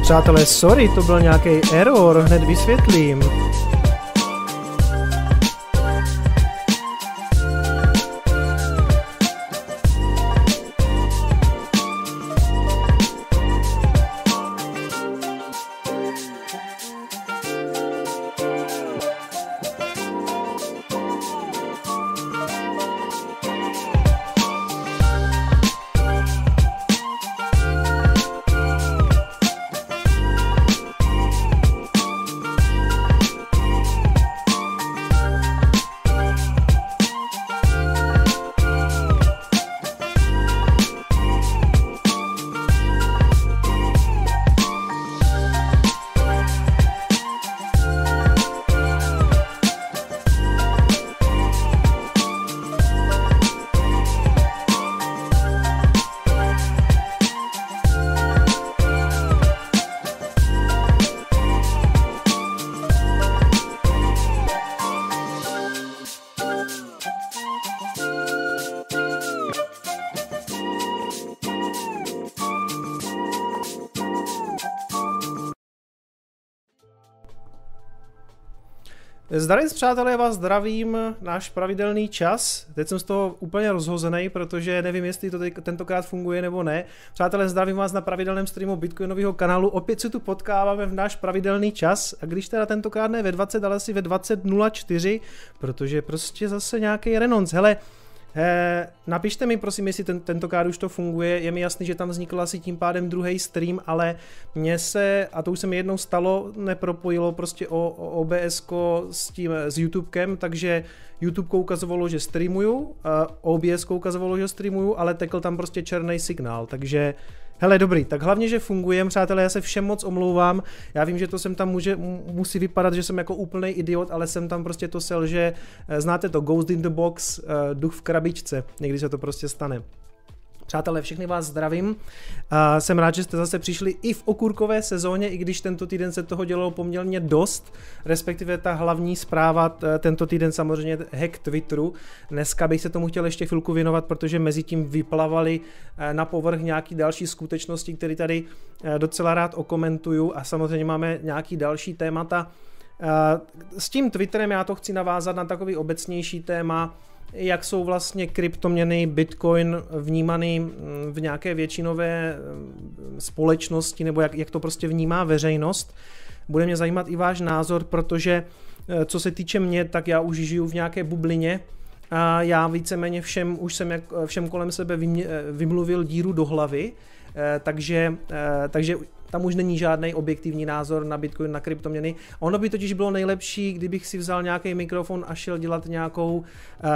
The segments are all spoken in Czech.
Přátelé, sorry, to byl nějaký error, hned vysvětlím. Zdarec, přátelé, já vás zdravím, náš pravidelný čas. Teď jsem z toho úplně rozhozený, protože nevím, jestli to tentokrát funguje nebo ne. Přátelé, zdravím vás na pravidelném streamu Bitcoinového kanálu. Opět se tu potkáváme v náš pravidelný čas. A když teda tentokrát ne ve 20, ale asi ve 20:04, protože prostě zase nějaký renonc. Hele, napište mi prosím, jestli tentokrát už to funguje. Je mi jasný, že tam vznikl asi tím pádem druhý stream, ale mně se, a to už se mi jednou stalo, nepropojilo prostě OBS-ko s YouTubekem, takže YouTube ukazovalo, že streamuju, OBS ukazovalo, že streamuju, ale tekl tam prostě černý signál, takže hele, dobrý, tak hlavně, že funguje, přátelé, já se všem moc omlouvám, já vím, že to sem tam musí vypadat, že jsem jako úplný idiot, ale jsem tam prostě to že znáte to, Ghost in the Box, duch v krabičce, někdy se to prostě stane. Přátelé, všechny vás zdravím. Jsem rád, že jste zase přišli i v okurkové sezóně, i když tento týden se toho dělalo poměrně dost, respektive ta hlavní zpráva tento týden samozřejmě hack Twitteru. Dneska bych se tomu chtěl ještě chvilku věnovat, protože mezi tím vyplavaly na povrch nějaký další skutečnosti, které tady docela rád okomentuju, a samozřejmě máme nějaký další témata. S tím Twitterem já to chci navázat na takový obecnější téma, jak jsou vlastně kryptoměny, Bitcoin vnímaný v nějaké většinové společnosti, nebo jak to prostě vnímá veřejnost. Bude mě zajímat i váš názor, protože co se týče mě, tak já už žiju v nějaké bublině a já víceméně všem kolem sebe vymluvil díru do hlavy, takže tam už není žádný objektivní názor na Bitcoin, na kryptoměny. Ono by totiž bylo nejlepší, kdybych si vzal nějaký mikrofon a šel dělat nějakou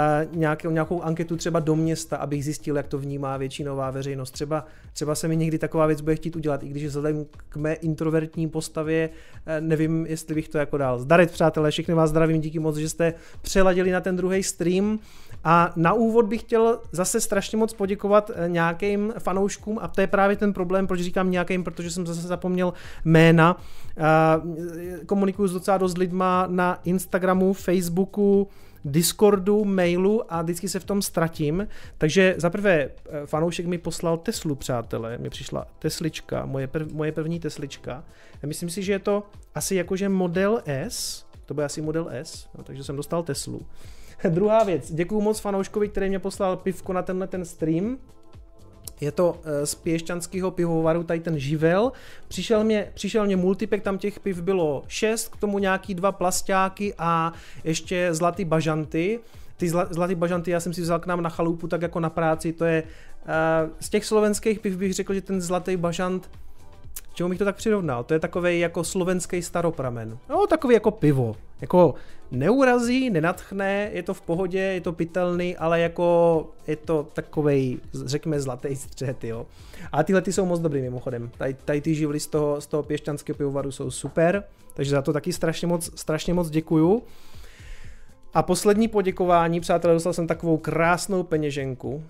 anketu třeba do města, abych zjistil, jak to vnímá většinová veřejnost. Třeba se mi někdy taková věc bude chtít udělat, i když vzhledem k mé introvertní postavě nevím, jestli bych to jako dal. Zdarec, přátelé, všechny vás zdravím, díky moc, že jste přeladili na ten druhý stream. A na úvod bych chtěl zase strašně moc poděkovat nějakým fanouškům, a to je právě ten problém, proč říkám nějakým, protože jsem zase zapomněl jména. Komunikuju s docela dost lidma na Instagramu, Facebooku, Discordu, mailu a vždycky se v tom ztratím. Takže zaprvé fanoušek mi poslal Teslu, přátelé, mi přišla Teslička, moje první Teslička. Myslím si, že je to asi jakože Model S, to bude asi Model S, no, takže jsem dostal Teslu. Druhá věc, děkuju moc fanouškovi, který mě poslal pivko na tenhle ten stream. Je to z Piešťanského pivovaru, tady ten živel. Přišel mě multipack, tam těch piv bylo 6, k tomu nějaký 2 plasťáky a ještě zlatý bažanty. Ty zlatý bažanty já jsem si vzal k nám na chalupu, tak jako na práci, to je z těch slovenských piv bych řekl, že ten zlatý bažant, čemu bych to tak přirovnal, to je takovej jako slovenský staropramen. No, takový jako pivo. Jako neurazí, nenadchne, je to v pohodě, je to pitelný, ale jako je to takovej, řekněme, zlatý střed, jo. A tyhle ty jsou moc dobrý mimochodem. Tady ty živly z toho Piešťanského pivovaru jsou super, takže za to taky strašně moc děkuju. A poslední poděkování, přátelé, dostal jsem takovou krásnou peněženku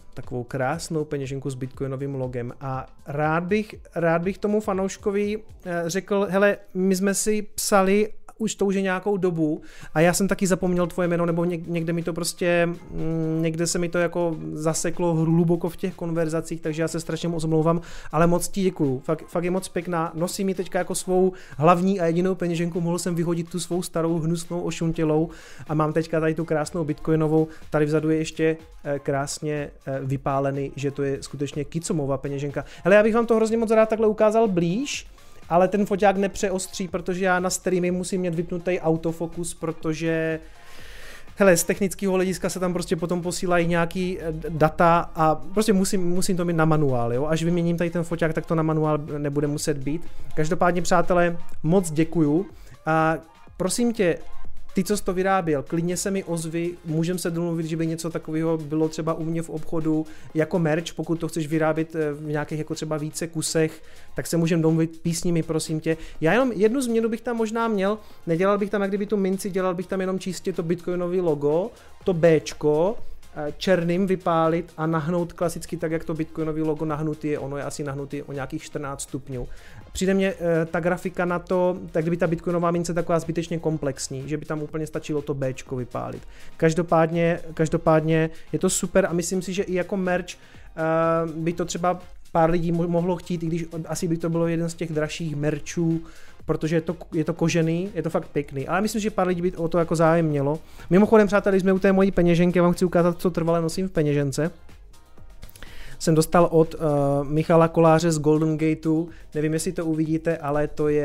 s bitcoinovým logem a rád bych tomu fanouškovi řekl, hele, my jsme si psali už touží nějakou dobu a já jsem taky zapomněl tvoje jméno, nebo někde mi to prostě, někde se mi to jako zaseklo hluboko v těch konverzacích, takže já se strašně moc omlouvám, ale moc ti děkuju, fakt je moc pěkná, nosí mi teďka jako svou hlavní a jedinou peněženku, mohl jsem vyhodit tu svou starou hnusnou ošuntělou a mám teďka tady tu krásnou bitcoinovou, tady vzadu je ještě krásně vypálený, že to je skutečně Kicomová peněženka. Hele, já bych vám to hrozně moc rád takhle ukázal blíž, ale ten foťák nepřeostří, protože já na streamy musím mít vypnutý autofokus, protože hele, z technického hlediska se tam prostě potom posílají nějaký data a prostě musím to mít na manuál, jo? Až vyměním tady ten foťák, tak to na manuál nebude muset být. Každopádně, přátelé, moc děkuju a prosím tě, ty, co jsi to vyráběl, klidně se mi ozvi, můžeme se domluvit, že by něco takového bylo třeba u mě v obchodu jako merch, pokud to chceš vyrábět v nějakých jako třeba více kusech, tak se můžeme domluvit, písni mi, prosím tě. Já jenom jednu změnu bych tam možná měl, nedělal bych tam jak kdyby tu minci, dělal bych tam jenom čistě to bitcoinový logo, to Bčko, černým vypálit a nahnout klasicky tak, jak to bitcoinový logo nahnutý je, ono je asi nahnutý o nějakých 14 stupňů. Přijde mně ta grafika na to, tak kdyby ta bitcoinová mince taková zbytečně komplexní, že by tam úplně stačilo to Bčko vypálit. Každopádně je to super a myslím si, že i jako merch by to třeba pár lidí mohlo chtít, i když asi by to bylo jeden z těch dražších merchů, protože je to kožený, je to fakt pěkný, ale myslím, že pár lidí by o to jako zájem mělo. Mimochodem, přátelé, jsme u té mojí peněženky, vám chci ukázat, co trvale nosím v peněžence. Jsem dostal od Michala Koláře z Golden Gateu, nevím, jestli to uvidíte, ale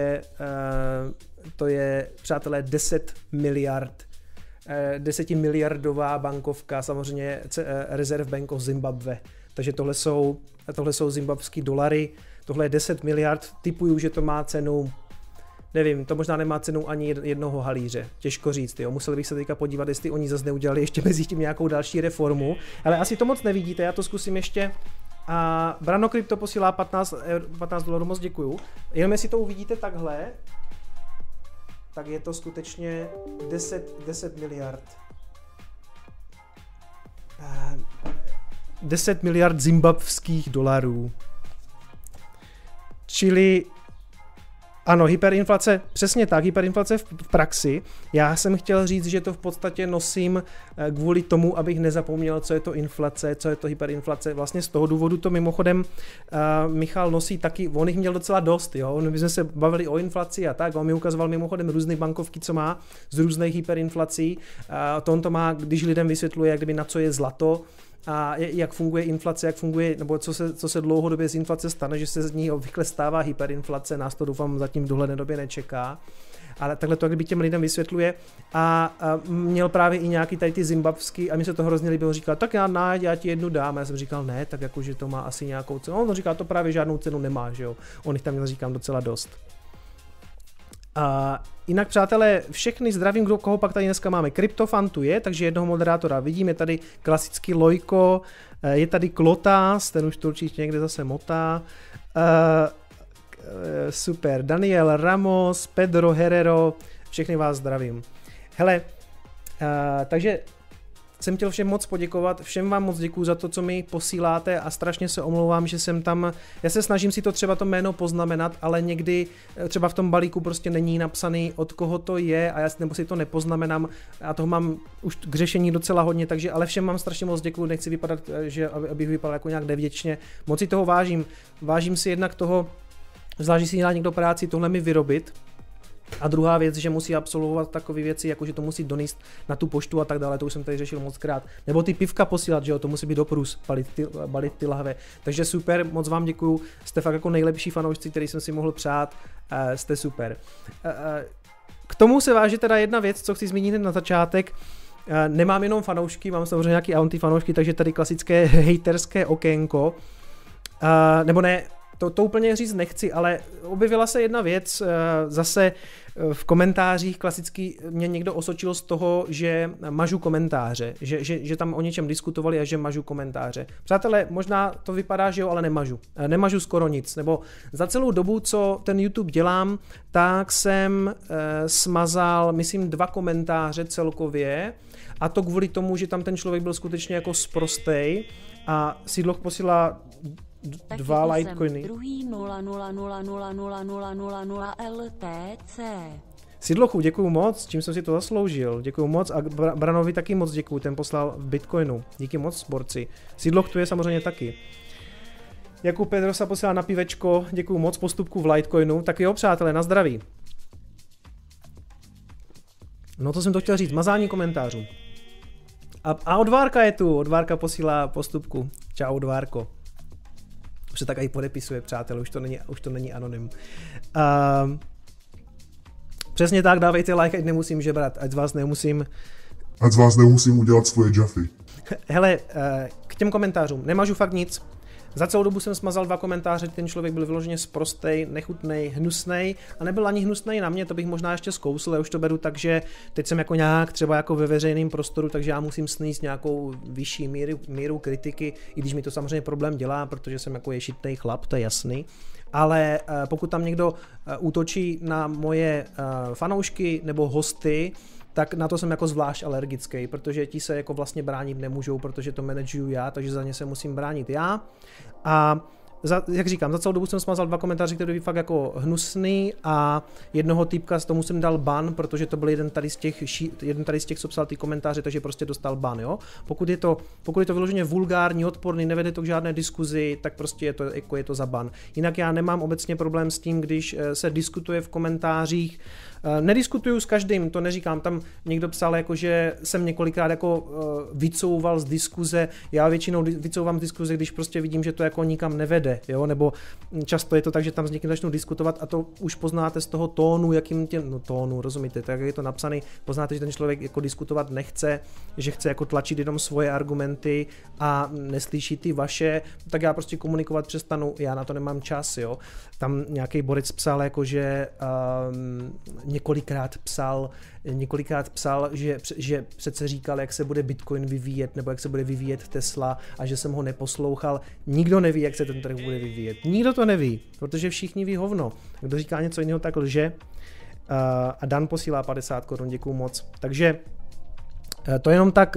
to je, přátelé, 10 miliardová bankovka, samozřejmě Reserve Bank of Zimbabwe. Takže tohle jsou zimbabský dolary, tohle je 10 miliard, tipuju, že to má cenu, nevím, to možná nemá cenu ani jednoho halíře, těžko říct, jo. Museli bych se teďka podívat, jestli oni zase neudělali ještě mezi tím nějakou další reformu, ale asi to moc nevidíte, já to zkusím ještě. A Brano Crypto posílá 15 dolarů, moc děkuju. Jenom jestli to uvidíte takhle, tak je to skutečně 10 miliard. 10 miliard zimbabských dolarů. Čili ano, hyperinflace, přesně tak, hyperinflace v praxi. Já jsem chtěl říct, že to v podstatě nosím kvůli tomu, abych nezapomněl, co je to inflace, co je to hyperinflace. Vlastně z toho důvodu to mimochodem Michal nosí taky, on jich měl docela dost, jo. My jsme se bavili o inflaci a tak, on mi ukazoval mimochodem různé bankovky, co má z různých hyperinflací. On to má, když lidem vysvětluje, jak kdyby na co je zlato, a jak funguje inflace, jak funguje, nebo co se dlouhodobě z inflace stane, že se z ní obvykle stává hyperinflace, nás to doufám zatím v dohledné době nečeká. Ale takhle to, kdyby těm lidem vysvětluje a měl právě i nějaký tady ty zimbabský a mi se to hrozně líbilo, říkal, tak já ti jednu dám, a já jsem říkal, ne, tak jakože to má asi nějakou cenu, on říká, to právě žádnou cenu nemá, že jo, on jich tam měl, říkám, docela dost. Jinak, přátelé, všechny zdravím, koho pak tady dneska máme. Kryptofan tu je, takže jednoho moderátora vidím, je tady klasický Lojko, je tady Klotas, ten už to určitě někde zase motá. Super, Daniel Ramos, Pedro Herrero, všechny vás zdravím. Hele, takže jsem chtěl všem moc poděkovat, všem vám moc děkuju za to, co mi posíláte a strašně se omlouvám, že jsem tam, já se snažím si to třeba to jméno poznamenat, ale někdy třeba v tom balíku prostě není napsaný, od koho to je a já nebo si to nepoznamenám a toho mám už k řešení docela hodně, takže ale všem mám strašně moc děkuju, nechci vypadat, že abych vypadal jako nějak nevděčně, moc si toho vážím si jednak toho, zvlášť si dělá někdo práci tohle mi vyrobit. A druhá věc, že musí absolvovat takové věci, jako že to musí donést na tu poštu a tak dále, to už jsem tady řešil mockrát. Nebo ty pivka posílat, že jo, to musí být do průz, balit ty lahve. Takže super, moc vám děkuju, jste fakt jako nejlepší fanoušci, který jsem si mohl přát, jste super. K tomu se váží teda jedna věc, co chci zmínit na začátek. Nemám jenom fanoušky, mám samozřejmě nějaký antifanoušky, takže tady klasické hejterské okénko. Nebo ne, to úplně říct nechci, ale objevila se jedna věc, zase v komentářích klasicky mě někdo osočil z toho, že mažu komentáře, že tam o něčem diskutovali a že mažu komentáře. Přátelé, možná to vypadá, že jo, ale nemažu. Nemažu skoro nic, nebo za celou dobu, co ten YouTube dělám, tak jsem smazal, myslím, 2 komentáře celkově a to kvůli tomu, že tam ten člověk byl skutečně jako sprostej a Sídloch posílá 2 Litecoiny. Druhý 0,0000000 LTC. Sidlochu, děkuju moc, čím jsem si to zasloužil, děkuju moc a Branovi taky moc děkuju, ten poslal v Bitcoinu, díky moc borci. Sidloch tu je samozřejmě taky. Jakub Pedrosa posílá na pivečko, děkuju moc, postupku v Litecoinu, tak jo přátelé, na zdraví. No to jsem to chtěl říct, mazání komentářů. A Odvárka je tu, Odvárka posílá postupku, čau Odvárko. Už se tak i podepisuje, přátelé, už to není anonym. Přesně tak, dávejte like, ať nemusím žebrat, ať z vás nemusím udělat svoje jaffy. Hele, k těm komentářům, nemažu fakt nic. Za celou dobu jsem smazal 2 komentáře, ten člověk byl vyloženě sprostej, nechutnej, hnusnej a nebyl ani hnusnej na mě, to bych možná ještě zkousl, já už to beru tak, že teď jsem jako nějak třeba jako ve veřejném prostoru, takže já musím sníst nějakou vyšší míru kritiky, i když mi to samozřejmě problém dělá, protože jsem jako ješitnej chlap, to je jasný. Ale pokud tam někdo útočí na moje fanoušky nebo hosty, tak na to jsem jako zvlášť alergický, protože ti se jako vlastně bránit nemůžou, protože to manažuju já, takže za ně se musím bránit já. A jak říkám, za celou dobu jsem smazal 2 komentáře, které byly fakt jako hnusný a jednoho týpka z tomu jsem dal ban, protože to byl jeden tady z těch, co psal ty komentáře, takže prostě dostal ban, jo. Pokud je to vyloženě vulgární, odporný, nevede to k žádné diskuzi, tak prostě je to za ban. Jinak já nemám obecně problém s tím, když se diskutuje v komentářích. Nediskutuju s každým, to neříkám, tam někdo psal, jako, že jsem několikrát jako vycouval z diskuze, já většinou vycouvám z diskuze, když prostě vidím, že to jako nikam nevede, jo, nebo často je to tak, že tam s někým začnu diskutovat a to už poznáte z toho tónu, tónu, rozumíte, tak jak je to napsaný, poznáte, že ten člověk jako diskutovat nechce, že chce jako tlačit jenom svoje argumenty a neslyší ty vaše, tak já prostě komunikovat přestanu, já na to nemám čas, jo. Tam nějaký borec psal, jako, že několikrát psal, že přece říkal, jak se bude Bitcoin vyvíjet, nebo jak se bude vyvíjet Tesla a že jsem ho neposlouchal. Nikdo neví, jak se ten trh bude vyvíjet. Nikdo to neví, protože všichni ví hovno. Kdo říká něco jiného, tak lže. A Dan posílá 50 korun, děkuju moc. Takže to jenom tak...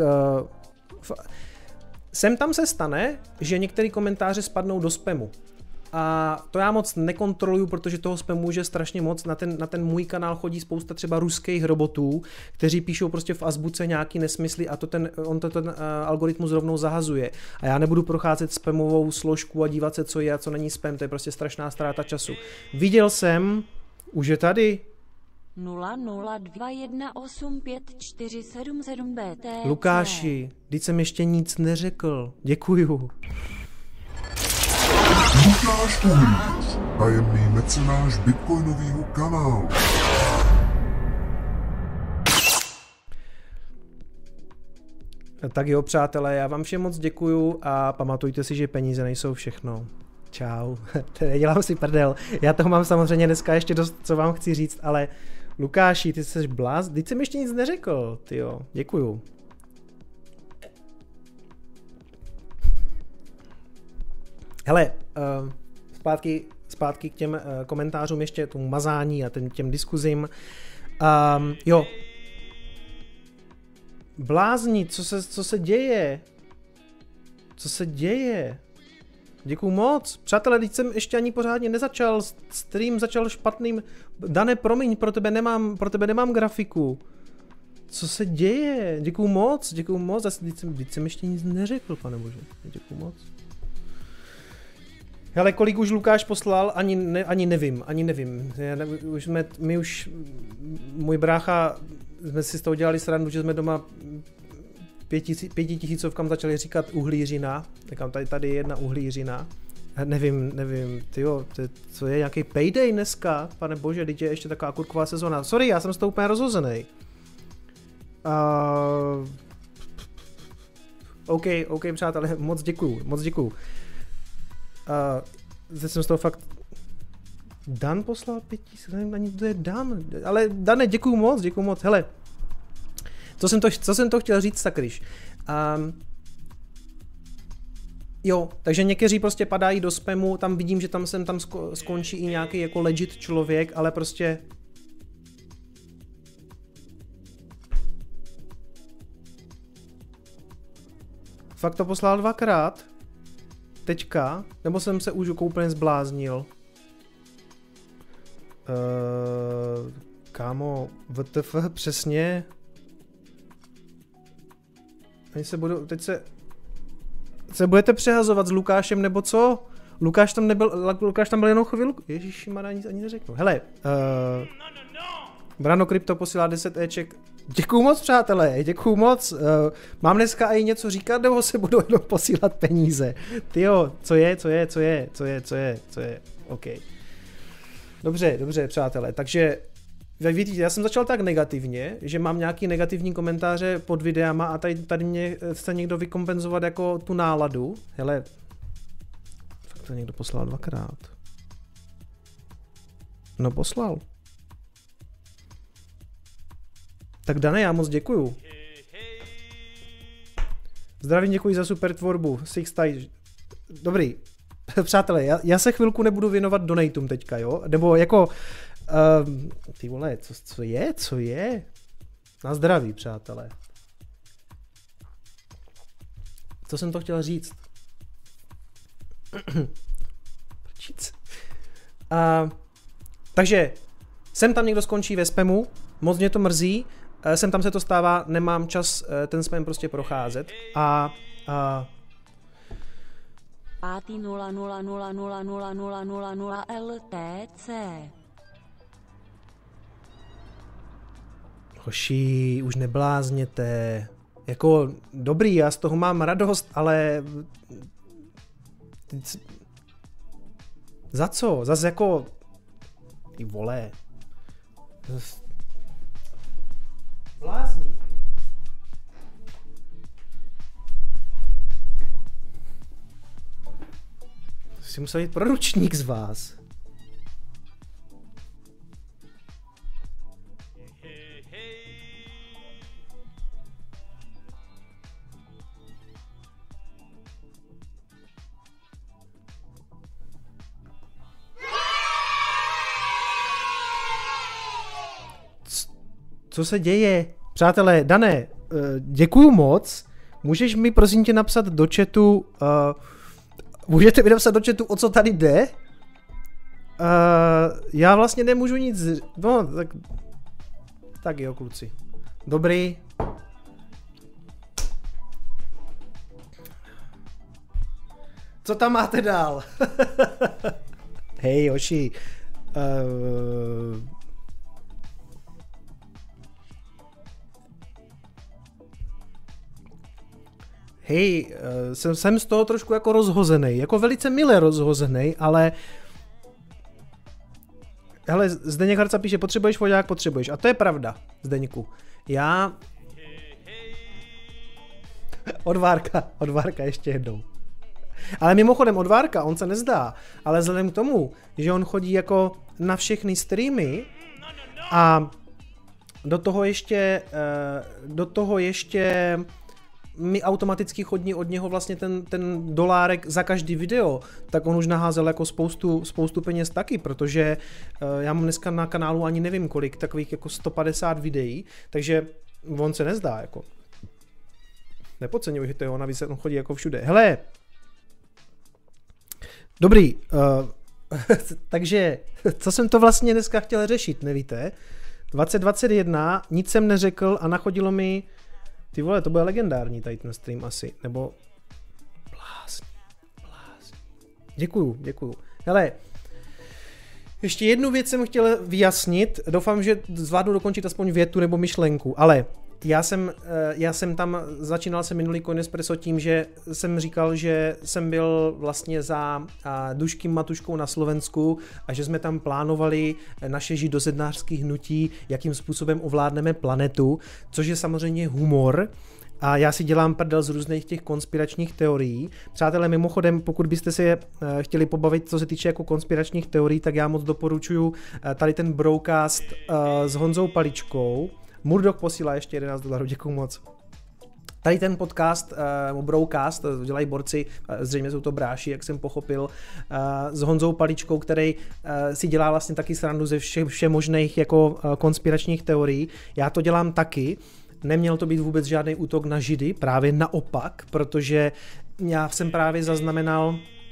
Sem tam se stane, že některé komentáře spadnou do spamu. A to já moc nekontroluju, protože toho spamu může strašně moc. Na ten můj kanál chodí spousta třeba ruských robotů, kteří píšou prostě v azbuce nějaký nesmysly a on ten algoritmus rovnou zahazuje. A já nebudu procházet spamovou složku a dívat se, co je a co není spam, to je prostě strašná ztráta času. Viděl jsem, už je tady. 0021854777BT. Lukáši, teď jsem ještě nic neřekl. Děkuju. Lukáš Uhlíř, tajemný mecenáš bitcoinového kanálu. Tak jo, přátelé, já vám všem moc děkuju a pamatujte si, že peníze nejsou všechno. Čau. Dělám si prdel. Já toho mám samozřejmě dneska ještě dost, co vám chci říct, ale Lukáši, ty jsi bláz? Teď jsem ještě nic neřekl, tyjo. Děkuju. Hele, zpátky k těm komentářům, ještě tomu mazání a těm diskuzím. Jo. Blázni, co se děje? Co se děje? Děkuju moc. Přátelé, teď jsem ještě ani pořádně nezačal. Stream začal špatným. Dane, promiň, pro tebe nemám grafiku. Co se děje? Děkuju moc. Teď jsem ještě nic neřekl, pane bože. Děkuju moc. Hele, kolik už Lukáš poslal, ani nevím. Můj brácha, jsme si z toho dělali srandu, že jsme doma 5000 začali říkat uhlířina. Takám, tady je jedna uhlířina. Nevím, tyjo, co je nějaký payday dneska? Pane bože, teď je ještě taková kurková sezóna. Sorry, já jsem z toho úplně rozhozenej. OK, přátelé, moc děkuju. Teď jsem z toho fakt... Dan poslal 5000, nevím ani, kdo je Dan. Ale Dane, děkuju moc, hele. Co jsem to chtěl říct, sakryš. Jo, takže někteří prostě padají do spamu, tam vidím, že tam skončí i nějaký jako legit člověk, ale prostě... Fakt to poslal 2krát? Teďka? Nebo jsem se už úplně zbláznil? Kámo, WTF přesně. Oni se budou, teď se budete přehazovat s Lukášem nebo co? Lukáš tam byl jenom chvilku. Ježišmarja, ani neřeknu. Hele, Brano Krypto posílá 10 Eček. Děkuju moc, přátelé, děkuju moc. Mám dneska i něco říkat, nebo se budou jenom posílat peníze? Tyjo, co je? OK. Dobře, přátelé, takže vidíte, já jsem začal tak negativně, že mám nějaký negativní komentáře pod videama a tady mě chce někdo vykompenzovat jako tu náladu. Hele, fakt to někdo poslal 2krát. No poslal. Tak Dane, já moc děkuju. Zdravím, děkuji za super tvorbu. Dobrý. Přátelé, já se chvilku nebudu věnovat donatům teďka, jo? Nebo jako... ty vole, co je? Na zdraví, přátelé. Co jsem to chtěl říct? Takže, sem tam někdo skončí ve spamu, moc mě to mrzí, sem tam se to stává, nemám čas ten spam prostě procházet a 0000000 LTC. Hoši, už neblázněte. Jako, dobrý, já z toho mám radost, ale... Za co? Zase jako... Ty vole. Blázní. Si musel jít poručník z vás. Co se děje? Přátelé, Dané, děkuju moc. Můžeš mi prosím tě napsat do chatu, můžete mi napsat do chatu, o co tady jde? Já vlastně nemůžu nic, no tak jo, kluci. Dobrý. Co tam máte dál? Hej, Joši. Hej, jsem z toho trošku jako rozhozený, jako velice milé rozhozený, ale... Hele, Zdeněk Harca píše, potřebuješ foťák, potřebuješ. A to je pravda, Zdeňku. Já... Odvárka ještě jednou. Ale mimochodem Odvárka, on se nezdá, ale vzhledem k tomu, že on chodí jako na všechny streamy a do toho ještě mi automaticky chodí od něho vlastně ten dolárek za každý video, tak on už naházel jako spoustu peněz taky, protože já mám dneska na kanálu ani nevím kolik, takových jako 150 videí, takže on se nezdá jako. Nepodceňuji, že to je on, navíc on chodí jako všude. Hele, dobrý, takže co jsem to vlastně dneska chtěl řešit, nevíte? 2021, nic jsem neřekl a nachodilo mi, ty vole, to bude legendární tady ten stream asi, nebo blázní. Děkuju. Hele, ještě jednu věc jsem chtěl vyjasnit, doufám, že zvládnu dokončit aspoň větu nebo myšlenku, ale já jsem tam, začínal jsem minulý Coinespresso tím, že jsem říkal, že jsem byl vlastně za Duškým Matuškou na Slovensku a že jsme tam plánovali naše židozednářské hnutí, jakým způsobem ovládneme planetu, což je samozřejmě humor. A já si dělám prdel z různých těch konspiračních teorií. Přátelé, mimochodem, pokud byste se chtěli pobavit, co se týče jako konspiračních teorií, tak já moc doporučuju tady ten broadcast s Honzou Paličkou. Murdoch posílá ještě $11, děkuju moc. Tady ten podcast, broadcast, to dělají borci, zřejmě jsou to bráši, jak jsem pochopil, s Honzou Paličkou, který si dělá vlastně taky srandu ze všemožných jako konspiračních teorií. Já to dělám taky. Neměl to být vůbec žádný útok na Židy, právě naopak, protože já jsem právě zaznamenal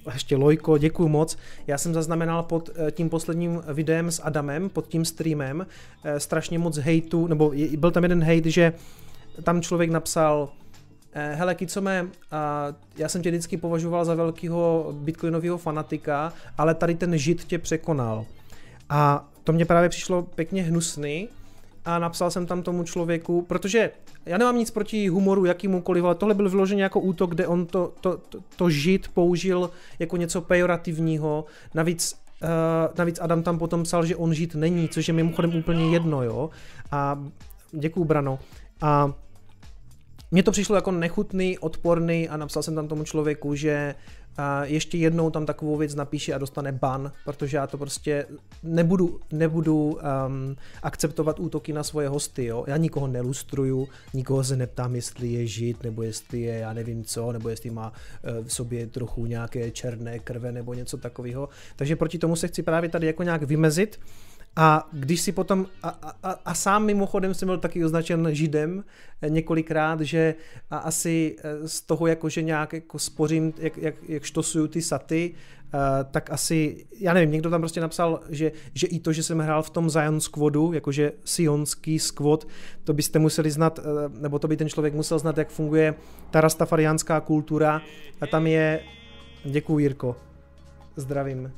ještě Lojko, děkuju moc. Já jsem zaznamenal pod tím posledním videem s Adamem, pod tím streamem, strašně moc hejtu, nebo byl tam jeden hejt, že tam člověk napsal: hele Kicome, já jsem tě vždycky považoval za velkého bitcoinového fanatika, ale tady ten žid tě překonal. A to mě právě přišlo pěkně hnusný a napsal jsem tam tomu člověku, protože já nemám nic proti humoru jakýmukoliv, ale tohle byl vyložený jako útok, kde on to žid použil jako něco pejorativního. Navíc Adam tam potom psal, že on žid není, což je mimochodem úplně jedno, jo. A děkuju, Brano. A mně to přišlo jako nechutný, odporný a napsal jsem tam tomu člověku, že ještě jednou tam takovou věc napíše a dostane ban, protože já to prostě nebudu akceptovat útoky na svoje hosty, jo. Já nikoho nelustruju, nikoho se neptám, jestli je žid, nebo jestli je já nevím co, nebo jestli má v sobě trochu nějaké černé krve nebo něco takového. Takže proti tomu se chci právě tady jako nějak vymezit. A když si potom, a sám mimochodem jsem byl taky označen židem několikrát, že asi z toho jakože nějak jako spořím, jak štosuju ty saty, tak asi, já nevím, někdo tam prostě napsal, že i to, že jsem hrál v tom Zion Squadu, jakože sionský squad, to byste museli znat, nebo to by ten člověk musel znat, jak funguje ta rastafariánská kultura. A tam je, děkuju Jirko, zdravím.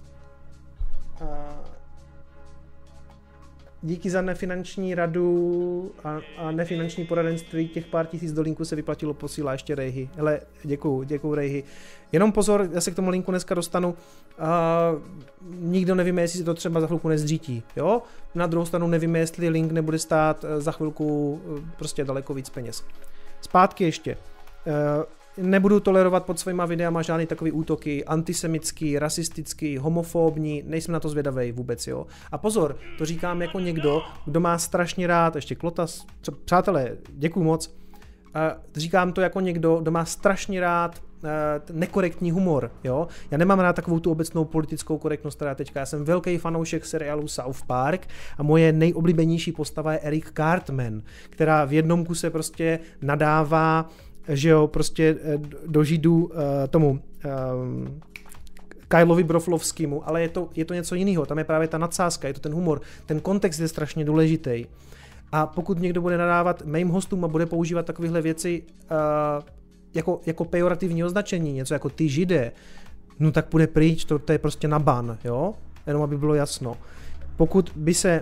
Díky za nefinanční radu a nefinanční poradenství, těch pár tisíc do linku se vyplatilo, posílá ještě Rejhy. Hele, děkuju Rejhy. Jenom pozor, já se k tomu linku dneska dostanu. Nikdo nevíme, jestli se to třeba za chvilku nezdřítí, jo? Na druhou stranu nevíme, jestli link nebude stát za chvilku prostě daleko víc peněz. Zpátky ještě. Nebudu tolerovat pod svýma videama žádný takový útoky, antisemitský, rasistický, homofobní, nejsem na to zvědavej vůbec, jo. A pozor, to říkám jako někdo, kdo má strašně rád, ještě Klotas, přátelé, děkuju moc, říkám to jako někdo, kdo má strašně rád nekorektní humor, jo. Já nemám rád takovou tu obecnou politickou korektnost, která teďka, já jsem velký fanoušek seriálu South Park a moje nejoblíbenější postava je Eric Cartman, která v jednom kuse prostě nadává, že jo, prostě do židů tomu Kylovi Broflovskému, ale je to něco jiného, tam je právě ta nadsázka, je to ten humor, ten kontext je strašně důležitý. A pokud někdo bude nadávat mým hostům a bude používat takovéhle věci jako pejorativní označení, něco jako ty židé, no tak půjde pryč, to je prostě na ban, jo? Jenom aby bylo jasno. Pokud by se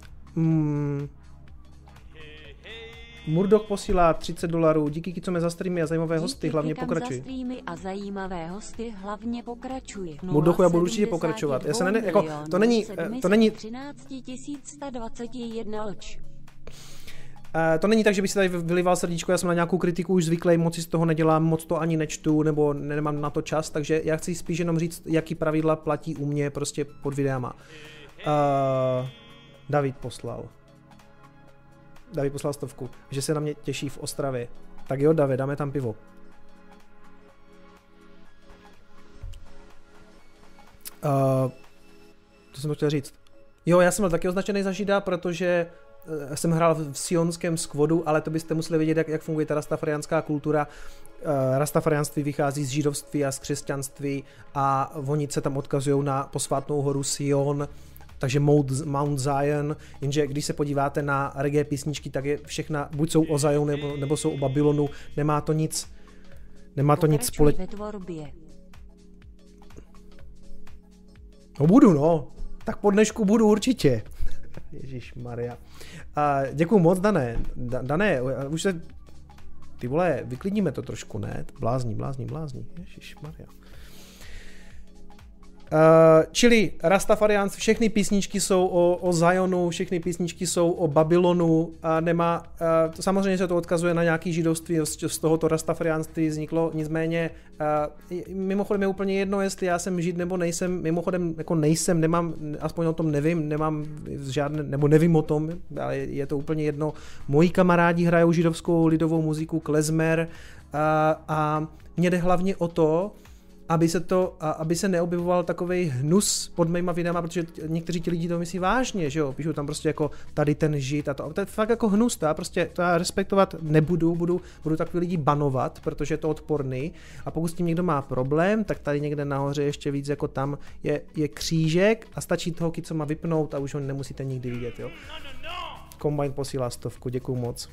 Murdoch posílá $30, díky Kicome za streamy a zajímavé hosty, hlavně pokračuj. Murdochu, já budu určitě pokračovat. Já se jako, to není 13 121 lč. To není tak, že bych si tady vylival srdíčko, já jsem na nějakou kritiku už zvyklý, moc si z toho nedělám, moc to ani nečtu, nebo nemám na to čas, takže já chci spíš jenom říct, jaký pravidla platí u mě prostě pod videama. David poslal 100, že se na mě těší v Ostravě. Tak jo, David, dáme tam pivo. To jsem to chtěl říct. Jo, já jsem byl taky označený za žida, protože jsem hrál v sionském squadu, ale to byste museli vědět, jak funguje ta rastafariánská kultura. Rastafariánství vychází z židovství a z křesťanství a oni se tam odkazují na posvátnou horu Sion, takže Mount Zion, jenže když se podíváte na reggae písničky, tak je všechna, buď jsou o Zionu, nebo jsou o Babylonu, nemá to nic společného. No budu, no. Tak po dnešku budu určitě. Ježišmarja. Děkuju moc, Dané. Dané, už se, ty vole, vyklidníme to trošku, ne? Blázní. Ježišmarja. Čili Rastafarians, všechny písničky jsou o Zionu, všechny písničky jsou o Babylonu a samozřejmě se to odkazuje na nějaký židovství, z tohoto Rastafarianství vzniklo, nicméně mimochodem je úplně jedno, jestli já jsem žid nebo nejsem, mimochodem jako nejsem, nemám, aspoň o tom nevím, nemám žádné, nebo nevím o tom, ale je to úplně jedno, moji kamarádi hrajou židovskou lidovou muziku klezmer a mě jde hlavně o to, aby se neobjevoval takovej hnus pod mýma videama, protože někteří ti lidi to myslí vážně, že jo, píšou tam prostě jako tady ten žid a to je fakt jako hnus, to já respektovat nebudu, budu takový lidi banovat, protože je to odporný a pokud s tím někdo má problém, tak tady někde nahoře ještě víc jako tam je křížek a stačí toho Kicoma vypnout a už ho nemusíte nikdy vidět, jo. Combine posílá 100, děkuju moc.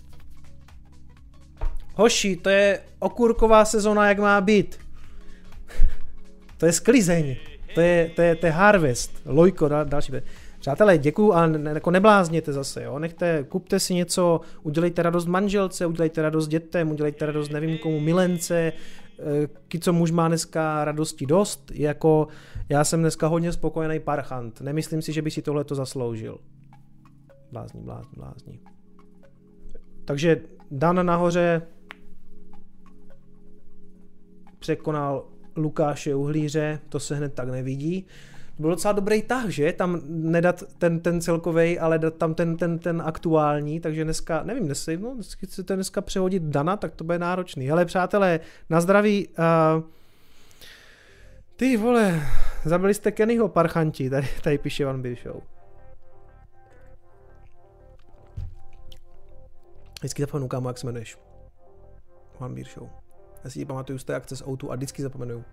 Hoši, to je okurková sezona, jak má být. To je sklizeň, to je harvest, lojko, další. Přátelé, děkuju, ale jako neblázněte zase, jo, kupte si něco, udělejte radost manželce, udělejte radost dětem, udělejte radost nevím komu, milence, Kico muž má dneska radosti dost, jako já jsem dneska hodně spokojený parchant, nemyslím si, že by si tohleto zasloužil. Blázní. Takže Dan nahoře překonal Lukáše Uhlíře, to se hned tak nevidí. To byl docela dobrý tah, že? Tam nedat ten celkovej, ale dát tam ten aktuální, takže dneska, nevím, jestli chcete dneska přehodit Dana, tak to bude náročný. Hele přátelé, na zdraví, ty vole, zabili jste Kennyho parchanti, tady píše Van Beer Show. Vždycky zapomenu, kámo, jak se jmenuješ. Van Beer Show. Já si ti pamatuju z té akce s O2 a vždycky zapomenu.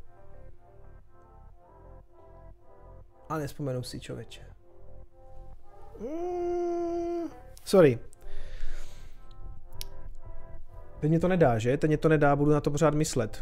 A nespomenu si, člověče. Sorry. Teď mě to nedá, že? Teď mě to nedá, budu na to pořád myslet.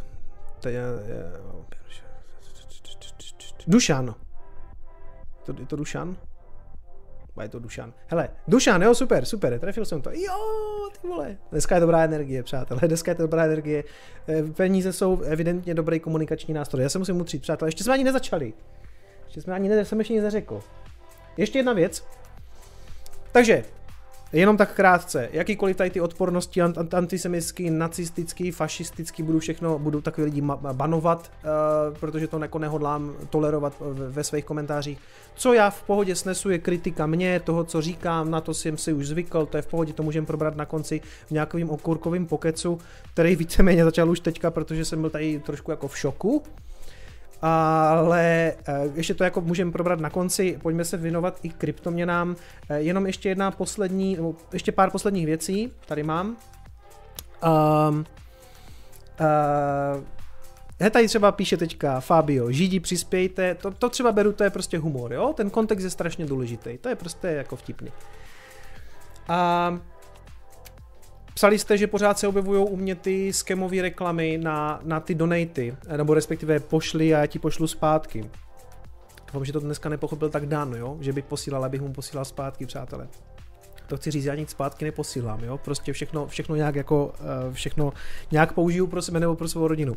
Dušan. Je to Dušan? Je to Dušan. Hele, Dušan, jo, super, trefil jsem to. Jo, ty vole. Dneska je dobrá energie, přátelé, dneska je to dobrá energie. Peníze jsou evidentně dobrý komunikační nástroj. Já se musím utřít, přátelé, ještě jsme ani nezačali. Jsem ještě nic neřekl. Ještě jedna věc. Takže, jenom tak krátce, jakýkoliv tady ty odpornosti, antisemitský, nacistický, fašistický, budu takový lidi banovat, protože to jako nehodlám tolerovat ve svých komentářích. Co já v pohodě snesu je kritika mě, toho, co říkám, na to jsem si už zvykl, to je v pohodě, to můžeme probrat na konci v nějakým okurkovým pokecu, který víceméně začal už teďka, protože jsem byl tady trošku jako v šoku. Ale ještě to jako můžeme probrat na konci, pojďme se věnovat i kryptoměnám. Jenom ještě ještě pár posledních věcí, tady mám. Tady třeba píše teďka Fabio, Židi přispějte, to třeba beru, to je prostě humor, jo? Ten kontext je strašně důležitý, to je prostě jako vtipný. Psali jste, že pořád se objevují u mě ty skemové reklamy na ty donaty, nebo respektive pošli a já ti pošlu zpátky. Doufám, že to dneska nepochopil tak Dan, jo? Že bych posílal, abych mu posílal zpátky, přátelé. To chci říct, já nic zpátky neposílám, jo? Prostě všechno nějak jako, všechno nějak použiju pro sebe nebo pro svou rodinu.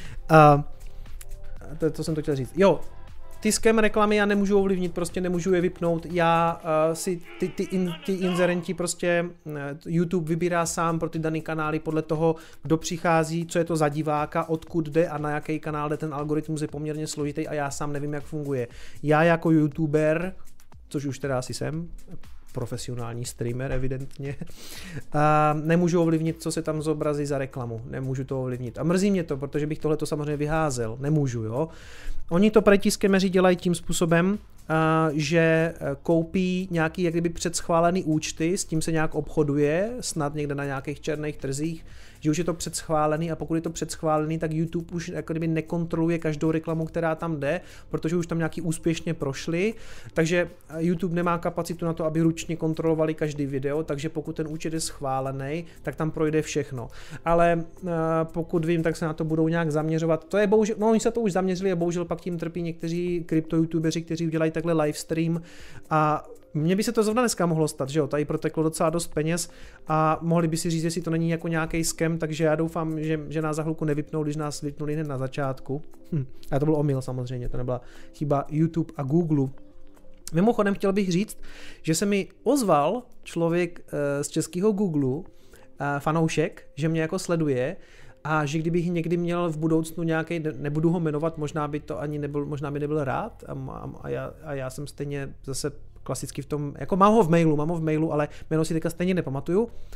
To jsem to chtěl říct. Jo, ty scam reklamy já nemůžu ovlivnit, prostě nemůžu je vypnout, já si ty inzerenti prostě YouTube vybírá sám pro ty daný kanály podle toho, kdo přichází, co je to za diváka, odkud jde a na jaký kanál jde, ten algoritmus je poměrně složitý a já sám nevím, jak funguje. Já jako YouTuber, což už teda asi jsem, profesionální streamer evidentně, nemůžu ovlivnit, co se tam zobrazí za reklamu, nemůžu to ovlivnit. A mrzí mě to, protože bych tohleto samozřejmě vyházel, nemůžu, jo. Oni to pre ti skemeři dělají tím způsobem, že koupí nějaký jak kdyby předschválený účty, s tím se nějak obchoduje, snad někde na nějakých černých trzích, že už je to předschválený a pokud je to předschválený, tak YouTube už jako kdyby nekontroluje každou reklamu, která tam jde, protože už tam nějaký úspěšně prošly, takže YouTube nemá kapacitu na to, aby ručně kontrolovali každý video, takže pokud ten účet je schválený, tak tam projde všechno. Ale pokud vím, tak se na to budou nějak zaměřovat. To je bohužel, no oni se to už zaměřili a bohužel pak tím trpí někteří krypto-youtubeři, kteří udělají takhle livestream a mně by se to zrovna dneska mohlo stát, že jo, tady proteklo docela dost peněz a mohli by si říct, jestli to není jako nějaký scam, takže já doufám, že nás za chvilku nevypnou, když nás vypnuli hned na začátku. A to byl omyl samozřejmě, to nebyla chyba YouTube a Google. Mimochodem chtěl bych říct, že se mi ozval člověk z českého Google, fanoušek, že mě jako sleduje a že kdybych někdy měl v budoucnu nějaký, nebudu ho jmenovat, možná by to ani nebyl, možná by nebyl rád a já jsem stejně zase klasicky v tom, jako mám ho v mailu, ale jméno si teďka stejně nepamatuju,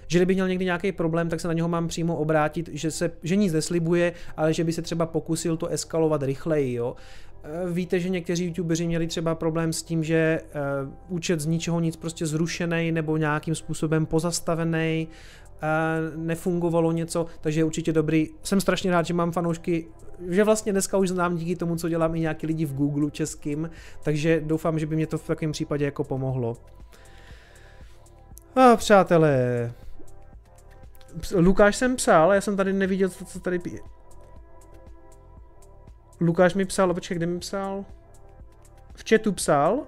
že kdybych měl někdy nějaký problém, tak se na něho mám přímo obrátit, že nic neslibuje, ale že by se třeba pokusil to eskalovat rychleji, jo. Víte, že někteří youtubeři měli třeba problém s tím, že účet z ničeho nic prostě zrušený nebo nějakým způsobem pozastavený, nefungovalo něco, takže je určitě dobrý. Jsem strašně rád, že mám fanoušky, že vlastně dneska už znám díky tomu, co dělám, i nějaký lidi v Google českým, takže doufám, že by mě to v takovém případě jako pomohlo. A přátelé, Lukáš jsem psal, já jsem tady neviděl, co tady píše. Lukáš mi psal, počkej, kde mi psal? V chatu psal?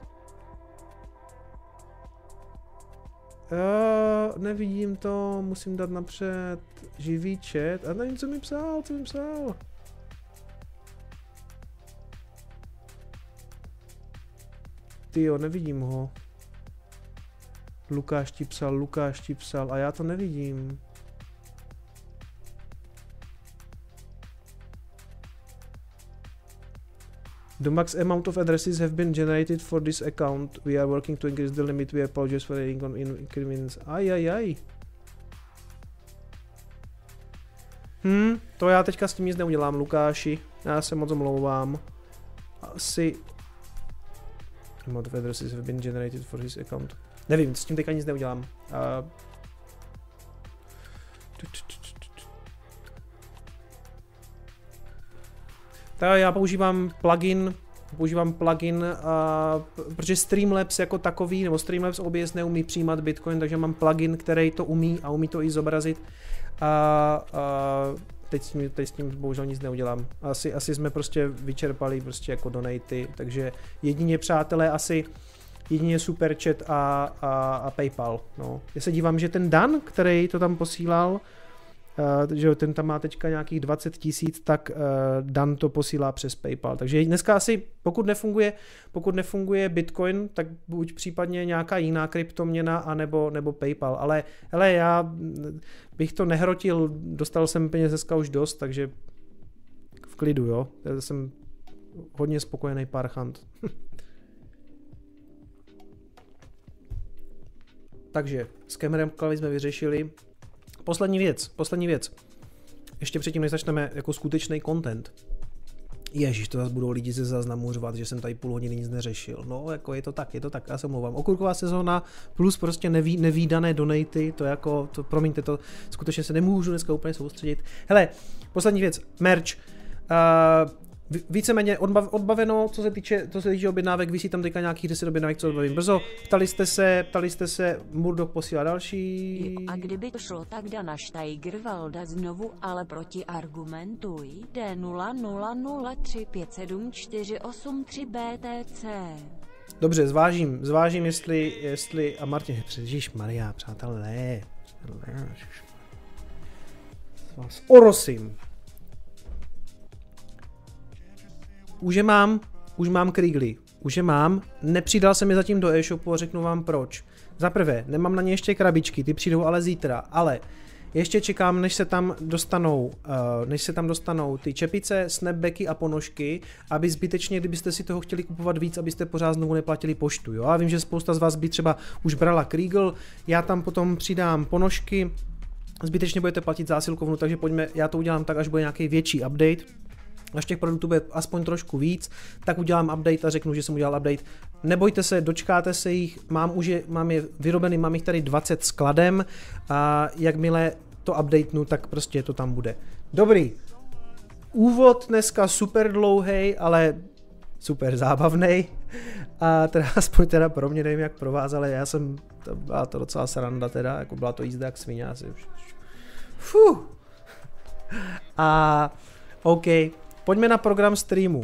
Nevidím to, musím dát napřed živý chat. A nevím, co mi psal. Tyjo, nevidím ho. Lukáš ti psal a já to nevidím. The max amount of addresses have been generated for this account. We are working to increase the limit. We apologize for the inconvenience. Aj. To já teďka s tím nic neudělám, Lukáši. Já se moc omlouvám. Asi... Amount of addresses have been generated for this account. Nevím, s tím teďka nic neudělám. Tak já používám plugin, protože Streamlabs jako takový, nebo Streamlabs OBS neumí přijímat Bitcoin, takže mám plugin, který to umí a umí to i zobrazit. Teď s tím bohužel nic neudělám. Asi jsme prostě vyčerpali prostě jako donaty, takže jedině přátelé jedině Superchat a PayPal. No. Já se dívám, že ten Dan, který to tam posílal, že ten tam má teďka nějakých 20 000, tak Dan to posílá přes PayPal. Takže dneska asi, pokud nefunguje Bitcoin, tak buď případně nějaká jiná kryptoměna, anebo PayPal. Ale hele, já bych to nehrotil, dostal jsem peněz dneska už dost, takže v klidu, jo. Já jsem hodně spokojený parchant. Takže s kamerem Klavy jsme vyřešili. Poslední věc. Ještě předtím, než začneme jako skutečný content. Ježíš, to zase budou lidi ze záznamu řvat, že jsem tady půl hodiny nic neřešil. No, jako je to tak, já se omlouvám. Okurková sezóna plus prostě nevídané donaty, promiňte, to skutečně se nemůžu dneska úplně soustředit. Hele, poslední věc, merch. Víceméně odbaveno, co se týče objednávek, visí tam teďka nějakých 10 objednávek, co odbavím brzo. Ptali jste se, Murdoch posílá další. A kdyby to šlo, tak Dana Steigerwalda znovu, ale protiargumentuj. D00035748 BTC. Dobře, zvážím, jestli a Martin, ježišmarja, přátelé, ne. Vás orosím. Už mám Kriegly, nepřidal jsem je zatím do e-shopu a řeknu vám proč. Za prvé, nemám na ně ještě krabičky, ty přijdou ale zítra, ale ještě čekám, než se tam dostanou ty čepice, snapbacky a ponožky, aby zbytečně, kdybyste si toho chtěli kupovat víc, abyste pořád znovu neplatili poštu, jo. Já vím, že spousta z vás by třeba už brala Kriegl, já tam potom přidám ponožky, zbytečně budete platit zásilkovnu, takže pojďme, já to udělám tak, až bude nějaký větší update. Až těch produktů bude aspoň trošku víc, tak udělám update a řeknu, že jsem udělal update. Nebojte se, dočkáte se jich, mám je vyrobený, mám jich tady 20 skladem a jakmile to updatenu, tak prostě to tam bude. Dobrý, úvod dneska super dlouhej, ale super zábavnej a teda aspoň teda pro mě, nevím jak pro vás, ale byla to docela sranda teda, jako byla to jízda jak svině asi. A OK. Pojďme na program streamu.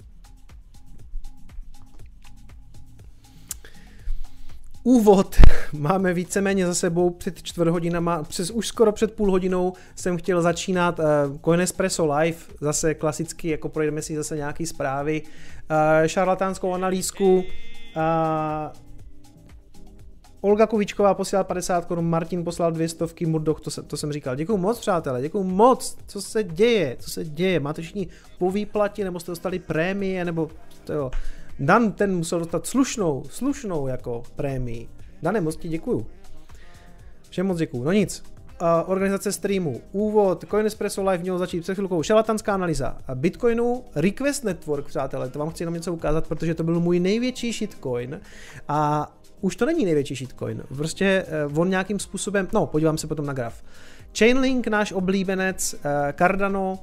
Úvod máme víceméně za sebou před čtvrt hodinama, už skoro před půl hodinou jsem chtěl začínat Coinespresso Live, zase klasicky, jako projdeme si zase nějaký zprávy, šarlatánskou analýzku, Olga Kuvičková posílala 50 Kč, Martin poslal 200, Murdoch, to jsem říkal. Děkuju moc, přátelé, děkuju moc. Co se děje? Máte všichni po výplatě, nebo jste dostali prémie, nebo to Dan, ten musel dostat slušnou jako prémii. Dane, moc ti děkuju. Všem moc děkuju. No nic. Organizace streamu. Úvod, Coin Espresso Live mělo začít před chvilkou. Šarlatanská analýza Bitcoinu, Request Network, přátelé, to vám chci jenom něco ukázat, protože to byl můj největší shitcoin a už to není největší shitcoin. Prostě on nějakým způsobem, no, podívám se potom na graf. Chainlink, náš oblíbenec, Cardano,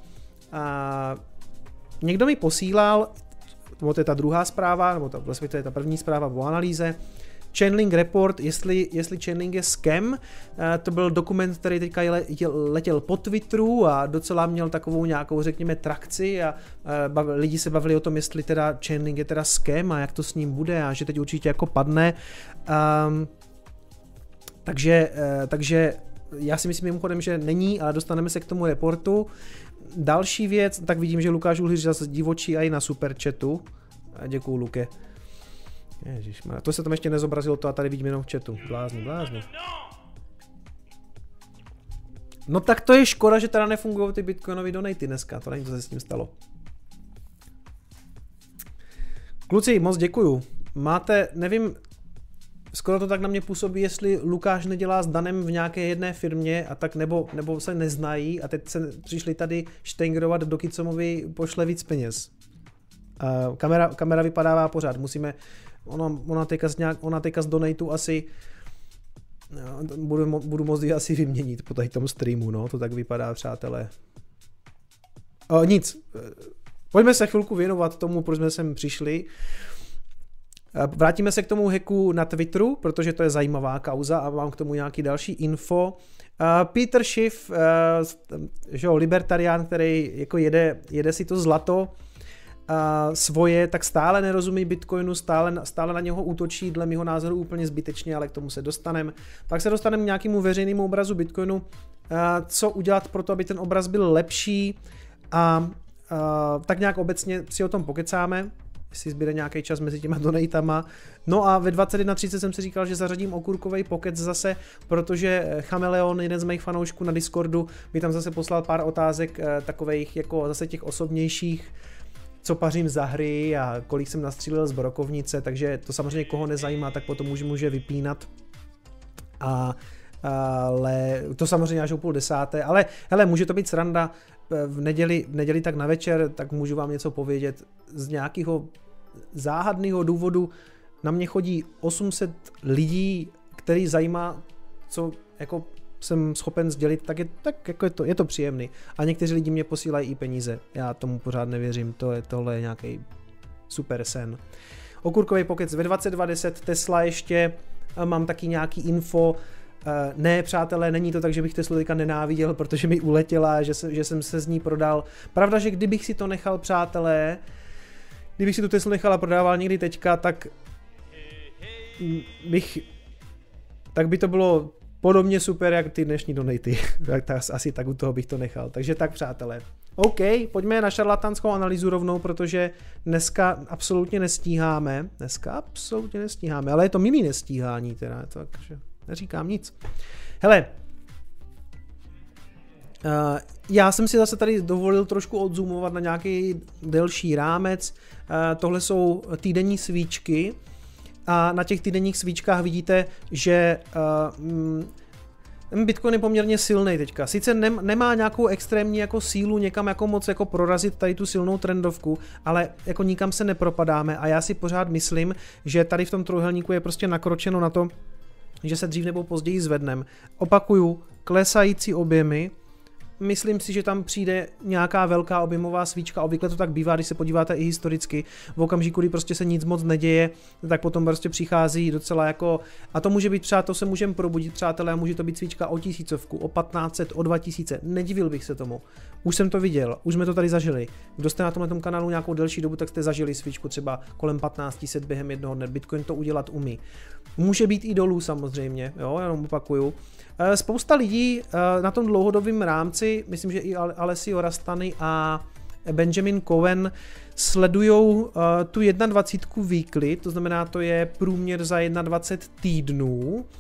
někdo mi posílal, to je ta druhá zpráva, nebo to je ta první zpráva o analýze, Chainlink Report, jestli Chainlink je scam, to byl dokument, který teďka letěl po Twitteru a docela měl takovou nějakou, řekněme, trakci a lidi se bavili o tom, jestli teda Chainlink je teda scam a jak to s ním bude a že teď určitě jako padne. Takže já si myslím mimochodem, že není, ale dostaneme se k tomu reportu. Další věc, tak vidím, že Lukáš Uhlíř zase divočí i na superchatu. Děkuju, Luke. Ježišmarja, to se tam ještě nezobrazilo, to a tady vidím jenom v chatu. Blázni. No tak to je škoda, že teda nefungují ty bitcoinové donaty dneska, to není, co se s tím stalo. Kluci, moc děkuju. Máte, nevím, skoro to tak na mě působí, jestli Lukáš nedělá s Danem v nějaké jedné firmě a tak nebo se neznají a teď se přišli tady štengrovat do Kicomovi pošle víc peněz. Kamera vypadává pořád, musíme, ona teďka z donatu asi, budu moct asi vyměnit po tady tom streamu, no, to tak vypadá, přátelé. Nic, pojďme se chvilku věnovat tomu, proč jsme sem přišli. Vrátíme se k tomu hacku na Twitteru, protože to je zajímavá kauza a mám k tomu nějaký další info. Peter Schiff, libertarián, který jako jede si to zlato svoje, tak stále nerozumí Bitcoinu, stále na něho útočí, dle mého názoru úplně zbytečně, ale k tomu se dostaneme. Pak se dostaneme k nějakému veřejnému obrazu Bitcoinu, co udělat pro to, aby ten obraz byl lepší a tak nějak obecně si o tom pokecáme, jestli zbyde nějaký čas mezi těma donatama. No a ve 21:30 jsem si říkal, že zařadím okurkovej pokec zase, protože Chameleon, jeden z mých fanoušků na Discordu, mi tam zase poslal pár otázek takových jako zase těch osobnějších, co pařím za hry a kolik jsem nastřílel z brokovnice, takže to samozřejmě koho nezajímá, tak potom může vypínat. Ale to samozřejmě až o 9:30, ale hele, může to být sranda v neděli tak na večer, tak můžu vám něco povědět. Z nějakého záhadného důvodu na mě chodí 800 lidí, který zajímá, co jako jsem schopen sdělit, tak jako je to příjemný. A někteří lidi mě posílají i peníze. Já tomu pořád nevěřím, tohle je nějaký super sen. Okurkový pokec ve 22:10, Tesla ještě, mám taky nějaký info. Ne, přátelé, není to tak, že bych Teslu teďka nenáviděl, protože mi uletěla, že jsem se z ní prodal. Pravda, že kdybych si to nechal, přátelé, kdybych si tu Teslu nechal a prodával někdy teďka, tak by to bylo podobně super, jak ty dnešní donaty. Asi tak u toho bych to nechal. Takže tak, přátelé. OK, pojďme na šarlatánskou analýzu rovnou, protože dneska absolutně nestíháme. Ale je to mimí nestíhání teda, takže neříkám nic. Hele, já jsem si zase tady dovolil trošku odzoomovat na nějaký delší rámec. Tohle jsou týdenní svíčky a na těch týdenních svíčkách vidíte, že Bitcoin je poměrně silný teďka. Sice nemá nějakou extrémní jako sílu někam jako moc jako prorazit tady tu silnou trendovku, ale jako nikam se nepropadáme a já si pořád myslím, že tady v tom trojúhelníku je prostě nakročeno na to, že se dřív nebo později zvednem. Opakuju, klesající objemy, myslím si, že tam přijde nějaká velká objemová svíčka, obvykle to tak bývá, když se podíváte i historicky, v okamžiku, kdy prostě se nic moc neděje, tak potom prostě přichází docela jako, a to může být, to se můžeme probudit, přátelé, a může to být svíčka o 1000, o 1500, o 2000, nedivil bych se tomu. Už jsem to viděl, už jsme to tady zažili. Kdo jste na tomhle kanálu nějakou delší dobu, tak jste zažili svíčku třeba kolem 1500 během jednoho dne. Bitcoin to udělat umí. Může být i dolů samozřejmě, jo, jenom opakuju. Spousta lidí na tom dlouhodobém rámci, myslím, že i Alessio Rastany a Benjamin Cohen sledujou tu 21 weekly, to znamená, to je průměr za 21 týdnů.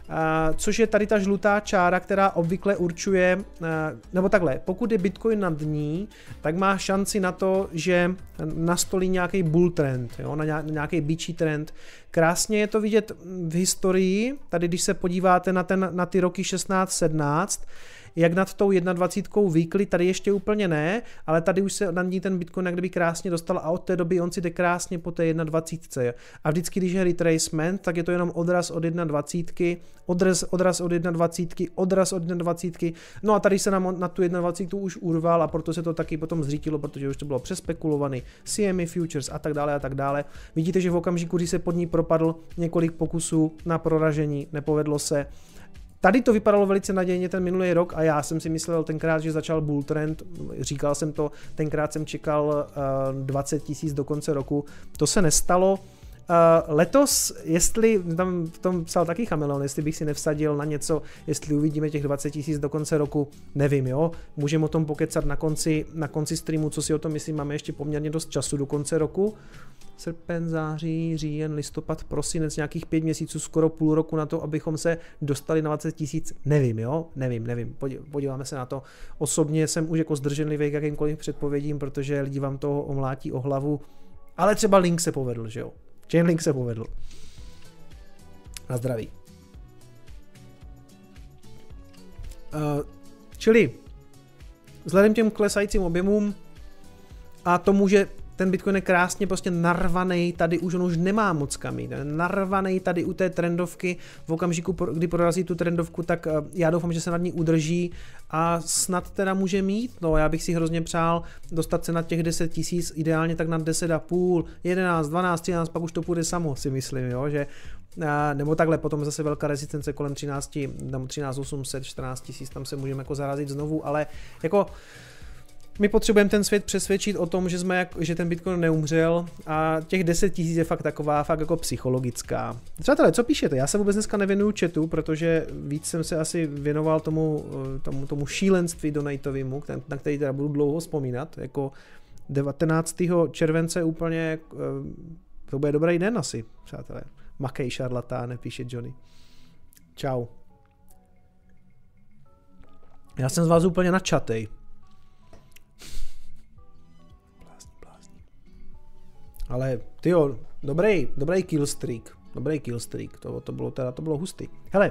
což je tady ta žlutá čára, která obvykle určuje, nebo takhle, pokud je Bitcoin nad ní, tak má šanci na to, že nastolí nějaký bull trend, jo, na nějaký bičí trend. Krásně je to vidět v historii, tady když se podíváte na ty roky 16-17, jak nad tou 21 weekly, tady ještě úplně ne, ale tady už se nad ní ten Bitcoin jak kdyby krásně dostal a od té doby on si jde krásně po té 21. A vždycky, když je retracement, tak je to jenom odraz od 21, odraz od 21, odraz od 21, no a tady se nám na tu 21 už urval a proto se to taky potom zřítilo, protože už to bylo přespekulovaný, CME futures a tak dále a tak dále. Vidíte, že v okamžiku, kdy se pod ní propadl několik pokusů na proražení, nepovedlo se. Tady to vypadalo velice nadějně ten minulý rok a já jsem si myslel tenkrát, že začal bull trend, říkal jsem to, tenkrát jsem čekal 20 000 do konce roku, to se nestalo. Letos, jestli, tam v tom psal taky Chameleon, jestli bych si nevsadil na něco, jestli uvidíme těch 20 000 do konce roku, nevím, jo, můžeme o tom pokecat na konci streamu, co si o tom myslím, máme ještě poměrně dost času do konce roku. Srpen, září, říjen, listopad, prosinec, nějakých 5 měsíců, skoro půl roku na to, abychom se dostali na 20 000, nevím, jo, nevím, podíváme se na to. Osobně jsem už jako zdrženlivý k jakýmkoliv předpovědím, protože lidi vám toho omlátí o hlavu, ale třeba Link se povedl, že jo, Chainlink se povedl. Na zdraví. Čili vzhledem těm klesajícím objemům a tomu, že ten Bitcoin je krásně prostě narvaný, tady už on už nemá moc kam jít, narvaný tady u té trendovky, v okamžiku, kdy prorazí tu trendovku, tak já doufám, že se nad ní udrží a snad teda může mít, no já bych si hrozně přál dostat se na těch 10 000, ideálně tak na 10,5, 11, 12, 13, pak už to půjde samo, si myslím, jo, že nebo takhle, potom zase velká rezistence kolem 13 800, 14 000, tam se můžeme jako zarazit znovu, ale jako my potřebujeme ten svět přesvědčit o tom, že ten Bitcoin neumřel a těch 10 000 je fakt taková, fakt jako psychologická. Přátelé, co píšete? Já se vůbec dneska nevěnuju chatu, protože víc jsem se asi věnoval tomu šílenství donatovému, na který teda budu dlouho vzpomínat, jako 19. července úplně, to bude dobrý den asi, přátelé. Makej šarlatáne, píše Johnny. Čau. Já jsem z vás úplně načatej. Ale tyjo, dobrý killstreak, to bylo hustý. Hele,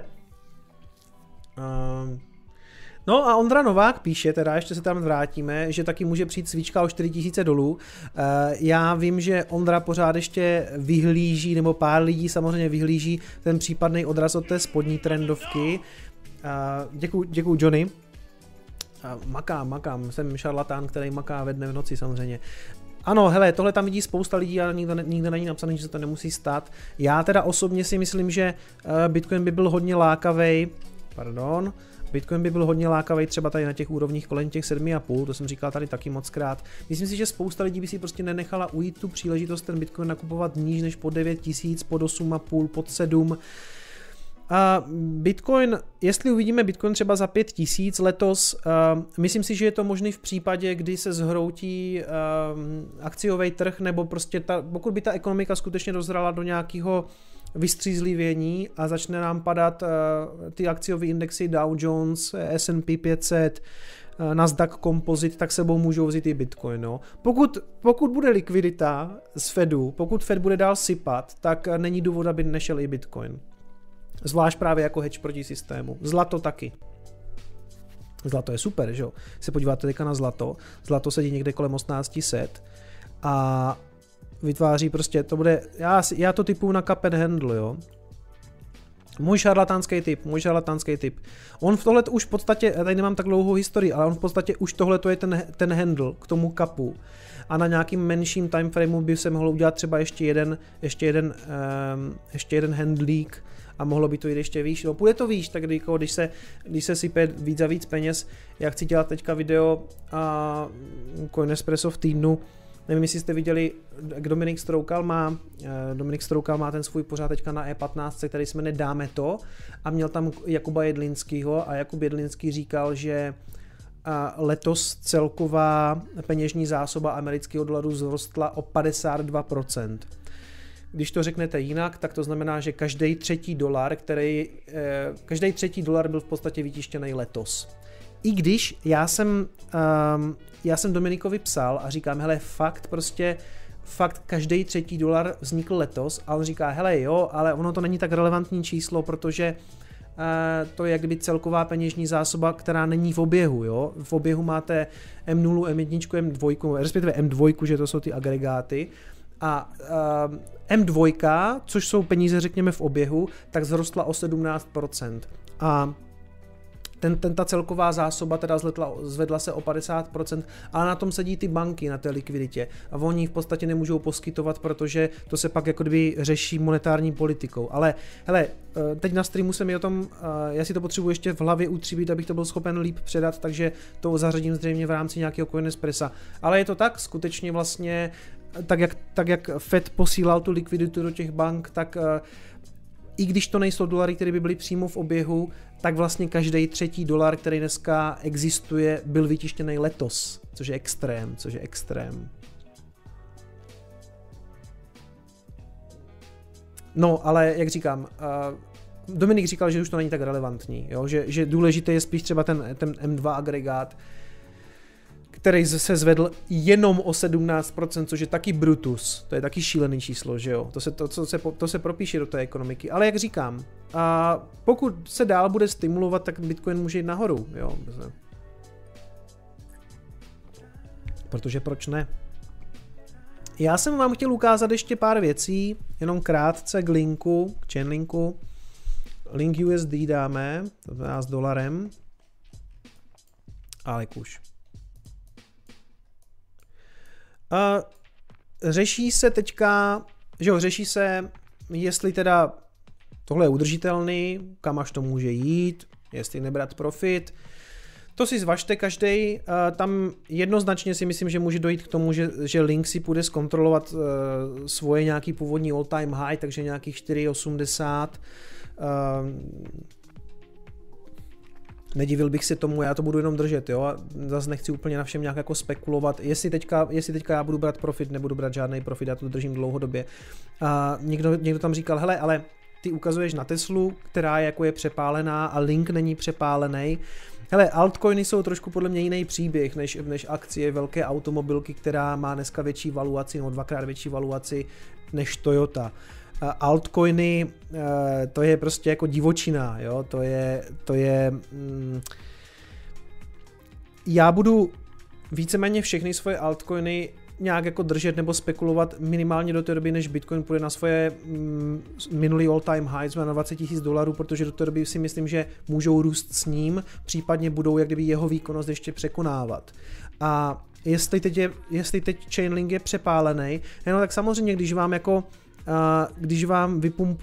no a Ondra Novák píše, teda ještě se tam vrátíme, že taky může přijít svíčka o 4000 dolů. Já vím, že Ondra pořád ještě vyhlíží, nebo pár lidí samozřejmě vyhlíží ten případný odraz od té spodní trendovky. Děkuju Johnny. Makám, jsem šarlatán, který maká ve dne v noci samozřejmě. Ano, hele, tohle tam vidí spousta lidí, ale nikde není napsaný, že se to nemusí stát. Já teda osobně si myslím, že Bitcoin by byl hodně lákavej, třeba tady na těch úrovních kolem těch 7,5, to jsem říkal tady taky mockrát. Myslím si, že spousta lidí by si prostě nenechala ujít tu příležitost ten Bitcoin nakupovat níž než po 9 000, pod 8,5, pod 7. A Bitcoin, jestli uvidíme Bitcoin třeba za 5 000 letos, myslím si, že je to možný v případě, kdy se zhroutí akciový trh, nebo prostě pokud by ta ekonomika skutečně dozrala do nějakého vystřízlivění a začne nám padat ty akciové indexy Dow Jones, S&P 500, Nasdaq Composite, tak sebou můžou vzít i Bitcoin. No. Pokud bude likvidita z Fedu, pokud Fed bude dál sypat, tak není důvod, aby nešel i Bitcoin. Zvlášť právě jako hedge proti systému. Zlato taky. Zlato je super, že jo? Se podíváte teďka na zlato. Zlato sedí někde kolem 1800 a vytváří prostě, to bude, já to typuju na cup and handle, jo? Můj šarlatánský tip. On v tohle už v podstatě, tady nemám tak dlouhou historii, ale on v podstatě už tohle to je ten handle k tomu kapu. A na nějakým menším timeframeu by se mohlo udělat třeba ještě jeden handlík a mohlo by to jít ještě výš. No, půjde to výš, tak když se sype víc a víc peněz, já chci dělat teďka video a Coinespresso v týdnu. Nevím, jestli jste viděli, jak Dominik Stroukal má ten svůj pořád teďka na E15, který jsme Dáme to, a měl tam Jakuba Jedlinskýho a Jakub Jedlinský říkal, že letos celková peněžní zásoba amerického dolaru vzrostla o 52%. Když to řeknete jinak, tak to znamená, že každý třetí dolar byl v podstatě vytištěný letos. I když já jsem Dominikovi psal a říkám, hele, fakt každý třetí dolar vznikl letos a on říká, hele jo, ale ono to není tak relevantní číslo, protože to je jak kdyby celková peněžní zásoba, která není v oběhu, jo. V oběhu máte M0, M1, M2, respektive M2, že to jsou ty agregáty a M2, což jsou peníze, řekněme, v oběhu, tak zrostla o 17%. A ta celková zásoba teda zvedla se o 50%, ale na tom sedí ty banky na té likviditě a oni v podstatě nemůžou poskytovat, protože to se pak jako kdyby řeší monetární politikou. Ale hele, teď na streamu se mi o tom, já si to potřebuji ještě v hlavě utříbit, abych to byl schopen líp předat, takže to zařadím zřejmě v rámci nějakého Coinespressa. Ale je to tak, skutečně vlastně, tak jak Fed posílal tu likviditu do těch bank, tak i když to nejsou dolary, které by byly přímo v oběhu, tak vlastně každý třetí dolar, který dneska existuje, byl vytištěný letos, což je extrém. No, ale jak říkám, Dominik říkal, že už to není tak relevantní, jo? Že důležité je spíš třeba ten M2 agregát, který se zvedl jenom o 17%, což je taky brutus, to je taky šílený číslo, že jo, to se propíše do té ekonomiky, ale jak říkám, a pokud se dál bude stimulovat, tak Bitcoin může jít nahoru, jo, protože proč ne? Já jsem vám chtěl ukázat ještě pár věcí, jenom krátce k linku, k Chainlinku, link USD dáme, to znamená s dolarem, ale kuš. Řeší se teďka, že jo, řeší se, jestli teda tohle je udržitelný, kam až to může jít, jestli nebrat profit. To si zvažte každej, tam jednoznačně si myslím, že může dojít k tomu, že Link si půjde zkontrolovat svoje nějaký původní all time high, takže nějakých 4,80. Nedivil bych se tomu, já to budu jenom držet, jo, a zase nechci úplně na všem nějak jako spekulovat, jestli teďka já budu brát profit, nebudu brát žádný profit, já to držím dlouhodobě. A někdo tam říkal, hele, ale ty ukazuješ na Teslu, která je přepálená a Link není přepálený. Hele, altcoiny jsou trošku podle mě jiný příběh než akcie velké automobilky, která má dneska větší valuaci, nebo dvakrát větší valuaci než Toyota. Altcoiny, to je prostě jako divočina, jo, to je já budu víceméně všechny svoje altcoiny nějak jako držet nebo spekulovat minimálně do té doby, než Bitcoin půjde na svoje minulý all time high, jsme na $20,000, protože do té doby si myslím, že můžou růst s ním, případně budou jak kdyby jeho výkonnost ještě překonávat. A jestli teď Chainlink je přepálený, no tak samozřejmě, když vám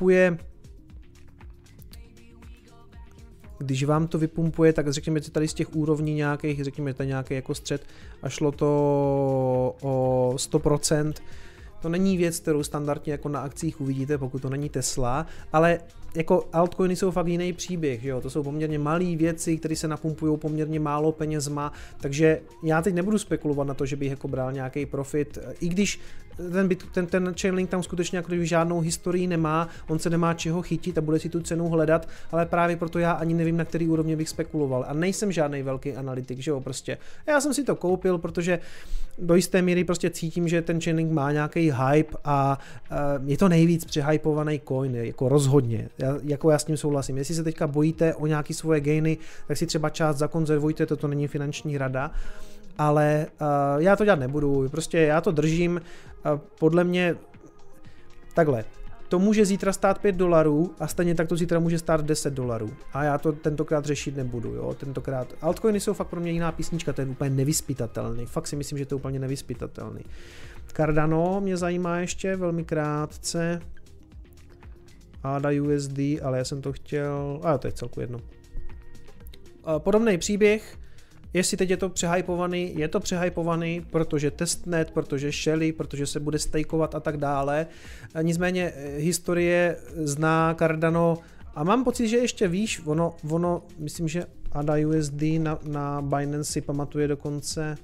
to vypumpuje, tak řekněme tady z těch úrovní nějakých, řekněme tady nějaký jako střed a šlo to o 100%, to není věc, kterou standardně jako na akcích uvidíte, pokud to není Tesla, ale jako altcoiny jsou fakt jiný příběh, že jo? To jsou poměrně malé věci, které se napumpují poměrně málo penězma, takže já teď nebudu spekulovat na to, že bych jako bral nějaký profit, i když ten Chainlink tam skutečně jako žádnou historii nemá, on se nemá čeho chytit a bude si tu cenu hledat, ale právě proto já ani nevím, na který úrovni bych spekuloval a nejsem žádný velký analytik, že jo, prostě. Já jsem si to koupil, protože do jisté míry prostě cítím, že ten Chainlink má nějaký hype a je to nejvíc přehypovaný coin, jako rozhodně. Já s tím souhlasím. Jestli se teďka bojíte o nějaký svoje gainy, tak si třeba část zakonzervujte, to není finanční rada, ale já to dělat nebudu, prostě já to držím, podle mě takhle, to může zítra stát $5 a stejně tak to zítra může stát $10 a já to tentokrát řešit nebudu, jo, tentokrát. Altcoiny jsou fakt pro mě jiná písnička, to je úplně nevyzpytatelný, fakt si myslím, že to je úplně nevyzpytatelný. Cardano mě zajímá ještě velmi krátce, ADA USD, ale já jsem to chtěl, to je celku jedno. Podobný příběh, jestli teď je to přehypovaný, protože testnet, protože Shelly, protože se bude stakeovat a tak dále. Nicméně historie zná Cardano a mám pocit, že ještě víš, ono myslím, že ADA USD na Binance si pamatuje dokonce.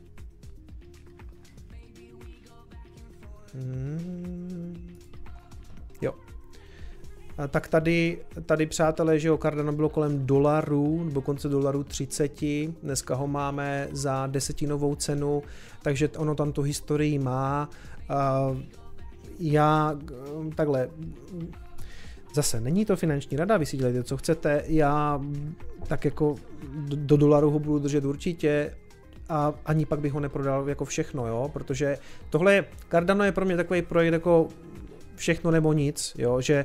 Jo. Tak tady přátelé, že jo, Cardano bylo kolem $, dokonce $30, dneska ho máme za 10novou cenu, takže ono tam tu historii má. Já takhle, zase není to finanční rada, vy si dělejte, co chcete, já tak jako do dolaru ho budu držet určitě, a ani pak bych ho neprodal jako všechno, jo, protože tohle Cardano je pro mě takový projekt jako všechno nebo nic, jo, že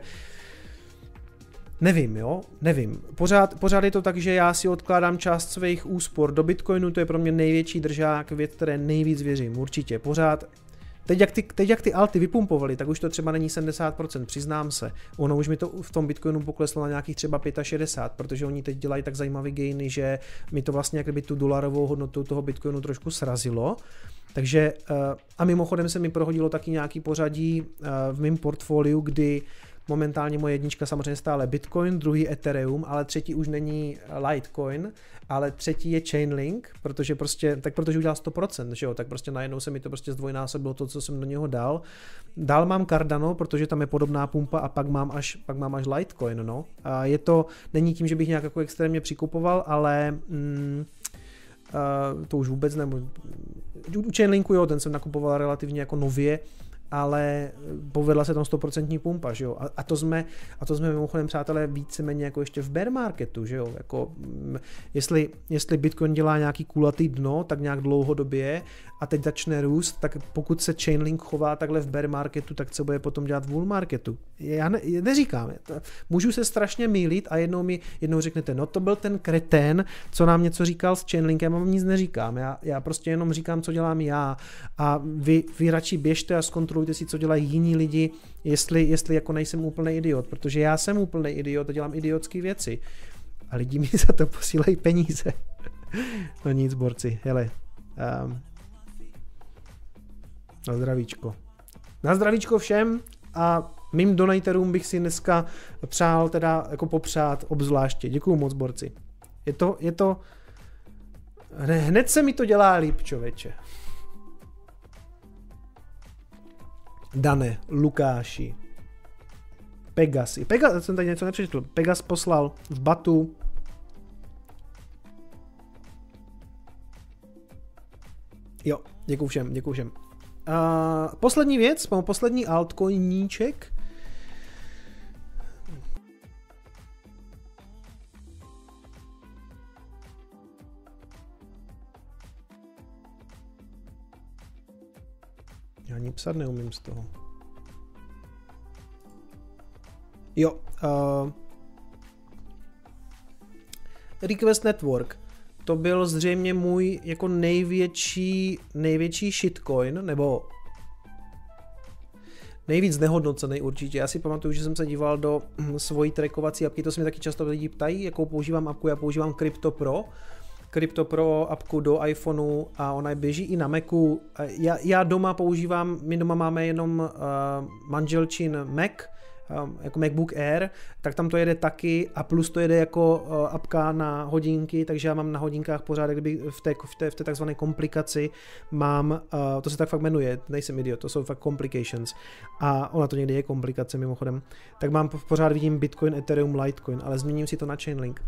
nevím. Pořád je to tak, že já si odkládám část svých úspor do Bitcoinu, to je pro mě největší držák, věc, které nejvíc věřím, určitě. Pořád, teď jak ty alty vypumpovaly, tak už to třeba není 70%, přiznám se. Ono už mi to v tom Bitcoinu pokleslo na nějakých třeba 65%, protože oni teď dělají tak zajímavý gainy, že mi to vlastně jak kdyby tu dolarovou hodnotu toho Bitcoinu trošku srazilo. Takže a mimochodem se mi prohodilo taky nějaký pořadí v mém portfoliu, kdy momentálně moje jednička samozřejmě stále Bitcoin, druhý Ethereum, ale třetí už není Litecoin, ale třetí je Chainlink, protože udělal 100%, že jo, tak prostě najednou se mi to prostě zdvojnásobilo to, co jsem do něho dal. Dál mám Cardano, protože tam je podobná pumpa a pak mám až Litecoin, no. A není tím, že bych nějak jako extrémně přikupoval, ale to už vůbec nebo u Chainlinku, jo, ten jsem nakupoval relativně jako nově, ale povedla se tam 100% pumpa, že jo, a to jsme mimochodem, přátelé, víceméně jako ještě v bear marketu, že jo, jako jestli Bitcoin dělá nějaký kulatý dno, tak nějak dlouhodobě a teď začne růst, tak pokud se Chainlink chová takhle v bear marketu, tak co bude potom dělat v bull marketu? Já neříkám, můžu se strašně mýlit a jednou řeknete, no to byl ten kretén, co nám něco říkal s Chainlinkem, a vám nic neříkám, já prostě jenom říkám, co dělám já, a vy radši běžte a zkontrolujte si, co dělají jiní lidi, jestli jako nejsem úplný idiot, protože já jsem úplný idiot a dělám idiotské věci a lidi mi za to posílají peníze. No nic, borci, hele, na zdravíčko všem, a mým donaterům bych si dneska přál teda jako popřát obzvláště. Děkuju moc, borci. Je to hned se mi to dělá líp, člověče. Dane, Lukáši, Pegasi. Jsem tady něco nepřečetl. Pegas poslal v batu. Jo, děkuju všem. Poslední věc, poslední altcoiníček. Já ani psat neumím z toho. Jo. Request Network. To byl zřejmě můj jako největší shitcoin, nebo nejvíc nehodnocený určitě. Já si pamatuju, že jsem se díval do svojí trackovací apky, to se mi taky často lidi ptají, jakou používám apku. Já používám Crypto Pro apku do iPhoneu a ona běží i na Macu. Já doma používám, my doma máme jenom manželčin Mac, jako MacBook Air, tak tam to jede taky a plus to jede jako apka na hodinky, takže já mám na hodinkách pořád, kdyby v té takzvané komplikaci mám, to se tak fakt jmenuje, nejsem idiot, to jsou fakt complications a ona to někdy je komplikace mimochodem, tak mám pořád vidím Bitcoin, Ethereum, Litecoin, ale změním si to na Chainlink.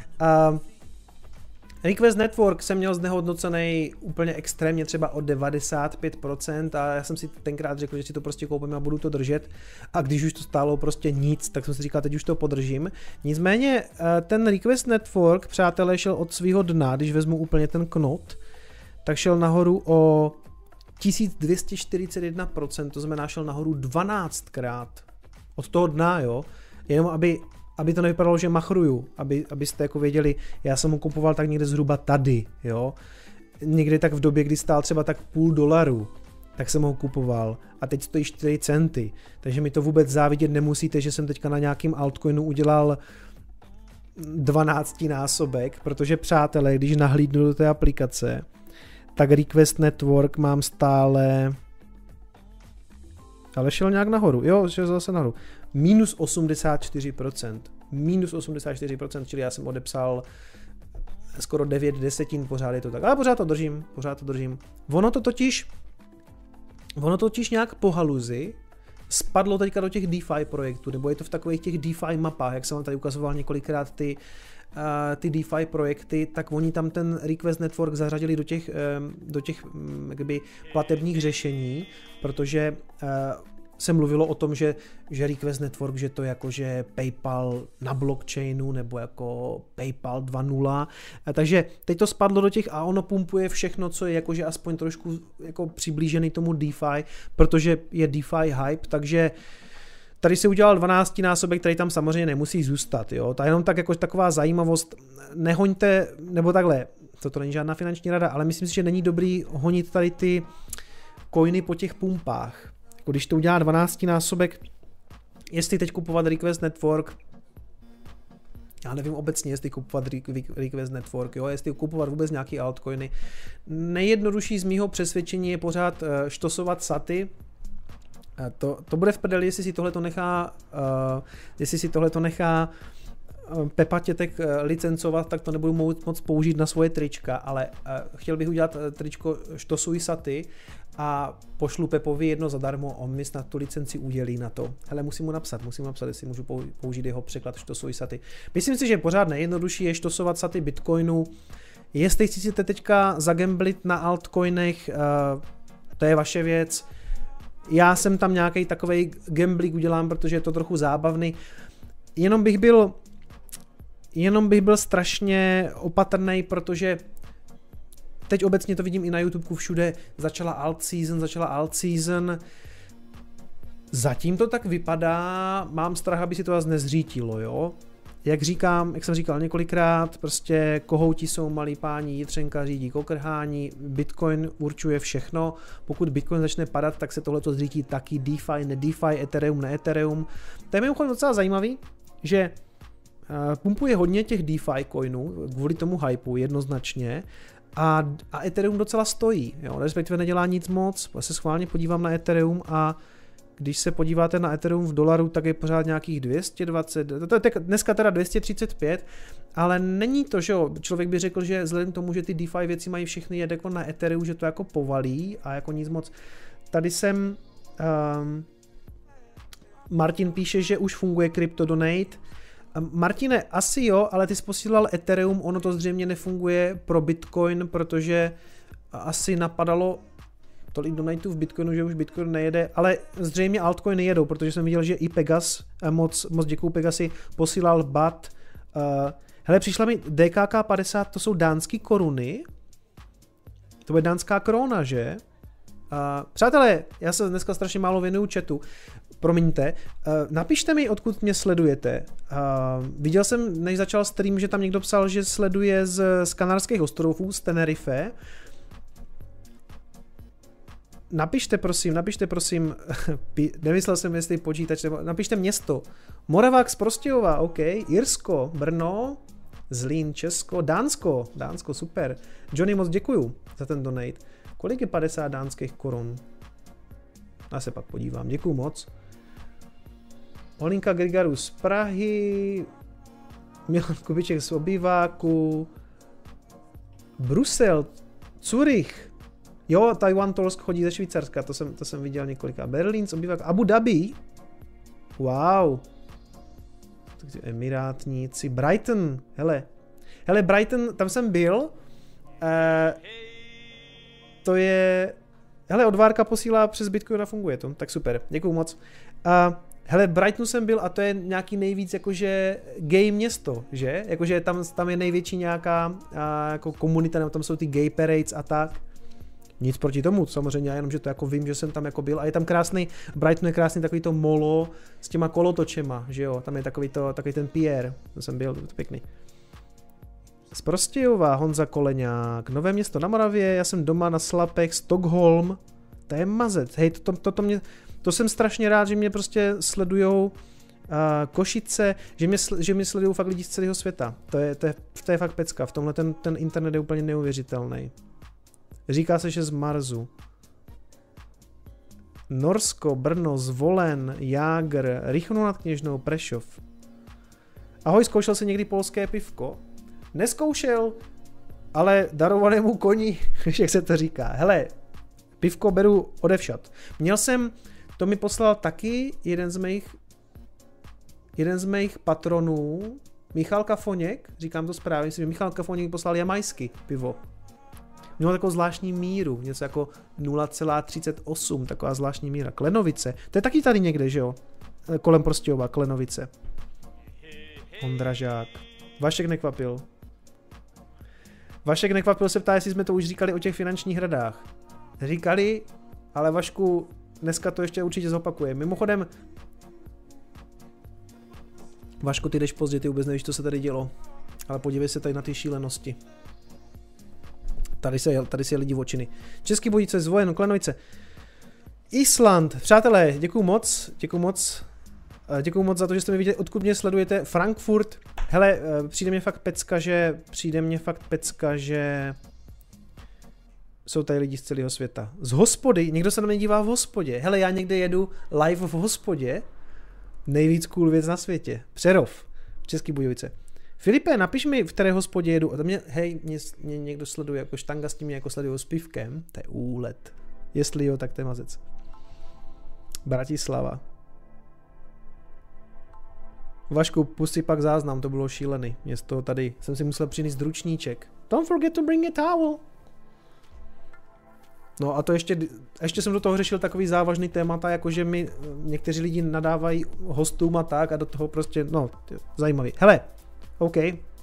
Request Network jsem měl znehodnocený úplně extrémně třeba o 95% a já jsem si tenkrát řekl, že si to prostě koupím a budu to držet, a když už to stálo prostě nic, tak jsem si říkal, teď už to podržím. Nicméně ten Request Network, přátelé, šel od svého dna, když vezmu úplně ten knot, tak šel nahoru o 1241%, to znamená šel nahoru 12krát od toho dna, jo, jenom aby to nevypadalo, že machruju, abyste jako věděli, já jsem ho kupoval tak někde zhruba tady, jo. Někdy tak v době, kdy stál třeba tak $0,5, tak jsem ho kupoval a teď stojí 4 centy, takže mi to vůbec závidět nemusíte, že jsem teďka na nějakým altcoinu udělal 12násobek, protože přátelé, když nahlídnu do té aplikace, tak Request Network mám stále, ale šel nějak nahoru, jo, šel zase nahoru. Minus 84%, čili já jsem odepsal skoro 9/10, pořád je to tak, ale pořád to držím. Ono to totiž nějak po haluzi spadlo teďka do těch DeFi projektů, nebo je to v takových těch DeFi mapách, jak jsem vám tady ukazoval několikrát ty DeFi projekty, tak oni tam ten Request Network zařadili do těch jakoby platebních řešení, protože se mluvilo o tom, že Request Network, že to je jako že PayPal na blockchainu nebo jako PayPal 2.0. Takže teď to spadlo do těch a ono pumpuje všechno, co je jakože aspoň trošku jako přiblížený tomu DeFi, protože je DeFi hype, takže tady se udělal 12násobek, který tam samozřejmě nemusí zůstat. Jo? To je jenom tak jako taková zajímavost. Nehoňte, nebo takhle, toto není žádná finanční rada, ale myslím si, že není dobrý honit tady ty coiny po těch pumpách. Když to udělá 12násobek, jestli teď kupovat Request Network, já nevím obecně, jestli kupovat Request Network, jo, jestli kupovat vůbec nějaký altcoiny. Nejjednodušší z mýho přesvědčení je pořád štosovat saty. To bude v prdeli, jestli si tohleto nechá Pepa Tětek licencovat, tak to nebudu moc použít na svoje trička, ale chtěl bych udělat tričko Štosuj saty a pošlu Pepovi jedno zadarmo, on mi snad tu licenci udělí na to. Hele, musím mu napsat, jestli můžu použít jeho překlad Štosuj saty. Myslím si, že pořád nejjednodušší je štosovat saty Bitcoinu. Jestli chcete teďka zagamblit na altcoinech, to je vaše věc. Já jsem tam nějaký takovej gambling udělám, protože je to trochu zábavný. Jenom bych byl strašně opatrný, protože teď obecně to vidím i na YouTubeku všude, začala alt season. Zatím to tak vypadá, mám strach, aby si to vás nezřítilo, jo. Jak jsem říkal několikrát, prostě kohouti jsou malí páni, jitřenka řídí kokrhání, Bitcoin určuje všechno, pokud Bitcoin začne padat, tak se tohleto zřítí taky DeFi, ne DeFi, Ethereum, ne Ethereum. To je mimochodem docela zajímavý, že pumpuje hodně těch DeFi coinů kvůli tomu hypeu jednoznačně a Ethereum docela stojí, jo, respektive nedělá nic moc, já se schválně podívám na Ethereum a když se podíváte na Ethereum v dolaru, tak je pořád nějakých 220, to je dneska teda 235, ale není to, že jo, člověk by řekl, že vzhledem k tomu, že ty DeFi věci mají všechny jet jako na Ethereum, že to jako povalí a jako nic moc. Tady jsem, Martin píše, že už funguje CryptoDonate. Martine, asi jo, ale ty jsi posílal Ethereum, ono to zřejmě nefunguje pro Bitcoin, protože asi napadalo tolik donatů v Bitcoinu, že už Bitcoin nejede, ale zřejmě altcoiny jedou, protože jsem viděl, že i Pegas, moc děkuju Pegasi, posílal BAT. Hele, přišla mi DKK 50, to jsou dánský koruny, to je dánská koruna, že? Přátelé, já se dneska strašně málo věnuju chatu, promiňte, napište mi, odkud mě sledujete. Viděl jsem, než začal stream, že tam někdo psal, že sleduje z Kanárských ostrovů, z Tenerife. Napište prosím, nemyslel jsem, jestli počítač, nebo napište město. Moravák z Prostějova, OK, Irsko, Brno, Zlín, Česko, Dánsko, super. Johnny, moc děkuju za ten donate. Kolik je 50 dánských korun? Já se pak podívám, děkuju moc. Olinka Grigaru z Prahy, Milan Kubiček z Obýváku, Brusel, Zurich, jo, Taiwan Tolsk chodí ze Švýcarska, to jsem viděl několika. Berlín z Obýváku, Abu Dhabi, wow, Emirátníci, Brighton, hele Brighton, tam jsem byl, to je, hele, odvárka posílá přes Bitcoin a funguje to, tak super, děkuju moc. Hele, Brightonu jsem byl a to je nějaký nejvíc jakože gay město, že? Jakože tam je největší nějaká jako komunita, nebo tam jsou ty gay parades a tak. Nic proti tomu, samozřejmě, jenom že to jako vím, že jsem tam jako byl a je tam krásný, Brighton je krásný takový to molo s těma kolotočema, že jo? Tam je takový ten Pierre, to jsem byl, to pěkný. Z Prostějova, Honza Koleňák, Nové Město na Moravě, já jsem doma na Slapech, Stockholm, to je mazec, hej, to jsem strašně rád, že mě prostě sledujou Košice, že mě sledují fakt lidi z celého světa, to je fakt pecka, v tomhle ten internet je úplně neuvěřitelný. Říká se, že z Marsu. Norsko, Brno, Zvolen, Jágr, Rychno nad Kněžnou, Prešov. Ahoj, zkoušel jsi někdy polské pivko? Neskoušel, ale darovanému koni, jak se to říká. Hele, pivko beru odevšad. Měl jsem To mi poslal taky jeden z mých patronů, Michal Kafoněk, říkám to správně, myslím, že Michal Kafoněk poslal jamajsky pivo. Mělo takovou zvláštní míru, něco jako 0,38, taková zvláštní míra. Klenovice, to je taky tady někde, že jo? Kolem Prostějova, Klenovice. Ondražák. Vašek nekvapil. Vašek nekvapil se ptá, jestli jsme to už říkali o těch finančních radách. Říkali, ale Vašku, dneska to ještě určitě zopakuje. Mimochodem, Vašku, ty jdeš pozdě, ty vůbec nevíš, co se tady dělo. Ale podívej se tady na ty šílenosti. Tady se lidi očiny. Český Budějovice, Zvojen, Klenovice. Island, přátelé, děkuju moc. Děkuju moc za to, že jste mi viděli, odkud mě sledujete. Frankfurt, hele, přijde mě fakt pecka, že jsou tady lidi z celého světa. Z hospody, někdo se na mě dívá v hospodě. Hele, já někde jedu live v hospodě. Nejvíc cool věc na světě. Přerov, Český Budějovice. Filipe, napiš mi, v které hospodě jedu. A to mě někdo sleduje, jako štanga s tím mě jako sledují s pivkem. To je úlet. Jestli jo, tak to je mazec. Bratislava. Vašku, pusti pak záznam, to bylo šílený. Město tady, jsem si musel přinést ručníček. Don't forget to bring a towel. No a to ještě jsem do toho řešil takový závažný témata, jakože mi někteří lidi nadávají hostům a tak a do toho prostě, no, zajímavý. Hele, OK.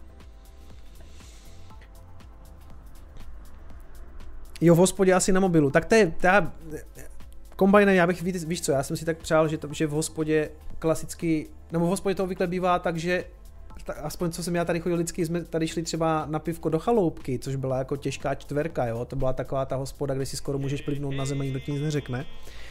Jo, v hospodě asi na mobilu. Tak to je, kombajne, já bych, víš co, já jsem si tak přál, že v hospodě klasicky, nebo v hospodě to obvykle bývá tak, že aspoň co jsem já tady chodil vždycky, jsme tady šli třeba na pivko do chaloupky, což byla jako těžká čtverka, jo, to byla taková ta hospoda, kde si skoro můžeš plivnout na zemi, nikdo ti nic neřekne.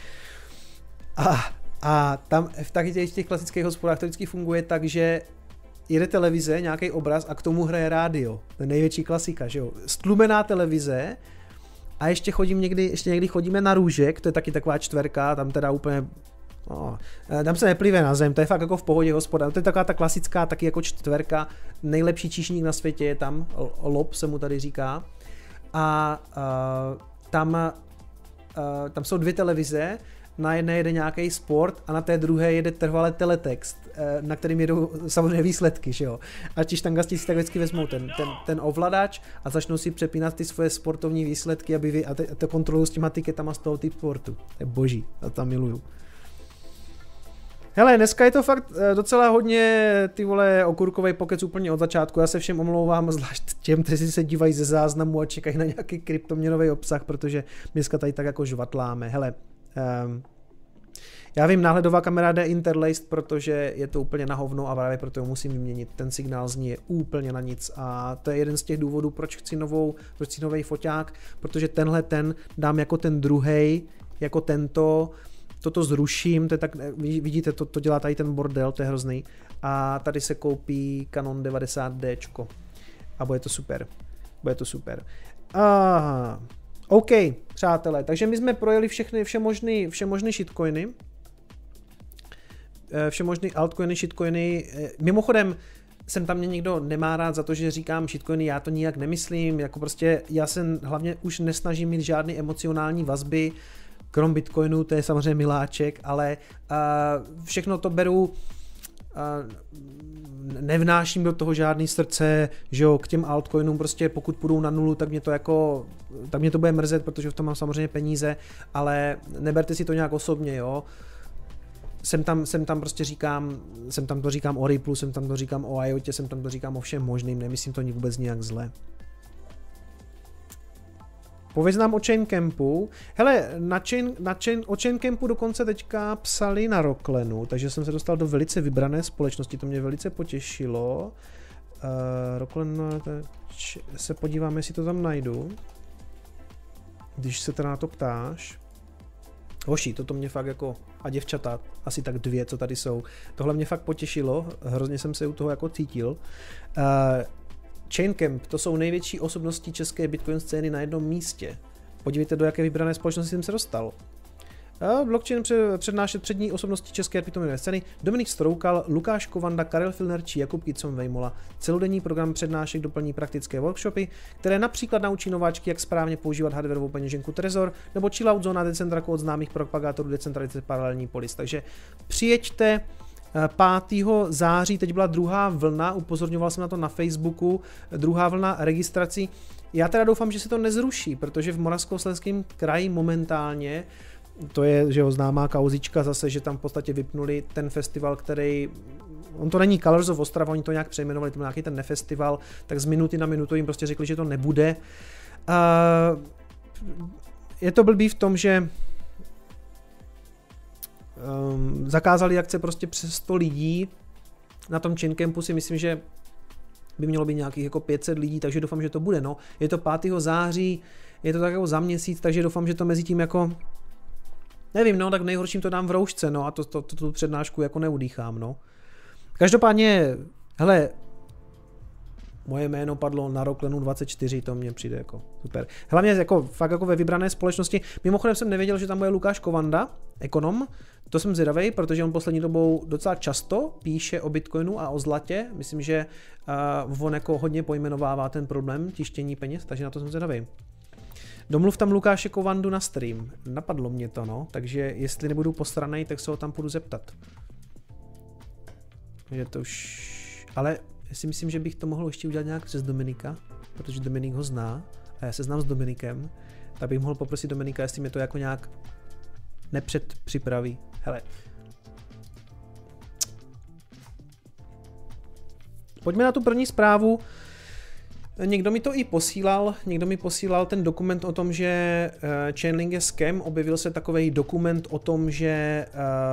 A tam v těch klasických hospodách to vždycky funguje tak, že jede televize, nějaký obraz a k tomu hraje rádio. To je největší klasika, že jo. Stlumená televize a ještě někdy chodíme na Růžek, to je taky taková čtverka, tam teda úplně tam se neplive na zem, to je fakt jako v pohodě hospoda. To je taková ta klasická, taky jako čtverka, nejlepší číšník na světě je tam, Lob se mu tady říká. A tam jsou dvě televize, na jedné jede nějaký sport a na té druhé jede trvale teletext, na kterým jedou samozřejmě výsledky, že jo. A ti štangasti si tak vždycky vezmou ten ovladač a začnou si přepínat ty svoje sportovní výsledky, aby a to kontrolují s těma tiketama z toho typ sportu. To je boží, to tam miluju. Hele, dneska je to fakt docela hodně, ty vole, okurkovej pokec úplně od začátku. Já se všem omlouvám, zvlášť těm, kteří se dívají ze záznamu a čekají na nějaký kryptoměnový obsah, protože dneska tady tak jako žvatláme. Hele, já vím, náhledová kamera jde interlaced, protože je to úplně na hovno a právě proto ho musím vyměnit. Ten signál zní je úplně na nic a to je jeden z těch důvodů, proč chci nový foťák, protože tenhle dám jako ten druhej, jako toto zruším, to je tak, vidíte, to dělá tady ten bordel, to je hrozný. A tady se koupí Canon 90D. A bude to super. OK, přátelé, takže my jsme projeli vše možný shitcoiny. Vše možný altcoiny, shitcoiny. Mimochodem, jsem tam mě někdo nemá rád za to, že říkám shitcoiny, já to nijak nemyslím, jako prostě já se hlavně už nesnažím mít žádný emocionální vazby, krom Bitcoinu, to je samozřejmě miláček, ale všechno to beru, nevnáším do toho žádný srdce, že jo, k těm altcoinům prostě pokud půjdou na nulu, tak mě to bude mrzet, protože v tom mám samozřejmě peníze, ale neberte si to nějak osobně, jo. Sem tam prostě říkám, sem tam to říkám o Ripple, sem tam to říkám o IoT, sem tam to říkám o všem možným, nemyslím to vůbec nijak zle. Pověz nám o Chaincampu. Hele, o Chaincampu dokonce teďka psali na Rocklenu, takže jsem se dostal do velice vybrané společnosti, to mě velice potěšilo. Rocklen, se podívám, jestli to tam najdu. Když se teda na to ptáš. Hoši, toto mě fakt jako, a děvčata, asi tak dvě, co tady jsou. Tohle mě fakt potěšilo, hrozně jsem se u toho jako cítil. Chaincamp, to jsou největší osobnosti české Bitcoin scény na jednom místě. Podívejte, do jaké vybrané společnosti jsem se dostal. Blockchain přednášet přední osobnosti české kryptoměnové scény Dominik Stroukal, Lukáš Kovanda, Karel Filner či Jakub Kicom Vejmola. Celodenní program přednášek doplní praktické workshopy, které například naučí nováčky, jak správně používat hardwarovou peněženku Trezor, nebo chillout zóna Decentraku od známých propagátorů decentralizace Paralelní polis. Takže přijeďte 5. září, teď byla druhá vlna, upozorňoval jsem na to na Facebooku, druhá vlna registrací. Já teda doufám, že se to nezruší, protože v Moravskoslezském kraji momentálně, to je, že jo, známá kauzička zase, že tam v podstatě vypnuli ten festival, který, on to není Colors of Ostrava, oni to nějak přejmenovali, to byl nějaký ten nefestival, tak z minuty na minutu jim prostě řekli, že to nebude. Je to blbý v tom, že zakázali akce prostě přes 100 lidí, na tom Chaincampu si myslím, že by mělo být nějakých jako 500 lidí, takže doufám, že to bude, no. Je to 5. září, je to tak jako za měsíc, takže doufám, že to mezi tím jako, nevím, no, tak v nejhorším to dám v roušce, no, a tu přednášku jako neudýchám, no. Každopádně, hele, moje jméno padlo na rok Lenu 24, to mně přijde jako super. Hlavně jako fakt jako ve vybrané společnosti. Mimochodem jsem nevěděl, že tam bude Lukáš Kovanda, ekonom. To jsem zvědavej, protože on poslední dobou docela často píše o Bitcoinu a o zlatě. Myslím, že on jako hodně pojmenovává ten problém tištění peněz, takže na to jsem zvědavej. Domluv tam Lukáše Kovandu na stream. Napadlo mě to, no, takže jestli nebudu posranej, tak se ho tam půjdu zeptat. Takže to už... Ale já si myslím, že bych to mohl ještě udělat nějak přes Dominika, protože Dominik ho zná a já se znám s Dominikem, tak bych mohl poprosit Dominika, jestli mě to jako nějak nepředpřipraví. Hele. Pojďme na tu první zprávu. Někdo mi to i posílal, ten dokument o tom, že Chainlink je scam. Objevil se takovej dokument o tom, že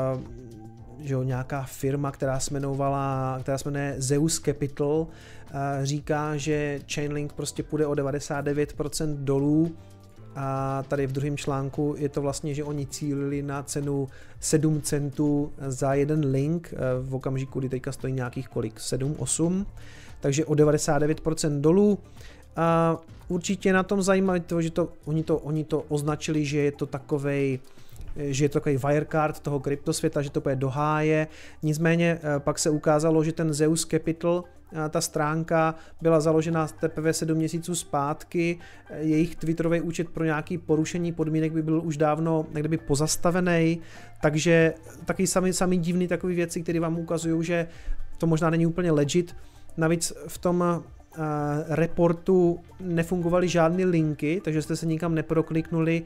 jo, nějaká firma, která se jmenuje Zeus Capital, říká, že Chainlink prostě půjde o 99% dolů. A tady v druhém článku je to vlastně, že oni cílili na cenu 7 centů za jeden link v okamžiku, kdy teďka stojí nějakých kolik, 7, 8, takže o 99% dolů. A určitě na tom zajímavé to, že oni to označili, že je to takovej wirecard toho kryptosvěta, že to půjde do háje. Nicméně pak se ukázalo, že ten Zeus Capital, ta stránka byla založena teprve 7 měsíců zpátky, jejich Twitterový účet pro nějaké porušení podmínek by byl už dávno někde pozastavený, takže taky sami divný takové věci, které vám ukazují, že to možná není úplně legit. Navíc v tom reportu nefungovaly žádné linky, takže jste se nikam neprokliknuli,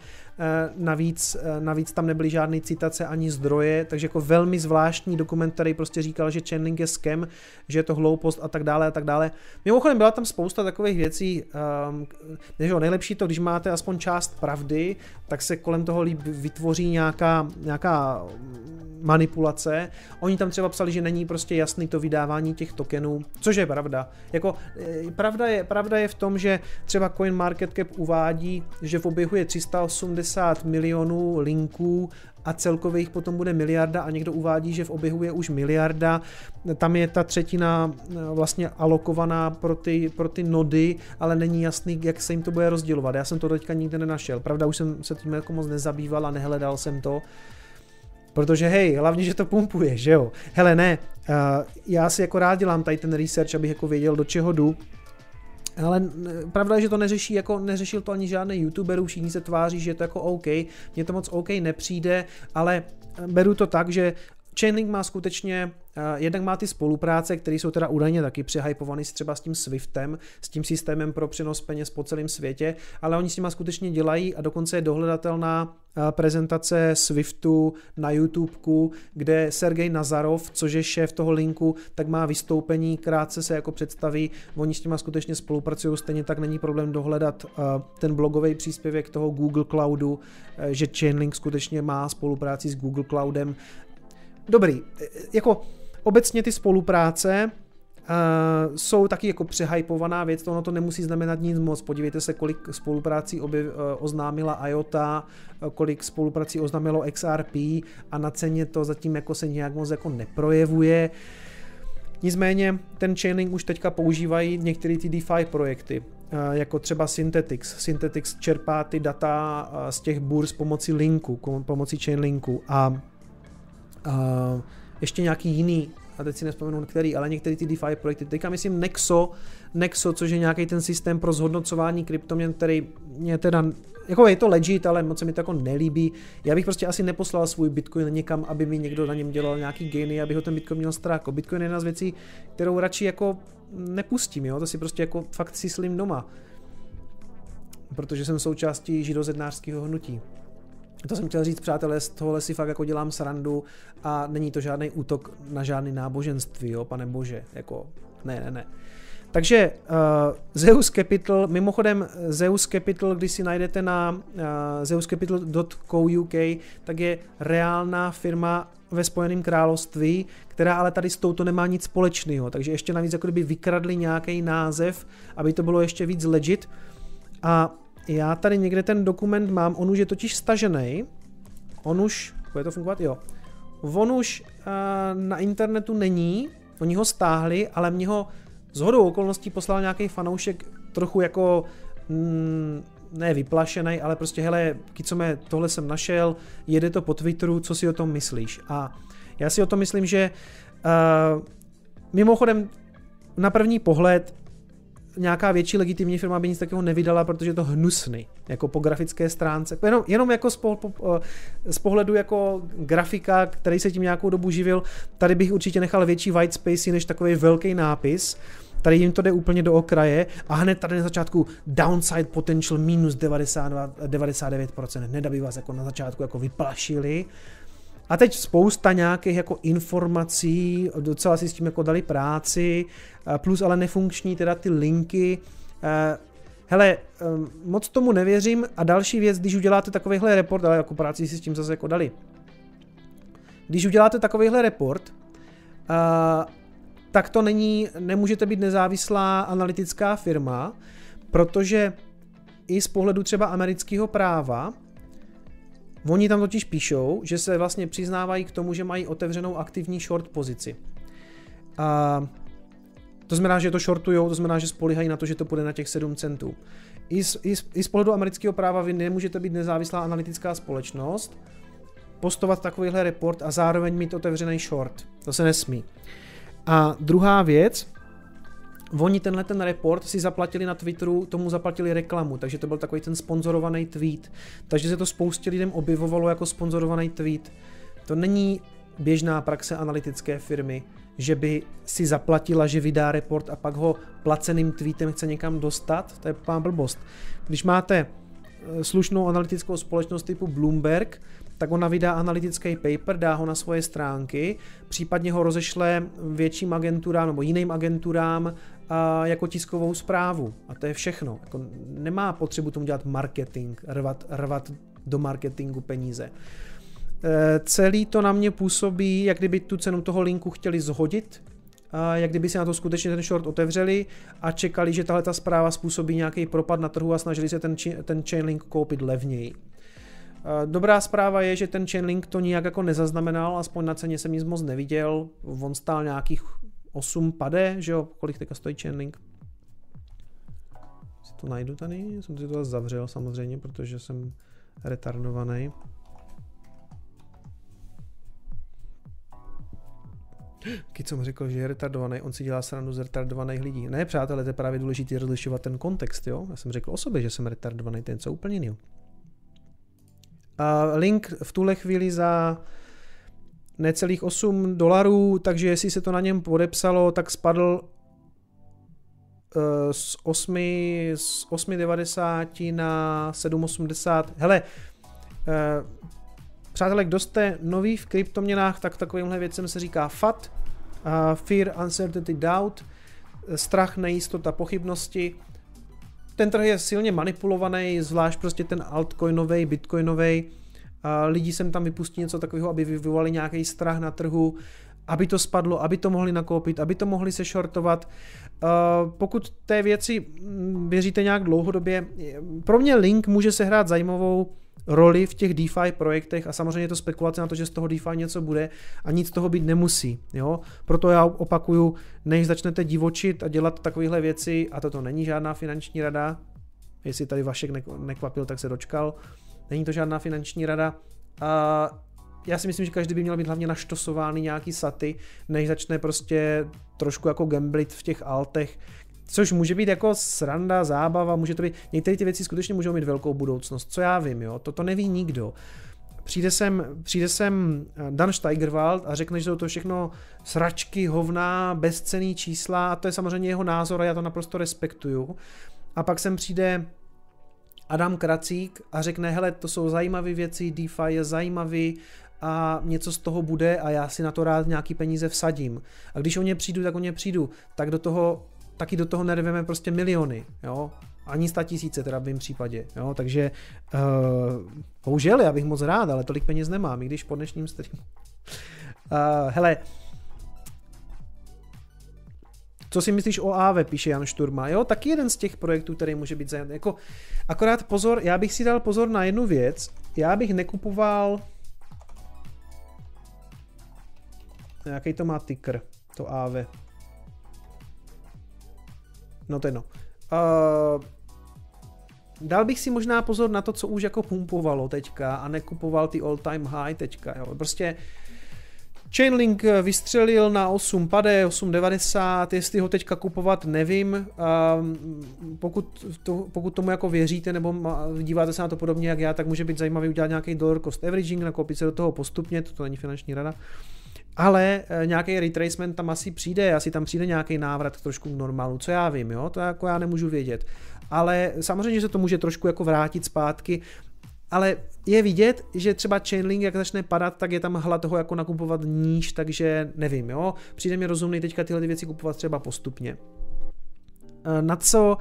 navíc tam nebyly žádné citace ani zdroje, takže jako velmi zvláštní dokument, který prostě říkal, že Chainlink je scam, že je to hloupost a tak dále a tak dále. Mimochodem byla tam spousta takových věcí, nejlepší to, když máte aspoň část pravdy, tak se kolem toho líp vytvoří nějaká manipulace. Oni tam třeba psali, že není prostě jasný to vydávání těch tokenů, což je pravda. Jako pravda je v tom, že třeba CoinMarketCap uvádí, že v oběhu je 380 milionů linků a celkově jich potom bude miliarda a někdo uvádí, že v oběhu je už miliarda. Tam je ta třetina vlastně alokovaná pro ty nody, ale není jasný, jak se jim to bude rozdělovat. Já jsem to teďka nikde nenašel. Pravda, už jsem se tím jako moc nezabýval a nehledal jsem to. Protože hej, hlavně, že to pumpuje, že jo. Hele ne, já si jako rád dělám tady ten research, abych jako věděl, do čeho jdu. Ale pravda je, že to neřešil to ani žádný youtuber, všichni se tváří, že je to jako OK, mně to moc OK nepřijde, ale beru to tak, že Chainlink má skutečně, jednak má ty spolupráce, které jsou teda údajně taky přehypovaný třeba s tím Swiftem, s tím systémem pro přenos peněz po celém světě, ale oni s nima skutečně dělají a dokonce je dohledatelná prezentace Swiftu na YouTubeku, kde Sergej Nazarov, což je šéf toho linku, tak má vystoupení, krátce se jako představí, oni s nima skutečně spolupracují, stejně tak není problém dohledat ten blogový příspěvek toho Google Cloudu, že Chainlink skutečně má spolupráci s Google Cloudem. Dobrý, jako obecně ty spolupráce jsou taky jako přehypovaná věc, ono to nemusí znamenat nic moc. Podívejte se, kolik spoluprácí oznámila IOTA, kolik spoluprací oznámilo XRP a na ceně to zatím jako se nějak moc jako neprojevuje. Nicméně ten Chainlink už teďka používají některé ty DeFi projekty, jako třeba Synthetix. Synthetix čerpá ty data z těch burz pomocí linku, pomocí Chainlinku a ještě nějaký jiný, a teď si nevzpomenu který, ale některé ty DeFi projekty. Teďka myslím Nexo, což je nějaký ten systém pro zhodnocování kryptoměn, který mě teda, jako je to legit, ale moc se mi to jako nelíbí. Já bych prostě asi neposlal svůj Bitcoin někam, aby mi někdo na něm dělal nějaký gainy, aby ho ten Bitcoin měl strach. Bitcoin je jedna z věcí, kterou radši jako nepustím, jo? To si prostě jako fakt syslím doma. Protože jsem součástí židozednářského hnutí. To jsem chtěl říct, přátelé, z tohohle si fakt jako dělám srandu a není to žádný útok na žádný náboženství, jo, pane bože, jako ne. Takže Zeus Capital, mimochodem Zeus Capital, když si najdete na zeuscapital.co.uk, tak je reálná firma ve Spojeném království, která ale tady s touto nemá nic společného, takže ještě navíc jako kdyby vykradli nějaký název, aby to bylo ještě víc legit. A já tady někde ten dokument mám, on už je totiž stažený, bude to fungovat? Jo. On už na internetu není, oni ho stáhli, ale mě ho shodou okolností poslal nějaký fanoušek trochu jako, ne vyplašený, ale prostě hele, Kicome, tohle jsem našel, jede to po Twitteru, co si o tom myslíš? A já si o tom myslím, že mimochodem na první pohled nějaká větší legitimní firma by nic takového nevydala, protože je to hnusný, jako po grafické stránce. Jenom jako z pohledu jako grafika, který se tím nějakou dobu živil, tady bych určitě nechal větší white space než takový velký nápis. Tady jim to jde úplně do okraje a hned tady na začátku downside potential minus 99%. Hned aby vás jako na začátku jako vyplašili. A teď spousta nějakých jako informací, docela si s tím jako dali práci, plus ale nefunkční teda ty linky. Hele, moc tomu nevěřím a další věc, když uděláte takovýhle report, ale jako práci si s tím zase jako dali. Když uděláte takovýhle report, tak to nemůžete být nezávislá analytická firma, protože i z pohledu třeba amerického práva, oni tam totiž píšou, že se vlastně přiznávají k tomu, že mají otevřenou aktivní short pozici. To znamená, že to shortujou, to znamená, že spoléhají na to, že to půjde na těch 7 centů. I z pohledu amerického práva vy nemůžete být nezávislá analytická společnost, postovat takovýhle report a zároveň mít otevřený short. To se nesmí. A druhá věc, oni tenhle report si zaplatili na Twitteru, tomu zaplatili reklamu, takže to byl takový ten sponzorovaný tweet. Takže se to spoustě lidem objevovalo jako sponzorovaný tweet. To není běžná praxe analytické firmy, že by si zaplatila, že vydá report a pak ho placeným tweetem chce někam dostat. To je pán blbost. Když máte slušnou analytickou společnost typu Bloomberg, tak ona vydá analytický paper, dá ho na svoje stránky, případně ho rozešle větším agenturám nebo jiným agenturám jako tiskovou zprávu. A to je všechno. Jako nemá potřebu tomu dělat marketing, rvat do marketingu peníze. Celý to na mě působí, jak kdyby tu cenu toho linku chtěli zhodit, jak kdyby si na to skutečně ten short otevřeli a čekali, že tahle ta zpráva způsobí nějaký propad na trhu a snažili se ten Chainlink koupit levněji. Dobrá zpráva je, že ten Chainlink to nijak jako nezaznamenal, aspoň na ceně jsem nic moc neviděl, on stál nějakých 8 pade, že jo, kolik teďka stojí Chainlink? Si to najdu tady, jsem si to zavřel samozřejmě, protože jsem retardovaný. Kicom řekl, že je retardovaný, on si dělá srandu z retardovaných lidí. Ne, přátelé, to je právě důležité rozlišovat ten kontext, jo? Já jsem řekl o sobě, že jsem retardovaný, to je něco úplně jiného. Link v tuhle chvíli za necelých $8, takže jestli se to na něm podepsalo, tak spadl z 8,90 na 7,80. Hele, přátelé, kdo jste noví v kryptoměnách, tak takovýmhle věcem se říká FUD, Fear, Uncertainty, Doubt, strach, nejistota, pochybnosti. Ten trh je silně manipulovaný, zvlášť prostě ten altcoinový, bitcoinový. Lidi sem tam vypustí něco takového, aby vyvolali nějaký strach na trhu, aby to spadlo, aby to mohli nakoupit, aby to mohli se shortovat. Pokud té věci věříte nějak dlouhodobě, pro mě Link může sehrát zajímavou roli v těch DeFi projektech a samozřejmě je to spekulace na to, že z toho DeFi něco bude a nic z toho být nemusí. Jo? Proto já opakuju, než začnete divočit a dělat takovéhle věci, a toto není žádná finanční rada, jestli tady Vašek nekvapil, tak se dočkal, není to žádná finanční rada. A já si myslím, že každý by měl být hlavně naštosovány nějaký saty, než začne prostě trošku jako gamblit v těch altech, což může být jako sranda, zábava, může to být, některé ty věci skutečně můžou mít velkou budoucnost, co já vím, jo, to neví nikdo. Přijde sem Dan Steigerwald a řekne, že jsou to všechno sračky, hovna, bezcenný čísla a to je samozřejmě jeho názor a já to naprosto respektuju. A pak sem přijde Adam Kracík a řekne, hele, to jsou zajímavé věci, DeFi je zajímavý a něco z toho bude a já si na to rád nějaký peníze vsadím. A když o ně přijdu, tak o ně přijdu, tak taky do toho nerveme prostě miliony, jo, ani 100 000 teda v mém případě, jo, takže bohužel, já bych moc rád, ale tolik peněz nemám, i když po dnešním streamu. Hele, co si myslíš o AV, píše Jan Šturma, jo, taky jeden z těch projektů, který může být zajímavý, jako, akorát pozor, já bych si dal pozor na jednu věc, já bych nekupoval, jaký to má ticker, to AV. No to jedno. Dal bych si možná pozor na to, co už jako pumpovalo teďka a nekupoval ty all time high teďka. Jo. Prostě Chainlink vystřelil na 8,90, jestli ho teďka kupovat, nevím. Pokud tomu jako věříte nebo díváte se na to podobně jak já, tak může být zajímavý udělat nějaký dollar cost averaging, nakoupit se do toho postupně, to není finanční rada. Ale nějaký retracement tam asi přijde, asi tam přijde nějaký návrat trošku k normálu, co já vím, jo, to jako já nemůžu vědět. Ale samozřejmě, že se to může trošku jako vrátit zpátky, ale je vidět, že třeba Chainlink, jak začne padat, tak je tam hlad toho jako nakupovat níž, takže nevím, jo, přijde mi rozumný teďka tyhle věci kupovat třeba postupně. Na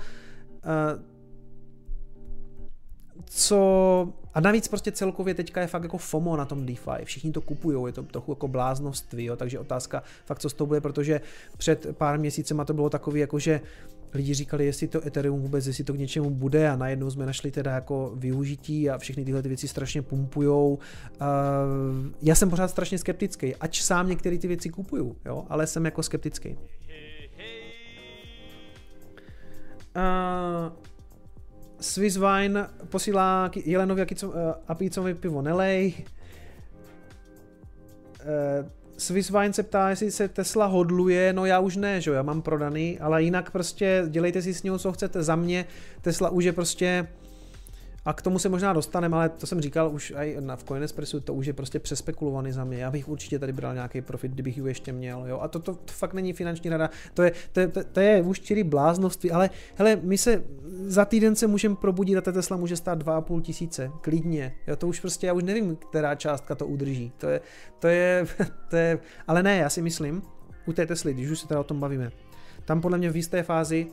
co a navíc prostě celkově teďka je fakt jako FOMO na tom DeFi, všichni to kupujou, je to trochu jako bláznoství, jo, takže otázka fakt co s toho bude, protože před pár měsícema to bylo takový jako, že lidi říkali, jestli to Ethereum vůbec, jestli to k něčemu bude a najednou jsme našli teda jako využití a všechny tyhle ty věci strašně pumpujou. Já jsem pořád strašně skeptický, ač sám některé ty věci kupuju, jo, ale jsem jako skeptický. Swiss Wine posílá Jelenovi a pícovi pivo nelej. Swiss Wine se ptá, jestli se Tesla hodluje, no já už ne, že jo, já mám prodaný, ale jinak prostě dělejte si s ním, co chcete. Za mě Tesla už je prostě, a k tomu se možná dostaneme, ale to jsem říkal už i v Coinespressu, to už je prostě přespekulovaný za mě. Já bych určitě tady bral nějaký profit, kdybych ji ještě měl, jo. A to fakt není finanční rada, to je už čirý bláznovství, ale hele, my se za týden se můžeme probudit a ta Tesla může stát 2 500, klidně. Jo, to už prostě, já už nevím, která částka to udrží. To je, ale ne, já si myslím, u té Tesly, když už se teda o tom bavíme, tam podle mě v jisté fázi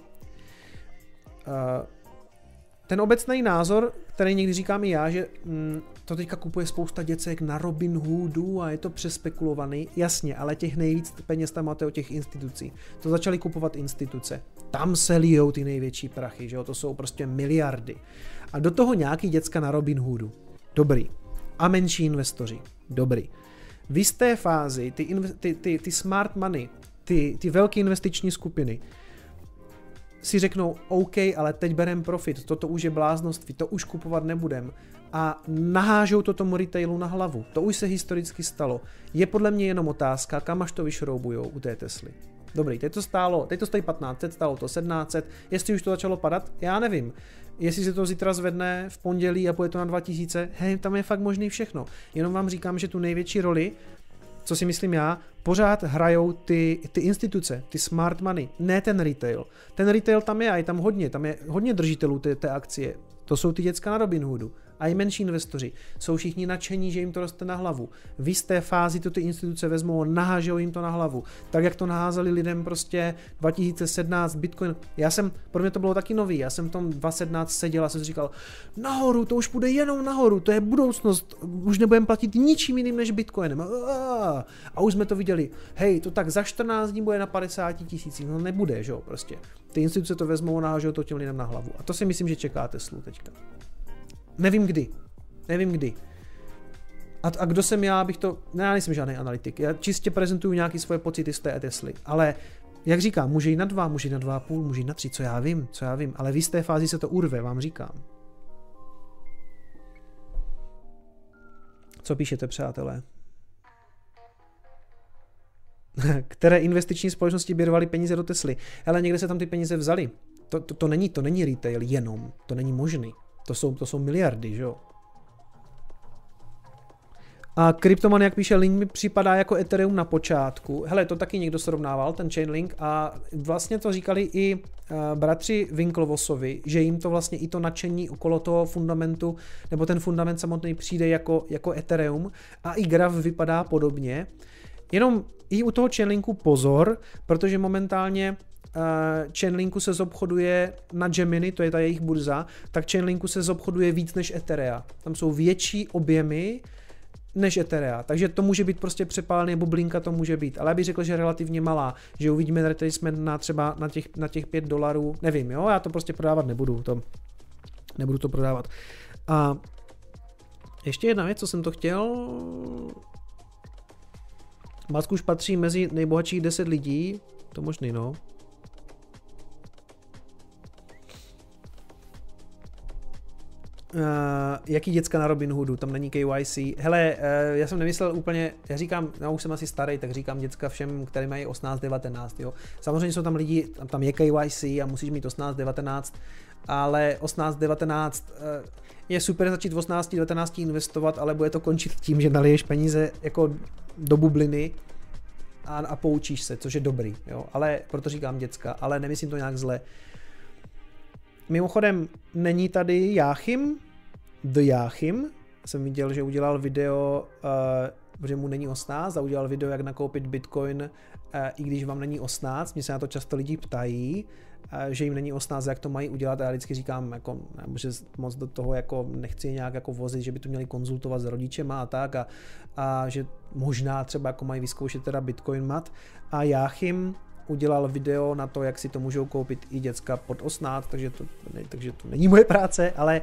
ten obecný názor, který někdy říkám i já, že to teďka kupuje spousta děcek na Robinhoodu a je to přespekulovaný, jasně, ale těch nejvíc peněz tam máte od těch institucí. To začaly kupovat instituce. Tam se lijou ty největší prachy, že jo? To jsou prostě miliardy. A do toho nějaký děcka na Robinhoodu. Dobrý. A menší investoři. Dobrý. V jisté fázi ty smart money, ty velké investiční skupiny si řeknou, OK, ale teď berem profit, toto už je bláznoství, to už kupovat nebudem a nahážou to tomu retailu na hlavu. To už se historicky stalo. Je podle mě jenom otázka, kam až to vyšroubujou u té Tesly. Dobrý, teď to stojí 1500, stálo to 1700, jestli už to začalo padat, já nevím. Jestli se to zítra zvedne v pondělí a půjde to na 2000, hej, tam je fakt možný všechno. Jenom vám říkám, že tu největší roli, co si myslím já, pořád hrajou ty instituce, ty smart money, ne ten retail. Ten retail tam je hodně držitelů té akcie. To jsou ty děcka na Robinhoodu. A i menší investoři jsou všichni nadšení, že jim to roste na hlavu. V jisté fázi to ty instituce vezmou a nahážou jim to na hlavu. Tak jak to naházeli lidem prostě 2017 Bitcoin. Pro mě to bylo taky nový. Já jsem v tom 2017 seděl a jsem si říkal, nahoru, to už půjde jenom nahoru, to je budoucnost, už nebudeme platit ničím jiným než Bitcoinem. A už jsme to viděli, hej, to tak za 14 dní bude na 50 000, no nebude, že jo, prostě. Ty instituce to vezmou a nahážou to těm lidem na hlavu. A to si myslím, že čeká Teslu teďka. Nevím kdy. Nevím kdy. A kdo jsem já, abych to... Ne, já nejsem žádný analytik. Já čistě prezentuju nějaké svoje pocity z té Tesly. Ale jak říkám, může jít na 2, může jít na 2,5, může jít na 3, co já vím. Ale v jisté fázi se to urve, vám říkám. Co píšete, přátelé? Které investiční společnosti běrovaly peníze do Tesly? Hele, někde se tam ty peníze vzaly. To není retail jenom. To není možný. To jsou miliardy, že jo? A Kryptoman, jak píše, Link mi připadá jako Ethereum na počátku. Hele, to taky někdo srovnával, ten Chainlink, a vlastně to říkali i bratři Winklevosovi, že jim to vlastně i to nadšení okolo toho fundamentu, nebo ten fundament samotný přijde jako Ethereum a i graf vypadá podobně. Jenom i u toho Chainlinku pozor, protože momentálně Chainlinku se zobchoduje na Gemini, to je ta jejich burza, tak Chainlinku se zobchoduje víc než Etherea. Tam jsou větší objemy než Etherea, takže to může být prostě přepálený, bublinka to může být, ale já bych řekl, že je relativně malá, že uvidíme retracement na třeba na těch $5, nevím, jo, já to prostě prodávat nebudu to prodávat. A ještě jedna věc, co jsem to chtěl, Musk už patří mezi nejbohatších 10 lidí, to možný, no. Jaký děcka na Robinhoodu, tam není KYC. Hele, já jsem nemyslel úplně, já říkám, já už jsem asi starý, tak říkám děcka všem, který mají 18, 19, jo. Samozřejmě jsou tam lidi, tam je KYC a musíš mít 18, 19, ale 18, 19 je super začít v 18, 19 investovat, ale bude to končit tím, že naliješ peníze jako do bubliny a poučíš se, což je dobrý, jo. Ale proto říkám děcka, ale nemyslím to nějak zle. Mimochodem, není tady Jáchym? The Jáchym. Jsem viděl, že udělal video, protože mu není 18 a udělal video, jak nakoupit Bitcoin, i když vám není 18. Mně se na to často lidi ptají, že jim není 18, jak to mají udělat a já vždycky říkám, jako, že moc do toho jako nechci nějak jako vozit, že by to měli konzultovat s rodičema a tak a že možná třeba jako mají vyzkoušet teda Bitcoin mat. A Jáchym udělal video na to, jak si to můžou koupit i děcka pod 18, takže to není moje práce, ale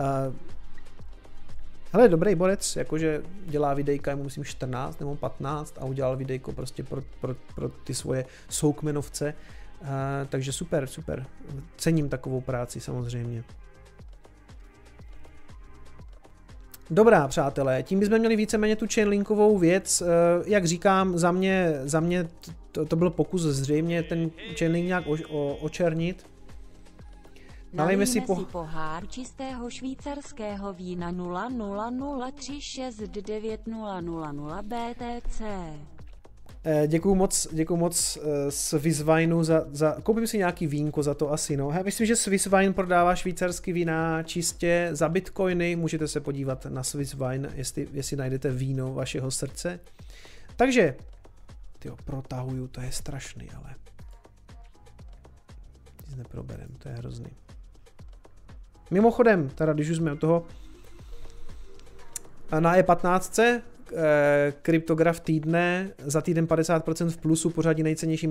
hele, dobrý borec, jakože dělá videjka, já mu musím 14 nebo 15 a udělal videjko prostě pro ty svoje soukmenovce, takže super. Cením takovou práci samozřejmě. Dobrá, přátelé, tím bychom měli víceméně tu Chainlinkovou věc, jak říkám, za mě to byl pokus zřejmě ten Chainlink nějak očernit. Nalejme si pohár čistého švýcarského vína 0003690000 BTC. Děkuju moc Swissweinu za koupím si nějaký vínko za to asi, no. Já myslím, že Swisswein prodává švýcarský vína čistě za bitcoiny, můžete se podívat na Swisswein, jestli najdete víno vašeho srdce. Takže, tyjo, protahuju, to je strašný, ale nic neproberem, to je hrozný. Mimochodem, teda když už jsme u toho, na E15 kryptograf týdne, za týden 50% v plusu, pořadí nejcennější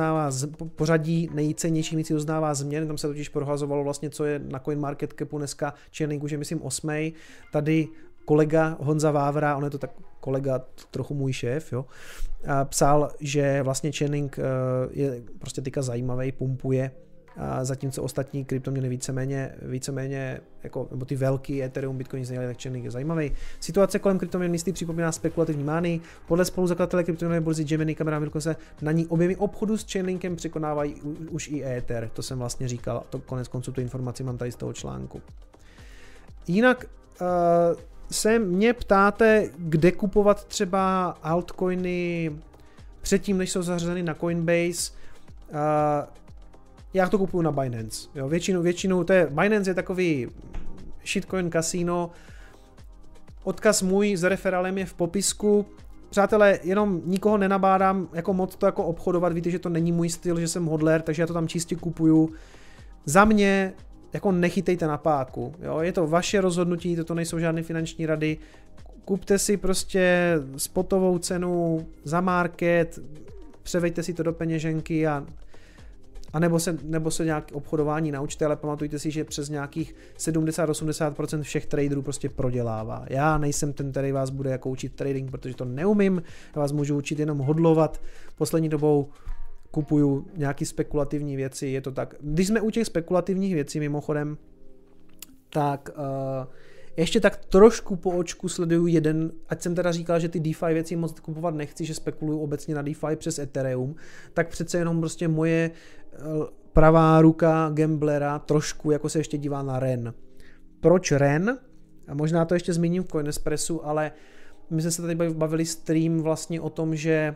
minci doznává změn, tam se totiž prohazovalo vlastně, co je na CoinMarketCapu dneska, Chainlink už je myslím 8. Tady kolega Honza Vávra, on je to tak kolega, trochu můj šéf, jo, psal, že vlastně Chainlink je prostě teďka zajímavý, pumpuje, zatímco ostatní kryptoměny víceméně jako, nebo ty velký Ethereum, Bitcoin tak Chainlink je zajímavý. Situace kolem kryptoměn místy připomíná spekulativní mány. Podle spoluzakladatele kryptoměnové burzy Gemini Camera se na ní objemy obchodu s Chainlinkem překonávají už i Ether. To jsem vlastně říkal, to konec konců tu informaci mám tady z toho článku. Jinak se mě ptáte, kde kupovat třeba altcoiny předtím, než jsou zařazeny na Coinbase. Já to kupuju na Binance. Jo, většinu, Binance je takový shitcoin kasino. Odkaz můj s referálem je v popisku. Přátelé, jenom nikoho nenabádám jako moc to jako obchodovat, víte, že to není můj styl, že jsem hodler, takže já to tam čistě kupuju. Za mě jako nechytejte na páku. Jo, je to vaše rozhodnutí, to nejsou žádné finanční rady. Kupte si prostě spotovou cenu za market, převejte si to do peněženky a A nebo se nějak obchodování naučte, ale pamatujte si, že přes nějakých 70-80% všech traderů prostě prodělává. Já nejsem ten, který vás bude jako učit trading, protože to neumím, já vás můžu učit jenom hodlovat. Poslední dobou kupuju nějaký spekulativní věci, je to tak. Když jsme u těch spekulativních věcí mimochodem, tak ještě tak trošku po očku sleduju jeden, ať jsem teda říkal, že ty DeFi věci moc kupovat nechci, že spekuluju obecně na DeFi přes Ethereum, tak přece jenom prostě moje pravá ruka gamblera trošku jako se ještě dívá na REN. Proč REN? A možná to ještě zmíním v Coinespressu, ale my jsme se tady bavili stream vlastně o tom, že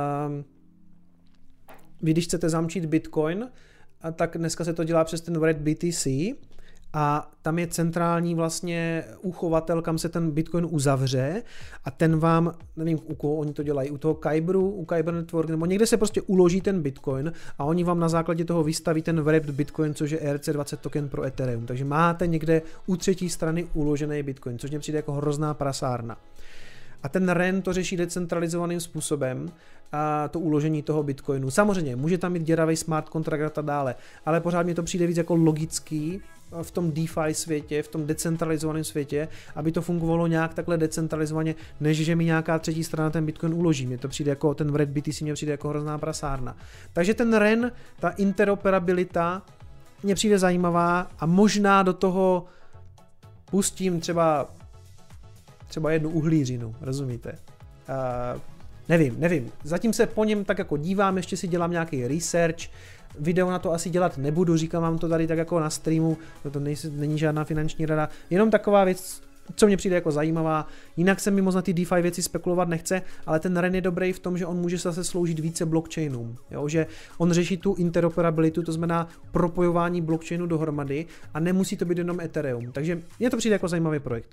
vy když chcete zamčít Bitcoin, tak dneska se to dělá přes ten wallet BTC, a tam je centrální vlastně uchovatel, kam se ten Bitcoin uzavře a ten vám, nevím u koho oni to dělají, u toho Kyberu, u Kyber Network, nebo někde se prostě uloží ten Bitcoin a oni vám na základě toho vystaví ten wrapped Bitcoin, což je ERC20 token pro Ethereum. Takže máte někde u třetí strany uložený Bitcoin, což mě přijde jako hrozná prasárna. A ten REN to řeší decentralizovaným způsobem, a to uložení toho Bitcoinu. Samozřejmě, může tam mít děravý smart kontrakt a tak dále, ale pořád mi to přijde víc jako logický v tom DeFi světě, v tom decentralizovaném světě, aby to fungovalo nějak takhle decentralizovaně, než že mi nějaká třetí strana ten Bitcoin uloží. Mně to přijde jako, ten Red BTC mě přijde jako hrozná prasárna. Takže ten REN, ta interoperabilita mně přijde zajímavá a možná do toho pustím třeba jednu uhlířinu, rozumíte? Nevím. Zatím se po něm tak jako dívám, ještě si dělám nějaký research, video na to asi dělat nebudu, říkám vám to tady tak jako na streamu, to není žádná finanční rada, jenom taková věc, co mě přijde jako zajímavá. Jinak se mi moc na ty DeFi věci spekulovat nechce, ale ten REN je dobrý v tom, že on může zase sloužit více blockchainům, jo? Že on řeší tu interoperabilitu, to znamená propojování blockchainu dohromady a nemusí to být jenom Ethereum. Takže mně to přijde jako zajímavý projekt.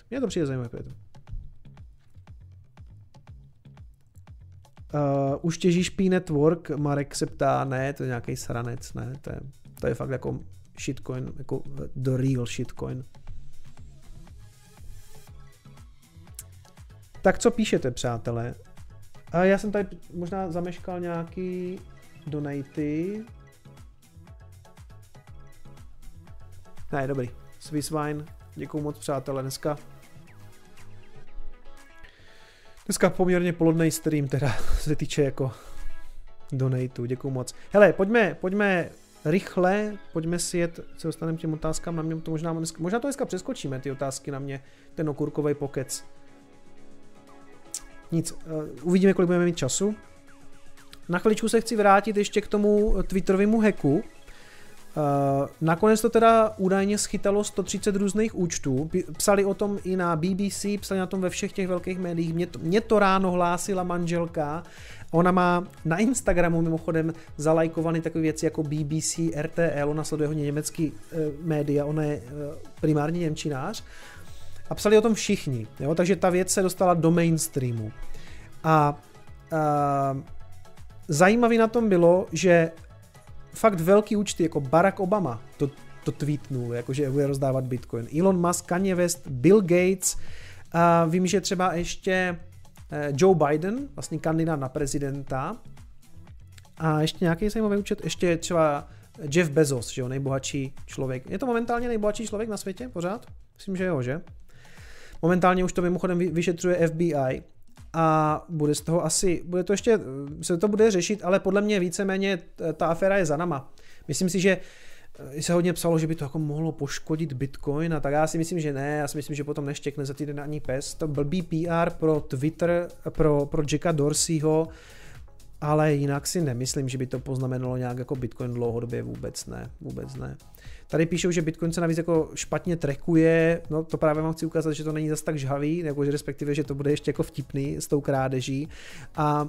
Už těžíš P-Network, Marek se ptá, ne, to je nějaký sranec, ne, to je fakt jako shitcoin, jako the real shitcoin. Tak co píšete, přátelé? A já jsem tady možná zameškal nějaký donaty. Ne, dobrý. Swisswine, děkuju moc, přátelé, dneska poměrně plodnej stream, teda se týče jako donatů, děkuju moc. Hele, pojďme rychle, pojďme si jet, se dostaneme těm otázkám, na mě to možná to dneska přeskočíme, ty otázky na mě, ten okurkovej pokec. Nic, uvidíme, kolik budeme mít času. Na chviličku se chci vrátit ještě k tomu Twitterovému hacku. Nakonec to teda údajně schytalo 130 různých účtů, psali o tom i na BBC, psali na tom ve všech těch velkých médiích, mě to ráno hlásila manželka, ona má na Instagramu mimochodem zalajkovaný takové věci jako BBC, RTL, ona sleduje hodně německý média, ona je primárně němčinář a psali o tom všichni, jo? Takže ta věc se dostala do mainstreamu a zajímavý na tom bylo, že fakt velký účty, jako Barack Obama to tweetnul, jakože bude rozdávat Bitcoin. Elon Musk, Kanye West, Bill Gates, vím, že třeba ještě Joe Biden, vlastně kandidát na prezidenta, a ještě nějaký zajímavý účet, ještě třeba Jeff Bezos, že jo, nejbohatší člověk. Je to momentálně nejbohatší člověk na světě pořád? Myslím, že jo, že? Momentálně už to mimochodem vyšetřuje FBI. A bude z toho bude to ještě, se to bude řešit, ale podle mě víceméně ta aféra je za nama. Myslím si, že se hodně psalo, že by to jako mohlo poškodit Bitcoin a tak já si myslím, že ne, já si myslím, že potom neštěkne za týden ani pes. To blbý PR pro Twitter, pro Jacka Dorseyho, ale jinak si nemyslím, že by to poznamenalo nějak jako Bitcoin dlouhodobě, vůbec ne. Tady píšou, že Bitcoin se navíc jako špatně trackuje, no to právě vám chci ukázat, že to není zas tak žhavý, nebo že respektive, že to bude ještě jako vtipný s tou krádeží a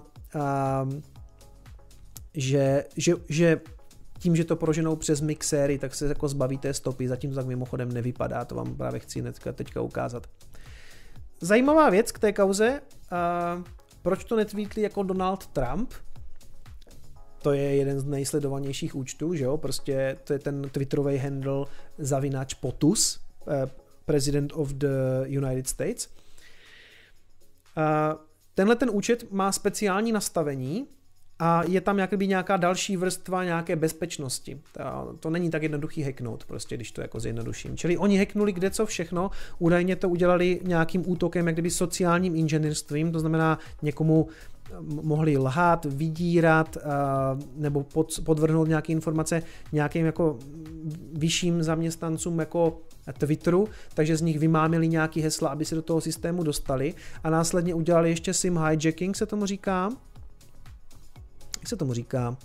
že tím, že to proženou přes mixéry, tak se jako zbaví té stopy, zatím to tak mimochodem nevypadá, to vám právě chci teďka ukázat. Zajímavá věc k té kauze, proč to netweetli jako Donald Trump? To je jeden z nejsledovanějších účtů, že jo? Prostě to je ten twitterový handle @POTUS, President of the United States. Tenhle ten účet má speciální nastavení a je tam jakoby nějaká další vrstva nějaké bezpečnosti. To není tak jednoduchý hacknout, prostě, když to jako zjednoduším. Čili oni hacknuli kde co všechno, údajně to udělali nějakým útokem, jak kdyby sociálním inženýrstvím, to znamená někomu mohli lhát, vydírat nebo podvrhnout nějaké informace nějakým jako vyšším zaměstnancům jako Twitteru, takže z nich vymámili nějaký hesla, aby se do toho systému dostali a následně udělali ještě SIM hijacking, se tomu říká. Jak se tomu říká?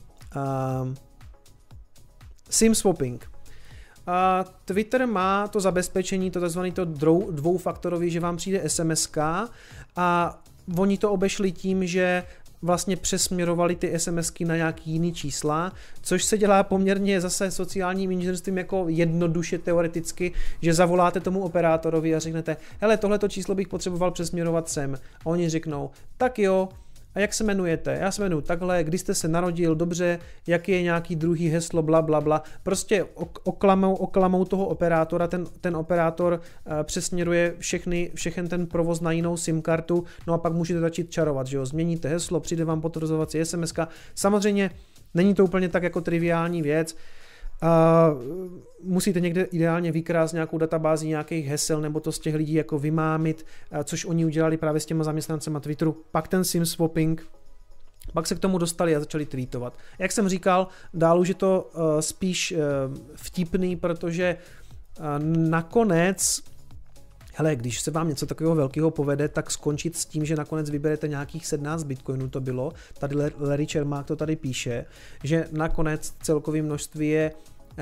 SIM swapping. Twitter má to zabezpečení, to takzvaný to dvoufaktorový, že vám přijde SMS-ka a oni to obešli tím, že vlastně přesměrovali ty SMSky na nějaký jiný čísla, což se dělá poměrně zase sociálním inženýrstvím jako jednoduše teoreticky, že zavoláte tomu operátorovi a řeknete, hele, tohleto číslo bych potřeboval přesměrovat sem. A oni řeknou, tak jo, a jak se jmenujete? Já se jmenuji takhle, kdy jste se narodil, dobře, jaký je nějaký druhý heslo, bla, bla, bla. Prostě oklamou toho operátora, ten operátor přesměruje všechen ten provoz na jinou SIM kartu, no a pak můžete začít čarovat, že jo, změníte heslo, přijde vám potvrzovací SMS-ka. Samozřejmě není to úplně tak jako triviální věc, musíte někde ideálně vykrást nějakou databázi nějakých hesel nebo to z těch lidí jako vymámit, což oni udělali právě s těma zaměstnancema Twitteru, pak ten SIM swapping, pak se k tomu dostali a začali tweetovat. Jak jsem říkal, dál už je to spíš vtipný, protože nakonec, hele, když se vám něco takového velkého povede, tak skončit s tím, že nakonec vyberete nějakých 17 bitcoinů, to bylo, tady Larry Čermák to tady píše, že nakonec celkové množství je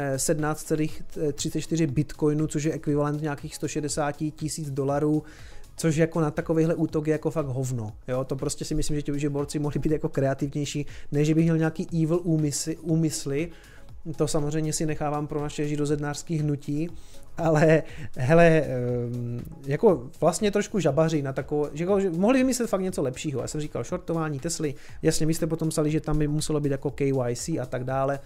17,34 bitcoinů, což je ekvivalent nějakých $160,000, což jako na takovýhle útok je jako fakt hovno. Jo? To prostě si myslím, že borci mohli být jako kreativnější, než že bych měl nějaký evil úmysly. To samozřejmě si nechávám pro naše židozednářské hnutí, ale hele, jako vlastně trošku žabaří na takové, že mohli vymyslet fakt něco lepšího. Já jsem říkal shortování Tesly, jasně, vy jste potom psali, že tam by muselo být jako KYC a tak dále.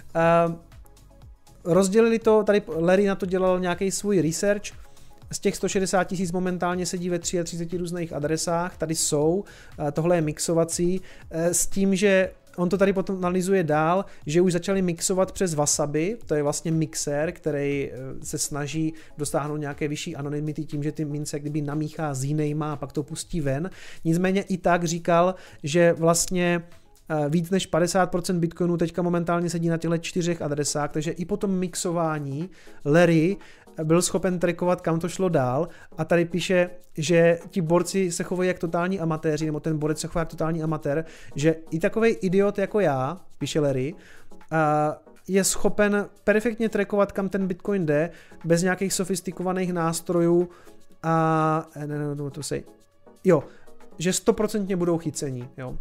Rozdělili to, tady Larry na to dělal nějaký svůj research, z těch 160 000 momentálně sedí ve 33 různých adresách, tady jsou, tohle je mixovací, s tím, že on to tady potom analyzuje dál, že už začali mixovat přes Wasabi, to je vlastně mixér, který se snaží dosáhnout nějaké vyšší anonymity tím, že ty mince kdyby namíchá s jinejma a pak to pustí ven. Nicméně i tak říkal, že vlastně víc než 50% bitcoinů teďka momentálně sedí na těchto 4 adresách, takže i po tom mixování Larry byl schopen trackovat, kam to šlo dál a tady píše, že ti borci se chovají jak totální amatéři, nebo ten borec se chová jak totální amatér, že i takovej idiot jako já, píše Larry, je schopen perfektně trackovat, kam ten bitcoin jde, bez nějakých sofistikovaných nástrojů a že 100% budou chycení, jo.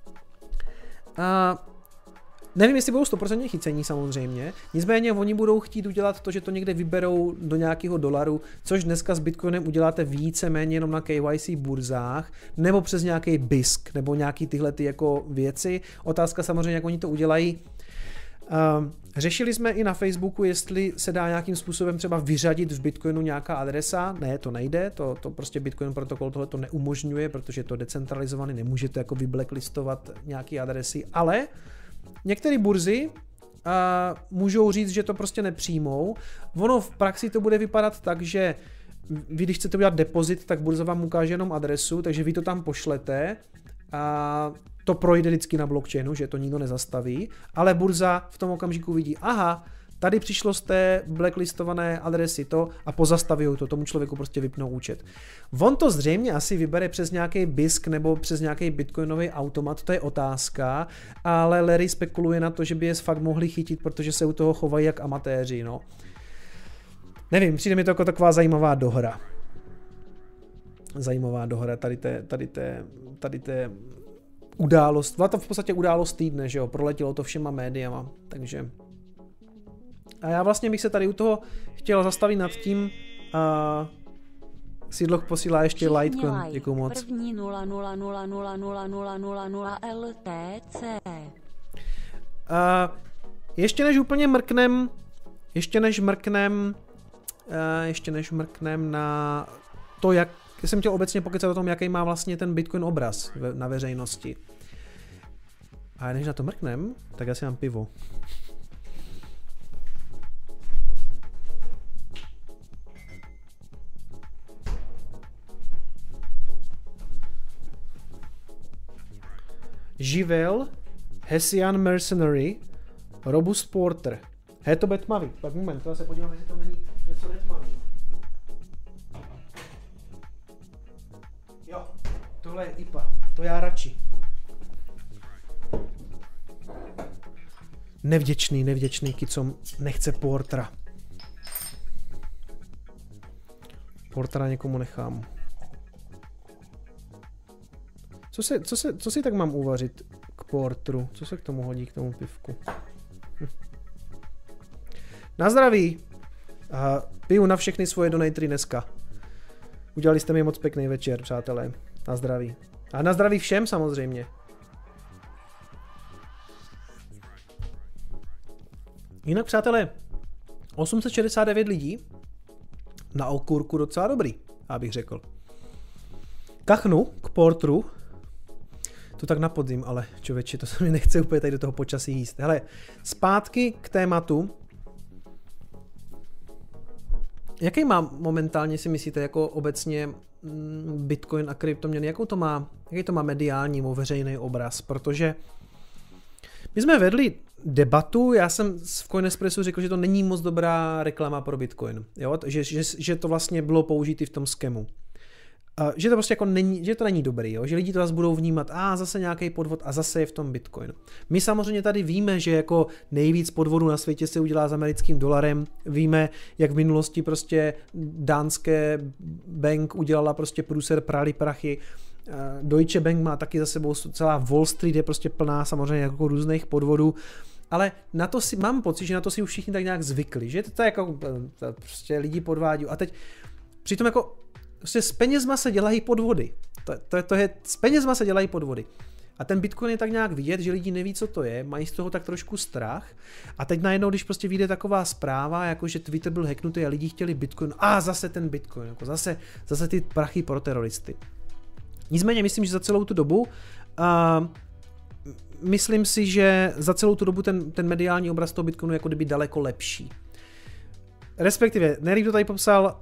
Nevím, jestli budou 100% chycení samozřejmě, nicméně oni budou chtít udělat to, že to někde vyberou do nějakého dolaru, což dneska s Bitcoinem uděláte víceméně jenom na KYC burzách, nebo přes nějaký BISC, nebo nějaký tyhle ty jako věci. Otázka samozřejmě, jak oni to udělají. Řešili jsme i na Facebooku, jestli se dá nějakým způsobem třeba vyřadit v Bitcoinu nějaká adresa. Ne, to nejde, to prostě Bitcoin protokol tohle to neumožňuje, protože je to decentralizovaný, nemůžete jako vybblacklistovat nějaké adresy, ale některé burzy můžou říct, že to prostě nepřijmou. Ono v praxi to bude vypadat tak, že vy, když chcete udělat depozit, tak burza vám ukáže jenom adresu, takže vy to tam pošlete a to projde vždycky na blockchainu, že to nikdo nezastaví, ale burza v tom okamžiku vidí, aha, tady přišlo z té blacklistované adresy to a pozastaví to, tomu člověku prostě vypnou účet. On to zřejmě asi vybere přes nějaký BISC nebo přes nějaký bitcoinový automat, to je otázka, ale Larry spekuluje na to, že by je fakt mohli chytit, protože se u toho chovají jak amatéři, no. Nevím, přijde mi to jako taková zajímavá dohra. Zajímavá dohra tady té událost, byla to v podstatě událost týdne, že jo, proletělo to všema médiama, takže a já vlastně bych se tady u toho chtěl zastavit nad tím, Sídloch posílá ještě Litecoin, děkuju moc. První 0,0000000 LTC. Ještě než mrknem na to, jak já jsem chtěl obecně pokecat o tom, jaký má vlastně ten Bitcoin obraz na veřejnosti. A než na to mrknem, tak já si mám pivo. Živel, Hessian Mercenary, Robust Porter. Je to bude tmavý. Tak moment, to se podívám, jestli to není něco netmavý. Jo, tohle je IPA. To já radši. Nevděčný kicom nechce Portera. Portera někomu nechám. Co si tak mám uvařit k portru? Co se k tomu hodí, k tomu pivku? Na zdraví! Piju na všechny svoje donatory dneska. Udělali jste mi moc pěkný večer, přátelé. Na zdraví. A na zdraví všem samozřejmě. Jinak, přátelé, 869 lidí. Na okurku docela dobrý, abych řekl. Kachnu k portru. To tak na podzim, ale člověče, to se mi nechce úplně tady do toho počasí jíst. Hele, zpátky k tématu. Jaký má momentálně, si myslíte, jako obecně Bitcoin a kryptoměny, jaký to má mediální veřejný obraz? Protože my jsme vedli debatu, já jsem v Coinespressu řekl, že to není moc dobrá reklama pro Bitcoin, jo? Že to vlastně bylo použité v tom skemu. Že to prostě jako není, že to není dobrý, jo? Že lidi to zase budou vnímat, zase nějaký podvod a zase je v tom Bitcoin. My samozřejmě tady víme, že jako nejvíc podvodů na světě se udělá s americkým dolarem, víme, jak v minulosti prostě Dánské Bank udělala prostě průser, prali prachy, Deutsche Bank má taky za sebou, celá Wall Street je prostě plná samozřejmě jako různých podvodů, ale na to mám pocit, že na to si už všichni tak nějak zvykli, že to je jako prostě lidi podvádí a teď přitom jako prostě s penězma se dělají podvody. S penězma se dělají podvody. A ten Bitcoin je tak nějak vidět, že lidi neví, co to je, mají z toho tak trošku strach. A teď najednou, když prostě vyjde taková zpráva, jako že Twitter byl hacknutý a lidi chtěli Bitcoin, zase ten Bitcoin, jako zase ty prachy pro teroristy. Nicméně myslím, že za celou tu dobu myslím si, že za celou tu dobu ten mediální obraz toho Bitcoinu je jako kdyby daleko lepší. Respektive, Nerik to tady popsal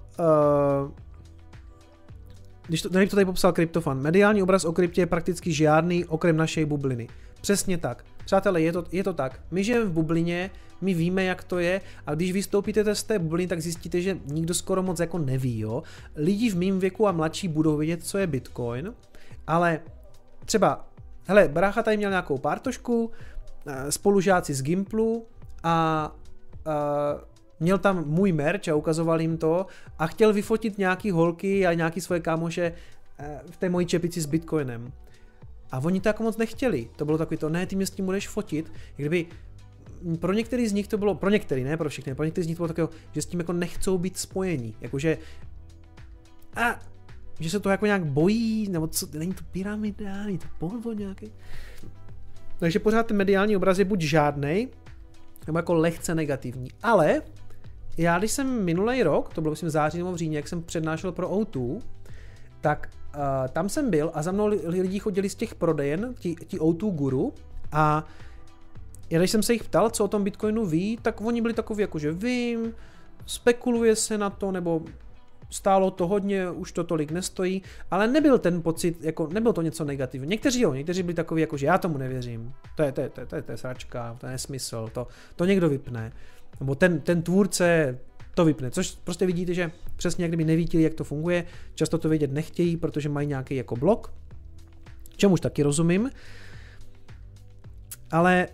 Nerik to tady popsal Kryptofan. Mediální obraz o kryptě je prakticky žádný, okrem naší bubliny. Přesně tak. Přátelé, je to tak. My žijeme v bublině, my víme, jak to je, a když vystoupíte z té bubliny, tak zjistíte, že nikdo skoro moc jako neví, jo. Lidi v mým věku a mladší budou vědět, co je Bitcoin, ale třeba, hele, brácha tady měl nějakou pártošku, spolužáci z Gimplu a měl tam můj merch a ukazoval jim to a chtěl vyfotit nějaký holky a nějaký svoje kámoše v té mojí čepici s Bitcoinem. A oni to jako moc nechtěli. To bylo takový to, ne, ty mě s tím budeš fotit. Kdyby pro některý z nich to bylo, pro některý, ne pro všechny, pro některý z nich to bylo takového, že s tím jako nechcou být spojení. Jakože že se to jako nějak bojí, nebo co, není to pyramidální, to podvod nějaký. Takže pořád ten mediální obraz je buď žádnej, nebo jako lehce negativní. Ale já, když jsem minulý rok, to bylo myslím v září nebo v říjně, jak jsem přednášel pro O2, tak tam jsem byl a za mnou lidi chodili z těch prodejen, ti O2 guru, a já když jsem se jich ptal, co o tom Bitcoinu ví, tak oni byli takový jako, že vím, spekuluje se na to, nebo stálo to hodně, už to tolik nestojí, ale nebyl ten pocit, jako nebylo to něco negativního. Někteří byli takový jako, že já tomu nevěřím, to je sračka, to je nesmysl, to někdo vypne, nebo ten tvůrce to vypne, což prostě vidíte, že přesně jak kdyby nevěděli, jak to funguje, často to vědět nechtějí, protože mají nějaký jako blok, čemuž taky rozumím, ale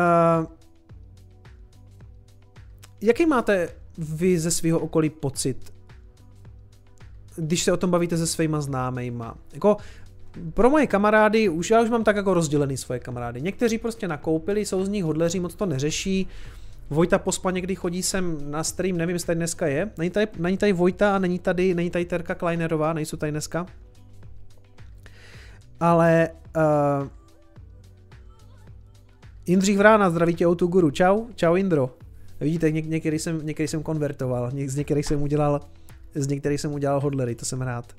jaký máte vy ze svého okolí pocit, když se o tom bavíte se svýma známejma? Jako pro moje kamarády, já už mám tak jako rozdělený svoje kamarády. Někteří prostě nakoupili, jsou z nich hodleří, moc to neřeší. Vojta Pospa někdy chodí sem na stream, nevím, jestli tady dneska je. Není tady Vojta a není tady Terka Kleinerová, nejsou tady dneska. Ale Jindřich Vrána, zdraví tě O2 Guru. Čau Indro. Vidíte, některý jsem konvertoval, z některých jsem udělal hodlery, to jsem rád.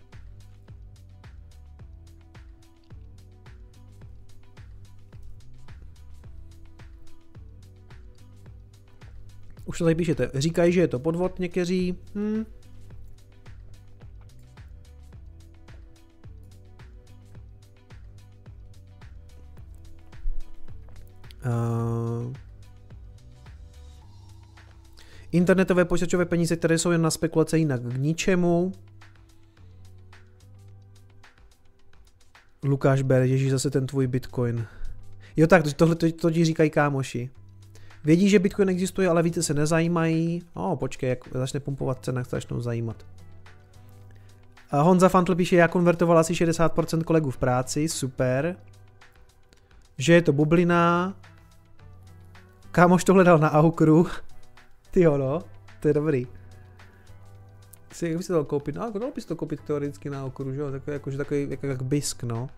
Už to tady píšete. Říkají, že je to podvod někteří. Internetové počítačové peníze, které jsou jen na spekulace, jinak k ničemu. Lukáš Ber, ježíš, zase ten tvůj Bitcoin. Jo tak, tohle to ti říkají kámoši. Vědí, že Bitcoin existuje, ale více se nezajímají. Počkej, jak začne pumpovat cena, tak začnou zajímat. A Honza Fantl píše, já konvertoval asi 60% kolegů v práci, super. Že je to bublina. Kámoš to hledal na Aukru. Tyjo, no, to je dobrý. Jak bys to dal koupit? No, dal bys to koupit teoreticky na Aukru, že jo? Takový jak bisk, no.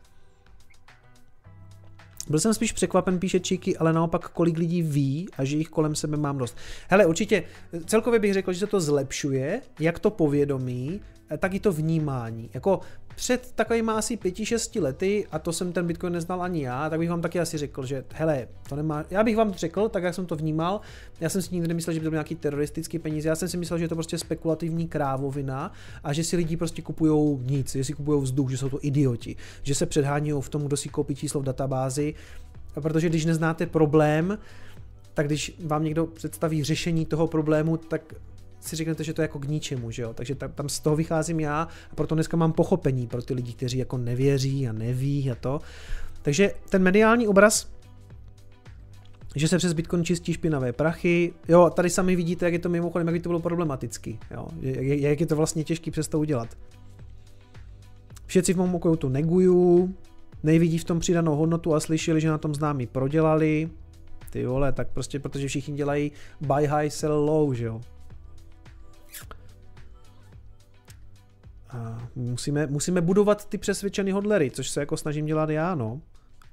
Byl jsem spíš překvapen, píše Číky, ale naopak kolik lidí ví a že jich kolem sebe mám dost. Hele, určitě, celkově bych řekl, že se to zlepšuje, jak to povědomí, tak i to vnímání. Jako před takovýma asi 5-6 lety, a to jsem ten Bitcoin neznal ani já, tak bych vám taky asi řekl, že hele, to nemá, já bych vám to řekl, tak jak jsem to vnímal, já jsem si nikdy nemyslel, že by to byl nějaký teroristický peníze, já jsem si myslel, že je to prostě spekulativní krávovina a že si lidi prostě kupujou nic, že si kupujou vzduch, že jsou to idioti, že se předhánějí v tom, kdo si koupí číslo v databázi, protože když neznáte problém, tak když vám někdo představí řešení toho problému, tak si řeknete, že to je jako k ničemu, že jo? Takže tam z toho vycházím já a proto dneska mám pochopení pro ty lidi, kteří jako nevěří a neví a to. Takže ten mediální obraz, že se přes Bitcoin čistí špinavé prachy, jo, tady sami vidíte, jak je to mimochodem, jak by to bylo problematický, jo? Jak je to vlastně těžký přes to udělat. Všetci v mém okolí to negují, nevidí v tom přidanou hodnotu a slyšeli, že na tom známí prodělali, ty vole, tak prostě protože všichni dělají buy high, sell low, že jo? A musíme budovat ty přesvědčený hodlery, což se jako snažím dělat já, no.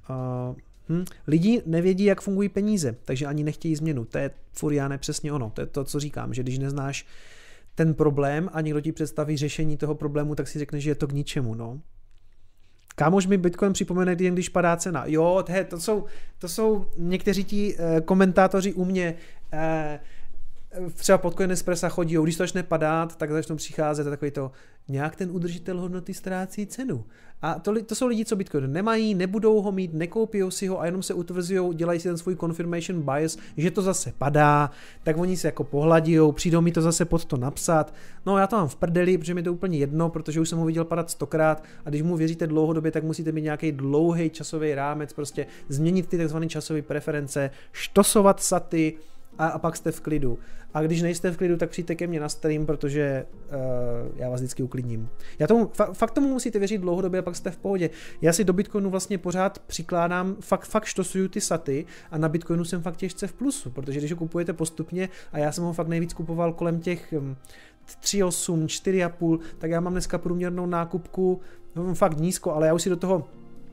Lidi nevědí, jak fungují peníze, takže ani nechtějí změnu. To je furiáne přesně ono. To je to, co říkám, že když neznáš ten problém a někdo ti představí řešení toho problému, tak si řekne, že je to k ničemu, no. Kámoš mi Bitcoin připomene, když padá cena. Jo, to jsou někteří ti komentátoři u mě, třeba pod Coin Espressa chodí, když to začne padat, tak začnou přicházet a takový to, nějak ten udržitel hodnoty ztrácí cenu. A to jsou lidi, co Bitcoin nemají, nebudou ho mít, nekoupijou si ho a jenom se utvrzují, dělají si ten svůj confirmation bias, že to zase padá, tak oni se jako pohladijou, přijdou mi to zase pod to napsat. No já to mám v prdeli, protože mi to úplně jedno, protože už jsem ho viděl padat 100krát a když mu věříte dlouhodobě, tak musíte mít nějaký dlouhý časový rámec, prostě změnit ty takzvané časové preference, štosovat saty, a pak jste v klidu. A když nejste v klidu, tak přijďte ke mně na stream, protože já vás vždycky uklidním. Fakt tomu musíte věřit dlouhodobě a pak jste v pohodě. Já si do Bitcoinu vlastně pořád přikládám, fakt štosuju ty saty a na Bitcoinu jsem fakt těžce v plusu, protože když ho kupujete postupně a já jsem ho fakt nejvíc kupoval kolem těch 3,8, 4,5, tak já mám dneska průměrnou nákupku fakt nízko, ale já už si do toho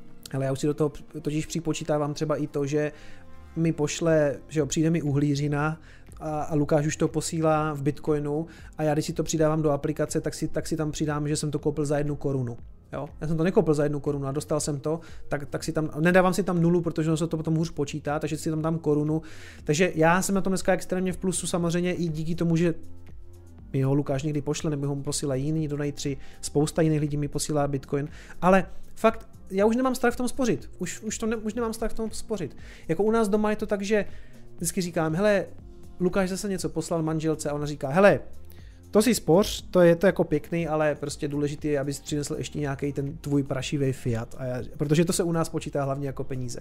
totiž připočítávám třeba i to, že mi pošle, že jo, přijde mi uhlířina a Lukáš už to posílá v Bitcoinu a já když si to přidávám do aplikace, tak si tam přidám, že jsem to koupil za 1 korunu. Jo? Já jsem to nekoupil za 1 korunu a dostal jsem to, tak si tam, nedávám si tam nulu, protože se to potom hůř počítá, takže si tam dám korunu. Takže já jsem na tom dneska extrémně v plusu, samozřejmě i díky tomu, že mi ho Lukáš někdy pošle, nebo ho posílá jiný donatři, spousta jiných lidí mi posílá Bitcoin, ale fakt já už nemám strach v tom spořit. Už nemám strach v tom spořit. Jako u nás doma je to tak, že vždycky říkám, hele, Lukáš zase něco poslal manželce a ona říká, hele, to si spoř, to je to jako pěkný, ale prostě důležitý je, abys přinesl ještě nějaký ten tvůj prašivý fiat, protože to se u nás počítá hlavně jako peníze.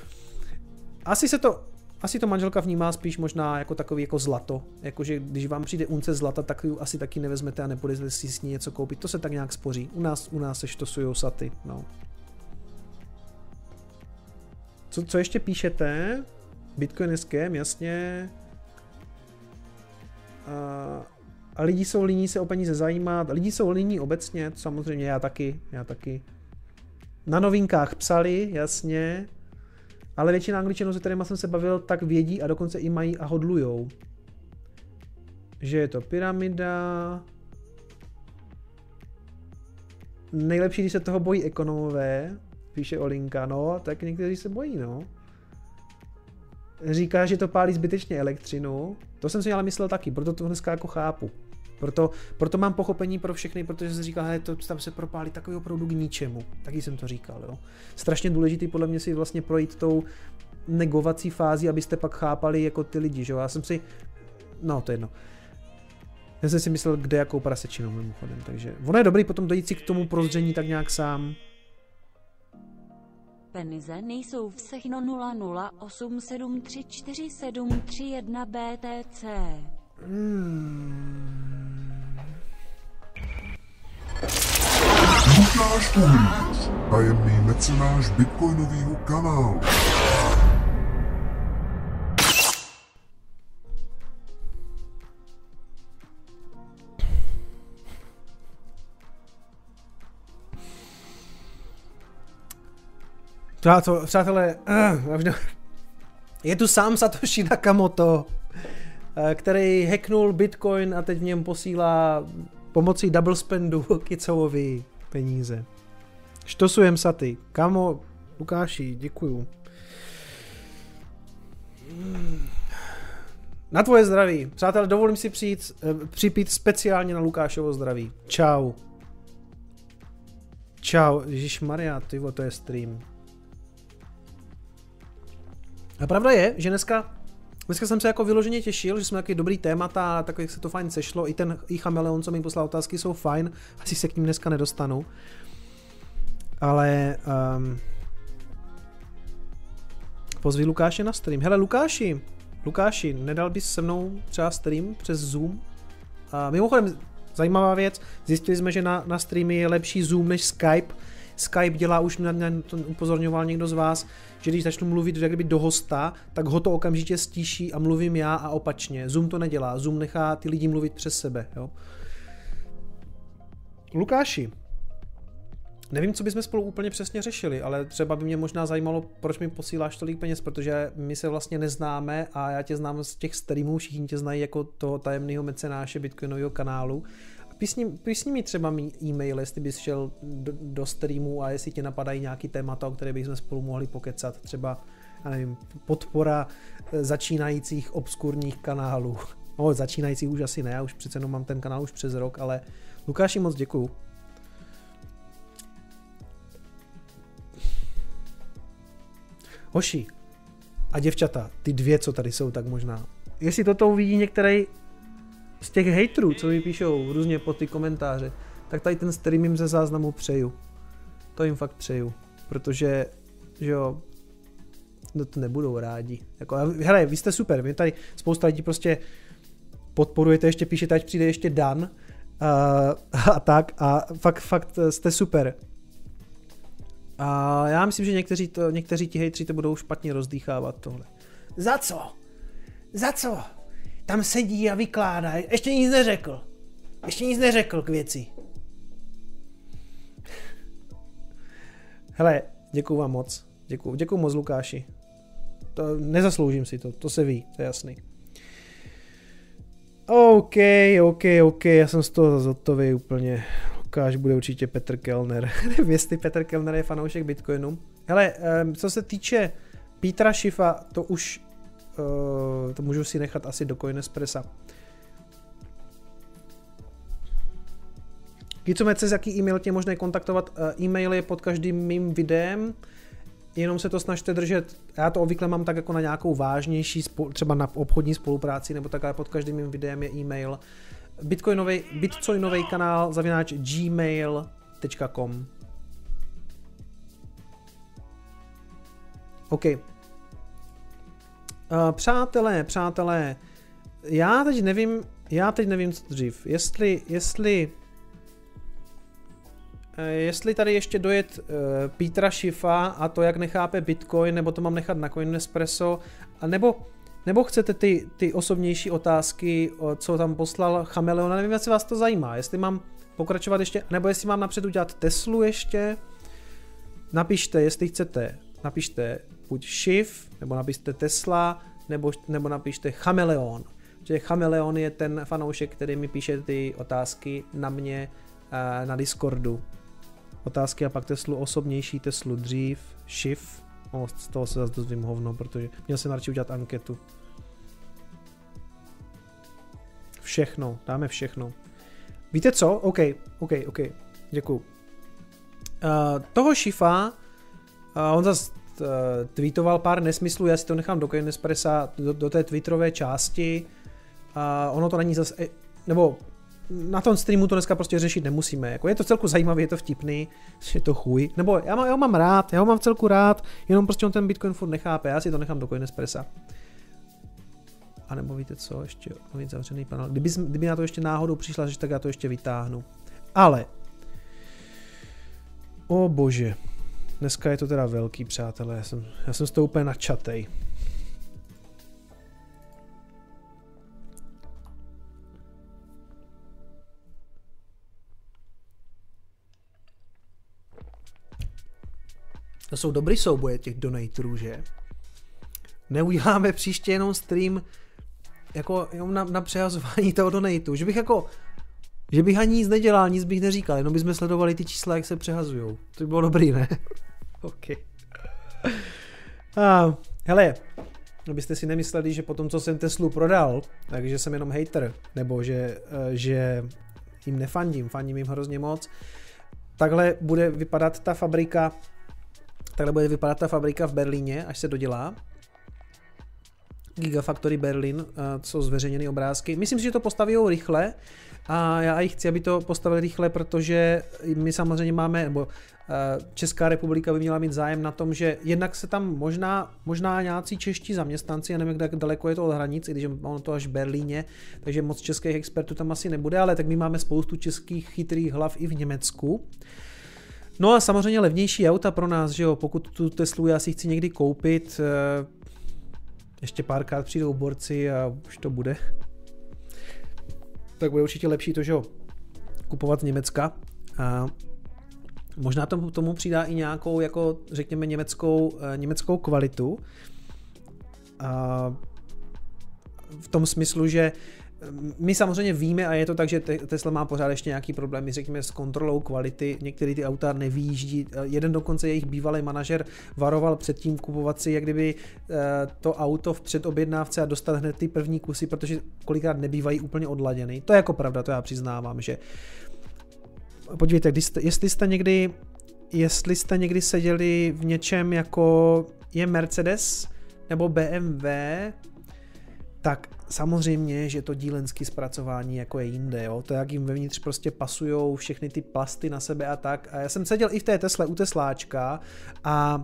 Asi to manželka vnímá spíš možná jako takový jako zlato, jakože když vám přijde unce zlata, tak ji asi taky nevezmete a nepůjdete si s ní něco koupit, to se tak nějak spoří. U nás se štosujou saty, no. Co ještě píšete? Bitcoin je scam, jasně. A lidi jsou líní se o peníze zajímat. Lidi jsou líní obecně, samozřejmě já taky. Na novinkách psali, jasně. Ale většina Angličanů, se kterýma jsem se bavil, tak vědí a dokonce i mají a hodlujou. Že je to pyramida. Nejlepší, když se toho bojí ekonomové, píše Olinka, no, tak někteří se bojí, no. říká, že to pálí zbytečně elektřinu. To jsem si ale myslel taky, proto to dneska jako chápu. Proto mám pochopení pro všechny, protože jsem říkal, hej, to tam se propálí takový opravdu k ničemu. Taky jsem to říkal, jo. Strašně důležitý podle mě si vlastně projít tou negovací fází, abyste pak chápali jako ty lidi, že jo. Já jsem si, no to je jedno. Já jsem si myslel, kde jakou prasečinu mimochodem, takže ono je dobrý potom dojít si k tomu prozření tak nějak sám. Peníze nejsou v Sechno 008734731 BTC. Lukáš Uhlík, tajemný mecenáš bitcoinového kanálu. Přátelé, je tu sám Satoshi Nakamoto, který hacknul Bitcoin a teď v něm posílá pomocí double spendu Kicovovi peníze. Štosujem Saty. Kamo, Lukáši, děkuju. Na tvoje zdraví. Přátelé, dovolím si připít speciálně na Lukášovo zdraví. Čau. Čau. Ježišmarja, tyvo, to je stream. A pravda je, že dneska jsem se jako vyloženě těšil, že jsme takový dobrý témata a takový se to fajn sešlo. I chameleon, co mi poslal otázky, jsou fajn. Asi se k ním dneska nedostanu. Ale pozvi Lukáše na stream. Hele Lukáši, nedal bys se mnou třeba stream přes Zoom? Mimochodem, zajímavá věc, zjistili jsme, že na streamy je lepší Zoom než Skype. Skype dělá, už na to upozorňoval někdo z vás, že když začnu mluvit jak kdyby do hosta, tak ho to okamžitě stíší a mluvím já a opačně. Zoom to nedělá, Zoom nechá ty lidi mluvit přes sebe. Jo? Lukáši, nevím, co bychom spolu úplně přesně řešili, ale třeba by mě možná zajímalo, proč mi posíláš tolik peněz, protože my se vlastně neznáme a já tě znám z těch streamů, všichni tě znají jako toho tajemného mecenáše bitcoinového kanálu. Písni mi třeba e-mail, jestli bys šel do streamu a jestli tě napadají nějaký témata, o které bychom spolu mohli pokecat. Třeba, já nevím, podpora začínajících obskurních kanálů. No, začínajících už asi ne, já už přece jenom mám ten kanál už přes rok, ale Lukáši, moc děkuju. Hoši a děvčata, ty dvě, co tady jsou, tak možná. Jestli toto uvidí některý z těch hejtrů, co mi píšou různě pod ty komentáře, tak tady ten stream jim ze záznamu přeju. To jim fakt přeju, protože, že jo, no to nebudou rádi. Jako, hele, vy jste super, vy tady spousta lidí prostě podporujete, ještě píšete, ať přijde ještě Dan a tak a fakt jste super. A já myslím, že někteří ti hejtři to budou špatně rozdýchávat tohle. Za co? Za co? Tam sedí a vykládá. Ještě nic neřekl k věci. Hele, děkuju vám moc. Děkuju moc, Lukáši. To, nezasloužím si to, to se ví, to je jasný. OK, já jsem z toho zotový úplně. Lukáš bude určitě Petr Kellner. Nevím, jestli Petr Kellner je fanoušek Bitcoinu. Hele, co se týče Petra Schiffa, to už to můžu si nechat asi do Coinespressa. Kicomece, jaký e-mail tě možné kontaktovat? E-mail je pod každým mým videem, jenom se to snažte držet. Já to obvykle mám tak jako na nějakou vážnější, třeba na obchodní spolupráci, nebo tak, ale pod každým mým videem je e-mail. Bitcoinový kanál @gmail.com. OK. Přátelé, já teď nevím, co dřív. Jestli tady ještě dojet Petra Schiffa a to, jak nechápe Bitcoin, nebo to mám nechat na Coinespresso, nebo chcete ty osobnější otázky, co tam poslal Chameleon, nevím, jestli vás to zajímá, jestli mám pokračovat ještě, nebo jestli mám napřed udělat Teslu ještě, napište, jestli chcete, napište buď Schiff, nebo napište Tesla, nebo napište Chameleon. Protože Chameleon je ten fanoušek, který mi píše ty otázky na mě na Discordu. Otázky a pak Teslu osobnější, Teslu dřív, Schiff Z toho se zase dozvím hovno, protože měl jsem radši udělat anketu. Všechno, dáme všechno. Víte co? OK. Děkuju. Toho Šifa, on zase tweetoval pár nesmyslů, já si to nechám do Coinespressa, do té twitterové části. Ono to není zase, nebo na tom streamu to dneska prostě řešit nemusíme. Jako je to celku zajímavý, je to vtipný, je to chuj. Nebo já ho mám rád, já ho mám v celku rád, jenom prostě on ten Bitcoin furt nechápe, já si to nechám do Coinespressa. A nebo víte co, ještě nový zavřený panel. Kdyby na to ještě náhodou přišla, tak já to ještě vytáhnu. Ale, o bože, dneska je to teda velký, přátelé, já jsem z toho úplně načatej. To jsou dobrý souboje těch donatorů, že? Neuděláme příště jenom stream jako jenom na přehazování toho donatu, že bych ani nic nedělal, nic bych neříkal, jenom bychom sledovali ty čísla, jak se přehazujou. To by bylo dobrý, ne? OK. Hele, abyste si nemysleli, že po tom, co jsem Teslu prodal, takže jsem jenom hater, nebo že jim nefandím, fandím jim hrozně moc. Takhle bude vypadat ta fabrika v Berlíně, až se dodělá. Gigafactory Berlin, jsou zveřejněny obrázky. Myslím si, že to postaví rychle a já i chci, aby to postavili rychle, protože my samozřejmě máme, nebo Česká republika by měla mít zájem na tom, že jednak se tam možná nějací čeští zaměstnanci, já nevím, jak daleko je to od hranic, i když ono to až v Berlíně, takže moc českých expertů tam asi nebude, ale tak my máme spoustu českých chytrých hlav i v Německu. No a samozřejmě levnější auta pro nás, že jo, pokud tu Teslu já si chci někdy koupit, ještě párkrát přijdou borci a už to bude. Tak bude určitě lepší to, že jo, kupovat z Německa. A možná tomu přidá i nějakou, jako řekněme, německou kvalitu. A v tom smyslu, že my samozřejmě víme, a je to tak, že Tesla má pořád ještě nějaký problémy, řekněme, s kontrolou kvality. Některé ty auta nevyjíždí. Jeden dokonce jejich bývalý manažer varoval před tím kupovat si, jak kdyby to auto v předobjednávce a dostat hned ty první kusy, protože kolikrát nebývají úplně odladěný. To je jako pravda, to já přiznávám, že podívejte, jestli jste někdy seděli v něčem, jako je Mercedes nebo BMW, tak samozřejmě, že to dílenský zpracování jako je jinde, jo? To jak jim vevnitř prostě pasujou všechny ty plasty na sebe a tak. A já jsem seděl i v té Tesle u Tesláčka a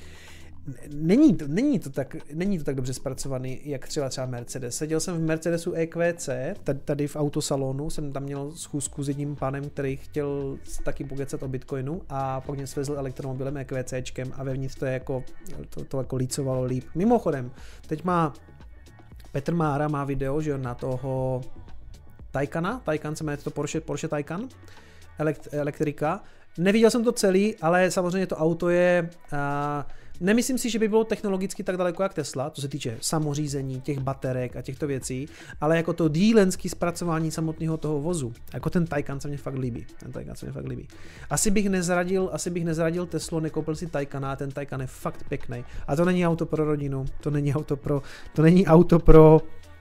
není to tak dobře zpracovaný, jak třeba Mercedes. Seděl jsem v Mercedesu EQC, tady v autosalonu, jsem tam měl schůzku s jedním pánem, který chtěl taky pokecat o Bitcoinu a pak mě svezl elektromobilem EQCčkem a vevnitř to je jako, to jako lícovalo líp. Mimochodem, teď Petr Mára má video, že na toho Taycan se jmenuje to Porsche Taycan, elektrika. Neviděl jsem to celý, ale samozřejmě to auto je, nemyslím si, že by bylo technologicky tak daleko jak Tesla, co se týče samořízení, těch baterek a těchto věcí, ale jako to dílenský zpracování samotného toho vozu, jako ten Taycan se mně fakt líbí. Asi bych nezradil Teslu, nekoupil si Taycana, ten Taycan je fakt pěkný. A to není auto pro rodinu, to není auto pro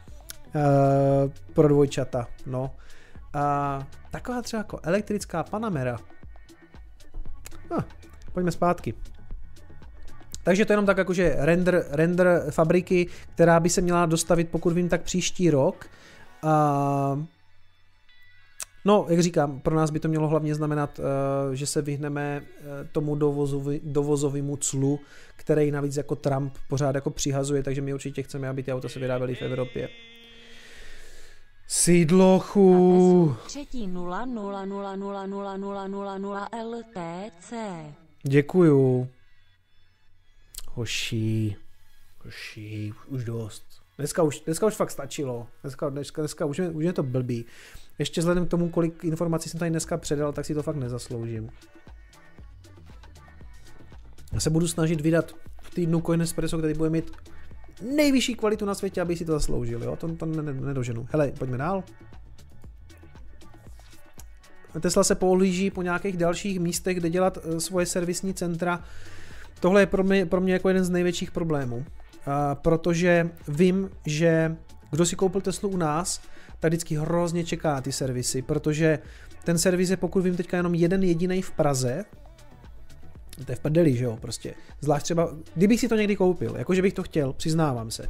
dvojčata, no. Taková třeba jako elektrická Panamera. Pojďme zpátky. Takže to je jenom tak jakože render fabriky, která by se měla dostavit, pokud vím, tak příští rok. No, jak říkám, pro nás by to mělo hlavně znamenat, že se vyhneme tomu dovozovému clu, který navíc jako Trump pořád jako přihazuje, takže my určitě chceme, aby ty auta se vyráběly v Evropě. Sídlochu. 3.0000000 LTC. Děkuju. Hoší, už dost. Dneska už fakt stačilo. Dneska už je to blbý. Ještě vzhledem k tomu, kolik informací jsem tady dneska předal, tak si to fakt nezasloužím. Já se budu snažit vydat v týdnu Coinespresso, který bude mít nejvyšší kvalitu na světě, aby si to zasloužil. Jo? To nedoženu. Hele, pojďme dál. Tesla se pohlíží po nějakých dalších místech, kde dělat svoje servisní centra. tohle je pro mě jako jeden z největších problémů, protože vím, že kdo si koupil Teslu u nás, tak vždycky hrozně čeká na ty servisy, protože ten servis je, pokud vím, teďka jenom jeden jedinej v Praze. To je v prdeli, že jo, prostě. Zvlášť třeba, kdybych si to někdy koupil, jakože bych to chtěl, přiznávám se.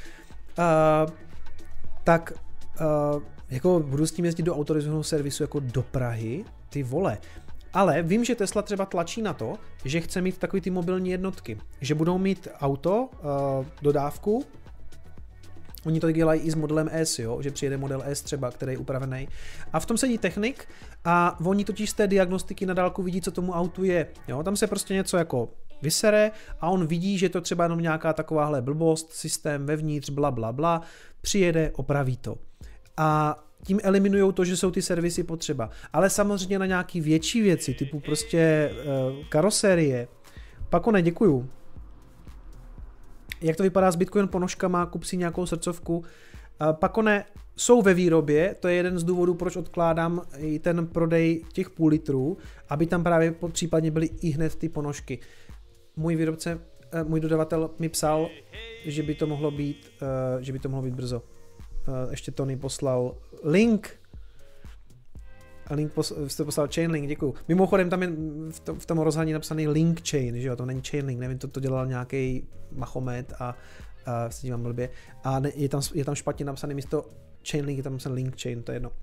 Tak jako budu s tím jezdit do autorizovaného servisu jako do Prahy, ty vole. Ale vím, že Tesla třeba tlačí na to, že chce mít takový ty mobilní jednotky, že budou mít auto, dodávku. Oni to dělají i s modelem S, jo? Že přijede model S třeba, který je upravený. A v tom sedí technik a oni totiž z té diagnostiky na dálku vidí, co tomu autu je. Jo? Tam se prostě něco jako vysere a on vidí, že to třeba jenom nějaká takováhle blbost, systém vevnitř, bla bla bla, přijede, opraví to. A tím eliminují to, že jsou ty servisy potřeba. Ale samozřejmě na nějaký větší věci, typu prostě karosérie. Pakone, děkuju. Jak to vypadá s Bitcoin ponožkama, kup si nějakou srdcovku. Pakone, jsou ve výrobě, to je jeden z důvodů, proč odkládám i ten prodej těch půl litrů, aby tam právě případně byly i hned ty ponožky. Můj dodavatel mi psal, že by to mohlo být brzo. Ještě Tony poslal link. Jste poslal Chainlink, děkuju. Mimochodem tam je v tom rozhraní napsaný link chain, že jo, to není Chainlink, nevím, to dělal nějaký Mahomet a se dívám blbě. A je tam špatně napsaný místo Chainlink, je tam napsaný link chain, to je jedno.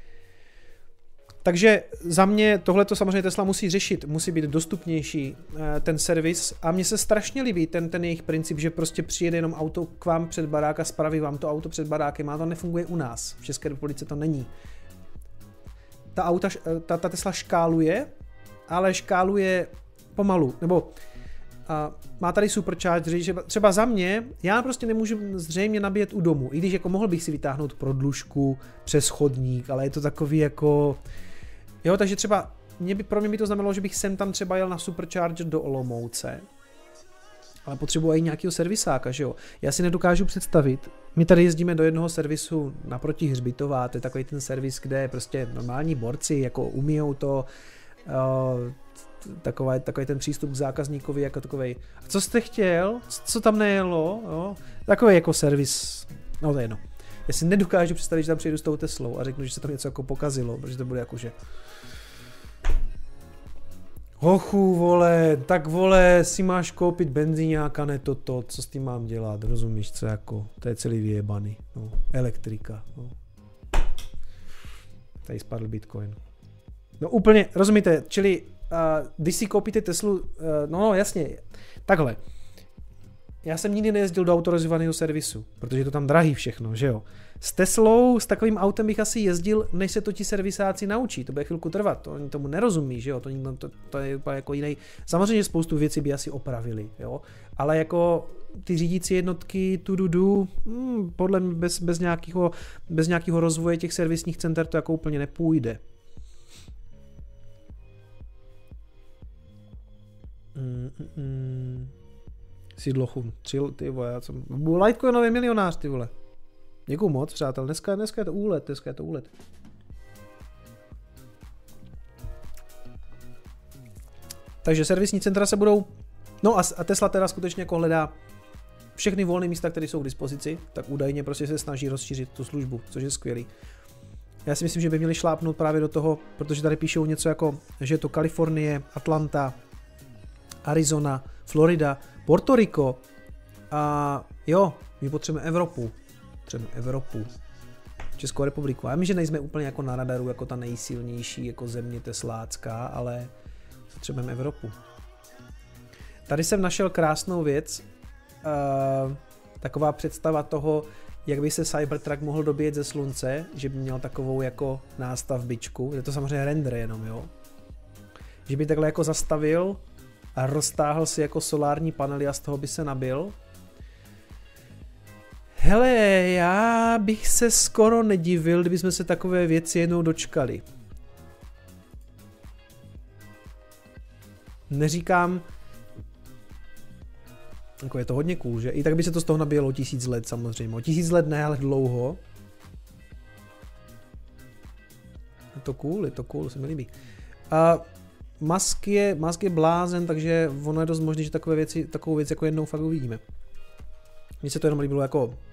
Takže za mě tohle to samozřejmě Tesla musí řešit, musí být dostupnější ten servis a mně se strašně líbí ten jejich princip, že prostě přijede jenom auto k vám před barák a spraví vám to auto před barákem a to nefunguje u nás, v České republice to není. Ta Tesla škáluje, ale škáluje pomalu, nebo má tady supercharger, že třeba za mě, já prostě nemůžu zřejmě nabíjet u domu, i když jako mohl bych si vytáhnout prodlužku přes chodník, ale je to takový jako, jo, takže třeba pro mě by to znamenalo, že bych sem tam třeba jel na supercharger do Olomouce, ale potřebuji i nějakého servisáka, že jo. Já si nedokážu představit, my tady jezdíme do jednoho servisu naproti Hřbitova, to je takový ten servis, kde prostě normální borci jako umíjou to, takový ten přístup k zákazníkovi jako takovej, co jste chtěl, co tam nejelo, jo? Takový jako servis, no to je jedno. Já si nedokážu představit, že tam přijedu s tou Teslou a řeknu, že se tam něco jako pokazilo, protože to bude jakože hochu, vole, tak vole, si máš koupit benzíňáka, ne toto, co s tím mám dělat, rozumíš, co jako, to je celý vyjebaný, no, elektrika, no. Tady spadl Bitcoin. No úplně, rozumíte, čili když si koupíte Teslu, no jasně, takhle, já jsem nikdy nejezdil do autorizovaného servisu, protože je to tam drahý všechno, že jo. S Teslou, s takovým autem bych asi jezdil, než se to ti servisáci naučí, to bude chvilku trvat, to oni tomu nerozumí, že jo, to je jako jiný, samozřejmě spoustu věcí by asi opravili, jo, ale jako ty řídící jednotky, podle mě bez nějakého rozvoje těch servisních center to jako úplně nepůjde. Sídlochům, ty vole, já jsem Litecoinový milionář, ty vole. Děkuju moc, přátel, dneska je to úlet, Takže servisní centra se budou, no a Tesla teda skutečně jako hledá všechny volné místa, které jsou k dispozici, tak údajně prostě se snaží rozšířit tu službu, což je skvělý. Já si myslím, že by měli šlápnout právě do toho, protože tady píšou něco jako, že je to Kalifornie, Atlanta, Arizona, Florida, Puerto Rico a jo, my potřebujeme Evropu, Českou republiku. Já myslím, že nejsme úplně jako na radaru, jako ta nejsilnější jako země teslácká, ale potřebujeme Evropu. Tady jsem našel krásnou věc, taková představa toho, jak by se Cybertruck mohl dobíjet ze slunce, že by měl takovou jako nástavbičku, je to samozřejmě render jenom, jo. Že by takhle jako zastavil a roztáhl si jako solární panely a z toho by se nabil. Hele, já bych se skoro nedivil, kdybychom se takové věci jednou dočkali. Neříkám, jako je to hodně cool, že? I tak by se to z toho nabíjelo 1000 let samozřejmě. 1000 let ne, ale dlouho. Je to cool, se mi líbí. Musk je blázen, takže ono je dost možné, že takovou věc jako jednou fakt uvidíme. Mně se to jenom líbilo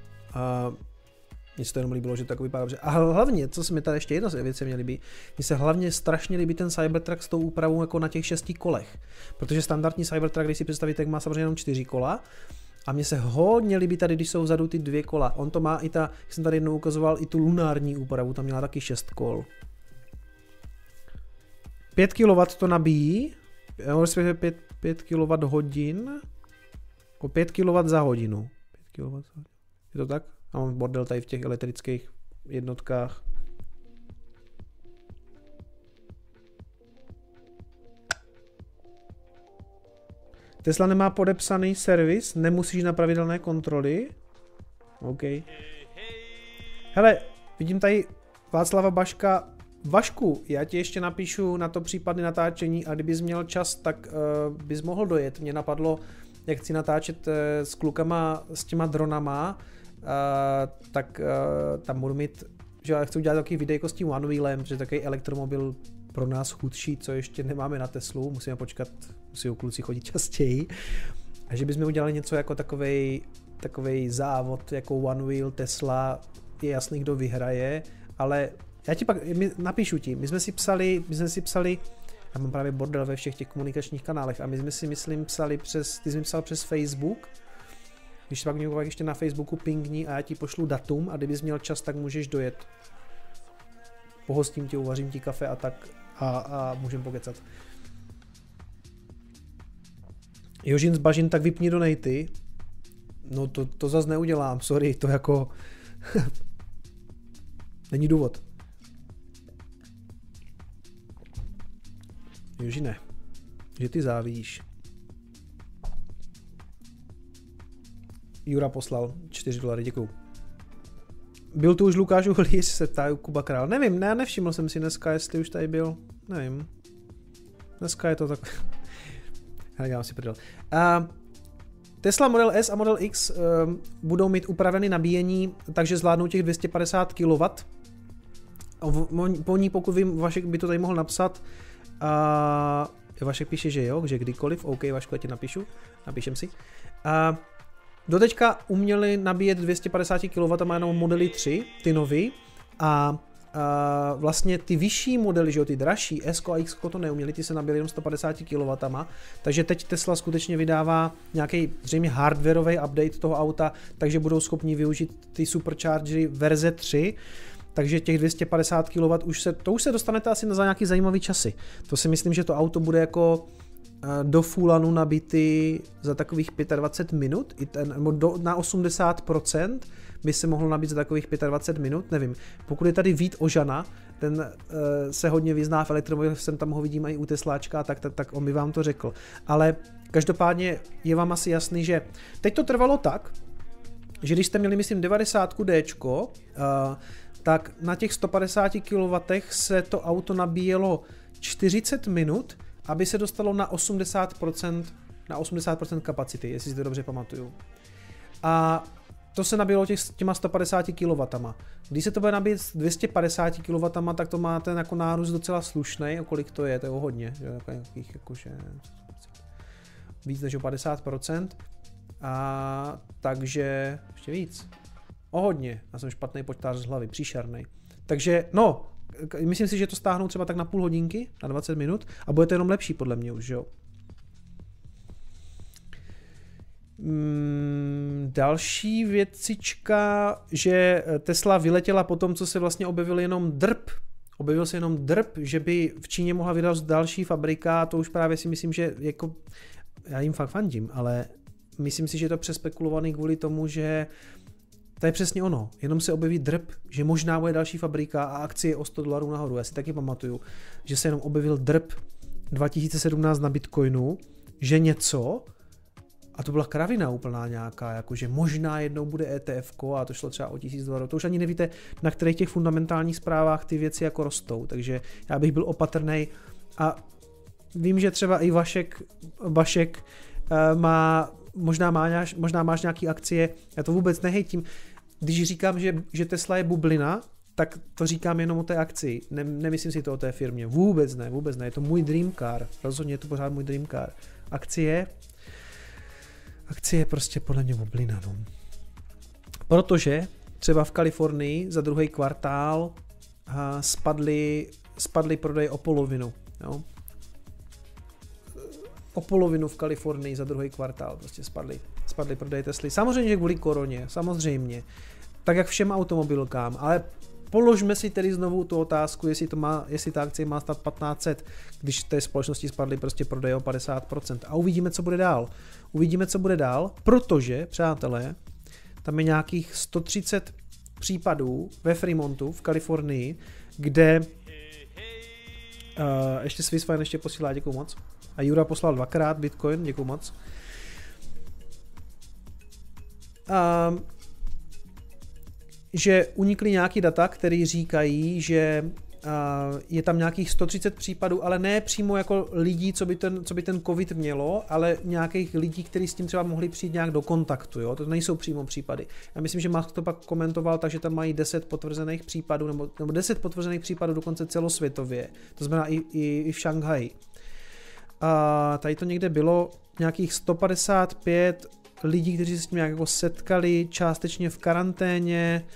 že to jako vypadá dobře. A hlavně, co se mi tady ještě jedna z věcí mě líbí, mně se hlavně strašně líbí ten Cybertruck s tou úpravou jako na těch 6 kolech. Protože standardní Cybertruck, když si představíte, tak má samozřejmě jenom 4 kola. A mně se hodně líbí tady, když jsou vzadu ty 2 kola. On to má i jak jsem tady jednou ukazoval, i tu lunární úpravu, tam měla taky 6 kol. 5 kW to nabíjí, respektive 5 kWh, jako 5 kW za hodinu. 5 kW. Je to tak? A mám bordel tady v těch elektrických jednotkách. Tesla nemá podepsaný servis, nemusíš na pravidelné kontroly. OK. Hele, vidím tady Václava Baška. Vašku, já ti ještě napíšu na to případné natáčení a kdybys měl čas, tak bys mohl dojet. Mě napadlo, jak chci natáčet s klukama, s těma dronama, tak tam budu mít, že já chci udělat takový videjko s tím One Wheelem, protože takový elektromobil pro nás chudší, co ještě nemáme na Teslu, musíme počkat, musí kluci chodit častěji. A že bychom udělali něco jako takovej závod, jako One Wheel Tesla, je jasný, kdo vyhraje, ale já ti pak napíšu ti, my jsme si psali, já mám právě bordel ve všech těch komunikačních kanálech a my jsme si, myslím, ty jsi mi psal přes Facebook, když pak mě ještě na Facebooku pingni a já ti pošlu datum a kdybys měl čas, tak můžeš dojet. Pohostím tě, uvařím ti kafe a tak a můžem pokecat. Jožin z Bažin, tak vypni donaty. No to zas neudělám, sorry, to jako není důvod. Jožine, že ty závidíš. Jura poslal $4, děkuju. Byl tu už Lukáš Uhlí, se ptá Kuba Král. Nevím, nevšiml jsem si dneska, jestli už tady byl. Nevím. Dneska je to tak... Já dělám si prdel. Tesla Model S a Model X budou mít upravené nabíjení, takže zvládnou těch 250 kW. Po ní, pokud vím, Vašek by to tady mohl napsat. Vašek píše, že jo, že kdykoliv. OK, Vašku, já ti napíšem si. Doteďka uměli nabíjet 250 kW jenom modely 3, ty nový, a vlastně ty vyšší modely, že jo, ty dražší, S a X to neuměli, ty se nabíjeli jenom 150 kW, takže teď Tesla skutečně vydává nějaký zřejmě hardwareový update toho auta, takže budou schopni využít ty superchargery verze 3, takže těch 250 kW už se dostanete asi za nějaký zajímavý časy. To si myslím, že to auto bude jako do fullanu nabitý za takových 25 minut, na 80% by se mohlo nabít za takových 25 minut, nevím. Pokud je tady Vít Ožana, ten se hodně vyzná v elektromobilech, jsem tam ho vidím i u Tesláčka, tak on by vám to řekl. Ale každopádně je vám asi jasný, že teď to trvalo tak, že když jste měli, myslím, 90D, tak na těch 150 kW se to auto nabíjelo 40 minut, aby se dostalo na 80% kapacity, jestli si to dobře pamatuju. A to se nabíjelo těma 150 kW. Když se to bude nabít 250 kW, tak to má ten jako nárůst docela slušný, o kolik to je o hodně, jakože víc než o 50%. A takže ještě víc. O hodně. Já jsem špatný počtář z hlavy, příšernej. Takže no, myslím si, že to stáhnou třeba tak na půl hodinky, na 20 minut a bude to jenom lepší podle mě už, jo. Další věcička, že Tesla vyletěla po tom, co se vlastně objevil se jenom drb, že by v Číně mohla vydat další fabrika, to už právě si myslím, že jako, já jim fakt fandím, ale myslím si, že je to přespekulovaný kvůli tomu, že to je přesně ono, jenom se objeví drb, že možná bude další fabrika a akcie je o $100 nahoru. Já si taky pamatuju, že se jenom objevil drb 2017 na Bitcoinu, že něco, a to byla kravina úplná nějaká, jakože možná jednou bude ETF a to šlo třeba o $1000. To už ani nevíte, na kterých těch fundamentálních zprávách ty věci jako rostou, takže já bych byl opatrnej a vím, že třeba i Vašek možná máš nějaký akcie, já to vůbec nehejtím. Když říkám, že Tesla je bublina, tak to říkám jenom o té akci. Nemyslím si to o té firmě. Vůbec ne. Je to můj dream car. Rozhodně je to pořád můj dream car. Akcie je prostě podle mě oblina. No. Protože třeba v Kalifornii za druhý kvartál spadly prodeje o polovinu. Jo? O polovinu v Kalifornii za druhý kvartál prostě spadly prodeje Tesly. Samozřejmě, že kvůli koroně, samozřejmě. Tak jak všem automobilkám, ale položme si tedy znovu tu otázku, jestli ta akcie má stát 1500, když té společnosti spadly prostě prodeje o 50%. A uvidíme, co bude dál. Protože, přátelé, tam je nějakých 130 případů ve Fremontu v Kalifornii, kde ještě Swissfine ještě posílá, děkuju moc. A Jura poslal 2x Bitcoin, děkuju moc. Že unikly nějaký data, které říkají, že je tam nějakých 130 případů, ale ne přímo jako lidí, co by ten covid mělo, ale nějakých lidí, kteří s tím třeba mohli přijít nějak do kontaktu. Jo? To nejsou přímo případy. Já myslím, že Musk to pak komentoval, takže tam mají 10 potvrzených případů, nebo 10 potvrzených případů dokonce celosvětově. To znamená i v Šanghaji. A tady to někde bylo nějakých 155 lidí, kteří se s tím nějak jako setkali, částečně v karanténě,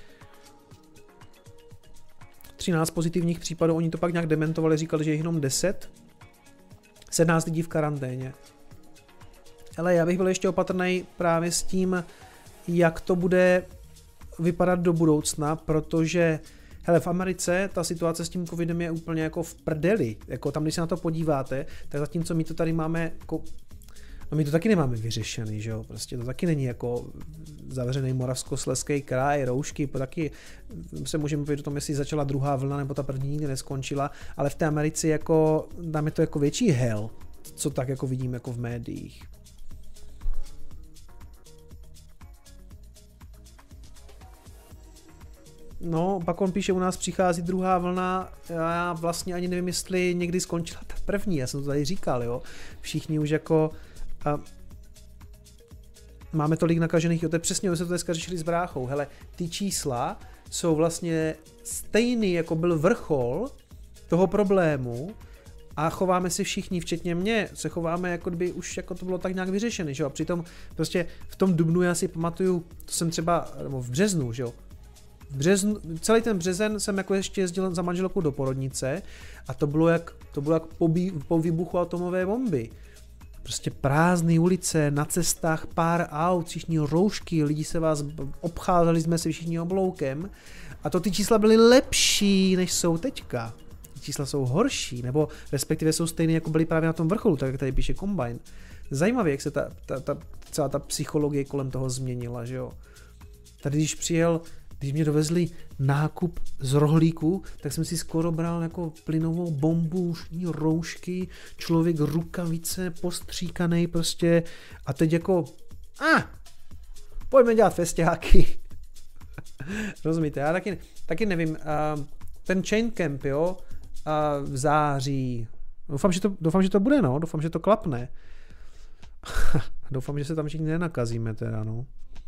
13 pozitivních případů, oni to pak nějak dementovali, říkali, že je jenom 10, 17 lidí v karanténě. Ale já bych byl ještě opatrný právě s tím, jak to bude vypadat do budoucna, protože hele, v Americe ta situace s tím covidem je úplně jako v prdeli, jako tam, když se na to podíváte, tak zatímco my to tady máme jako no my to taky nemáme vyřešený, že jo, prostě to taky není jako zavřený Moravskoslezský kraj, roušky, taky se můžeme mluvit o tom, jestli začala druhá vlna, nebo ta první nikdy neskončila, ale v té Americe jako, tam je to jako větší hell, co tak jako vidím jako v médiích. No, pak on píše, u nás přichází druhá vlna, já vlastně ani nevím, jestli někdy skončila ta první, já jsem to tady říkal, jo, všichni už jako máme tolik nakažených, jo, to je přesně, my se to dneska řešili s bráchou, hele, ty čísla jsou vlastně stejný, jako byl vrchol toho problému a chováme si všichni, včetně mě, se chováme, jako kdyby už jako to bylo tak nějak vyřešené, že jo, přitom prostě v tom dubnu já si pamatuju, to jsem třeba, nebo v březnu, že jo, celý ten březen jsem jako ještě jezdil za manželkou do porodnice a to bylo jak po výbuchu atomové bomby. Prostě prázdné ulice, na cestách pár aut, všichni roušky, lidi se vás obcházeli jsme se všichni obloukem a to ty čísla byly lepší, než jsou teďka. Ty čísla jsou horší, nebo respektive jsou stejné, jako byly právě na tom vrcholu, tak jak tady píše Combine. Zajímavé, jak se celá ta psychologie kolem toho změnila, že jo. Tady když mě dovezli nákup z rohlíku, tak jsem si skoro bral jako plynovou bombu, roušky, člověk rukavice, postříkanej prostě a teď jako pojďme dělat festiáky. Rozumíte, já taky nevím, ten Chain Camp, jo, v září, doufám, že to bude, no, doufám, že to klapne. Doufám, že se tam všichni nenakazíme teda, no.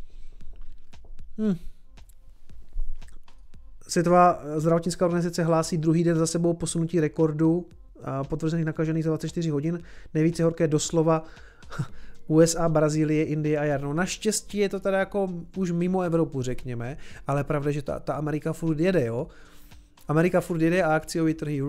Světová zdravotnická organizace hlásí druhý den za sebou posunutí rekordu potvrzených nakažených za 24 hodin. Nejvíce horké doslova USA, Brazílie, Indie a Jarno. Naštěstí je to teda jako už mimo Evropu, řekněme, ale pravda, že ta Amerika furt jede, jo. Amerika furt jede a akciový trhy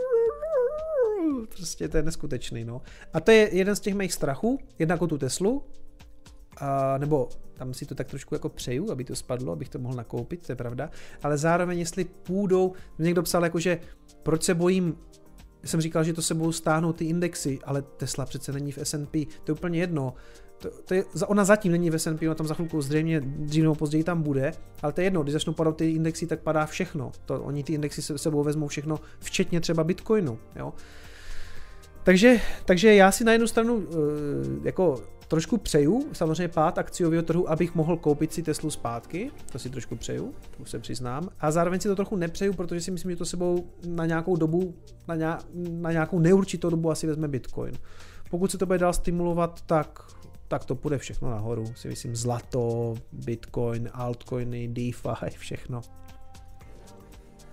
prostě to je neskutečný, no. A to je jeden z těch mých strachů, jednak o tu Teslu, nebo tam si to tak trošku jako přeju, aby to spadlo, abych to mohl nakoupit, to je pravda, ale zároveň jestli půjdou, někdo psal jakože proč se bojím, jsem říkal, že to se budou stáhnout ty indexy, ale Tesla přece není v S&P, to je úplně jedno, ona zatím není v S&P, ona tam za chvilku zřejmě dřív nebo později tam bude, ale to je jedno, když začnou padat ty indexy, tak padá všechno, oni ty indexy se sebou vezmou všechno, včetně třeba Bitcoinu, jo. Takže já si na jednu stranu jako trošku přeju, samozřejmě pád akciového trhu, abych mohl koupit si Teslu zpátky, to si trošku přeju, to se přiznám, a zároveň si to trochu nepřeju, protože si myslím, že to sebou na nějakou dobu, na nějakou neurčitou dobu asi vezme Bitcoin. Pokud se to bude dál stimulovat, tak to půjde všechno nahoru, si myslím, zlato, Bitcoin, altcoiny, DeFi, všechno.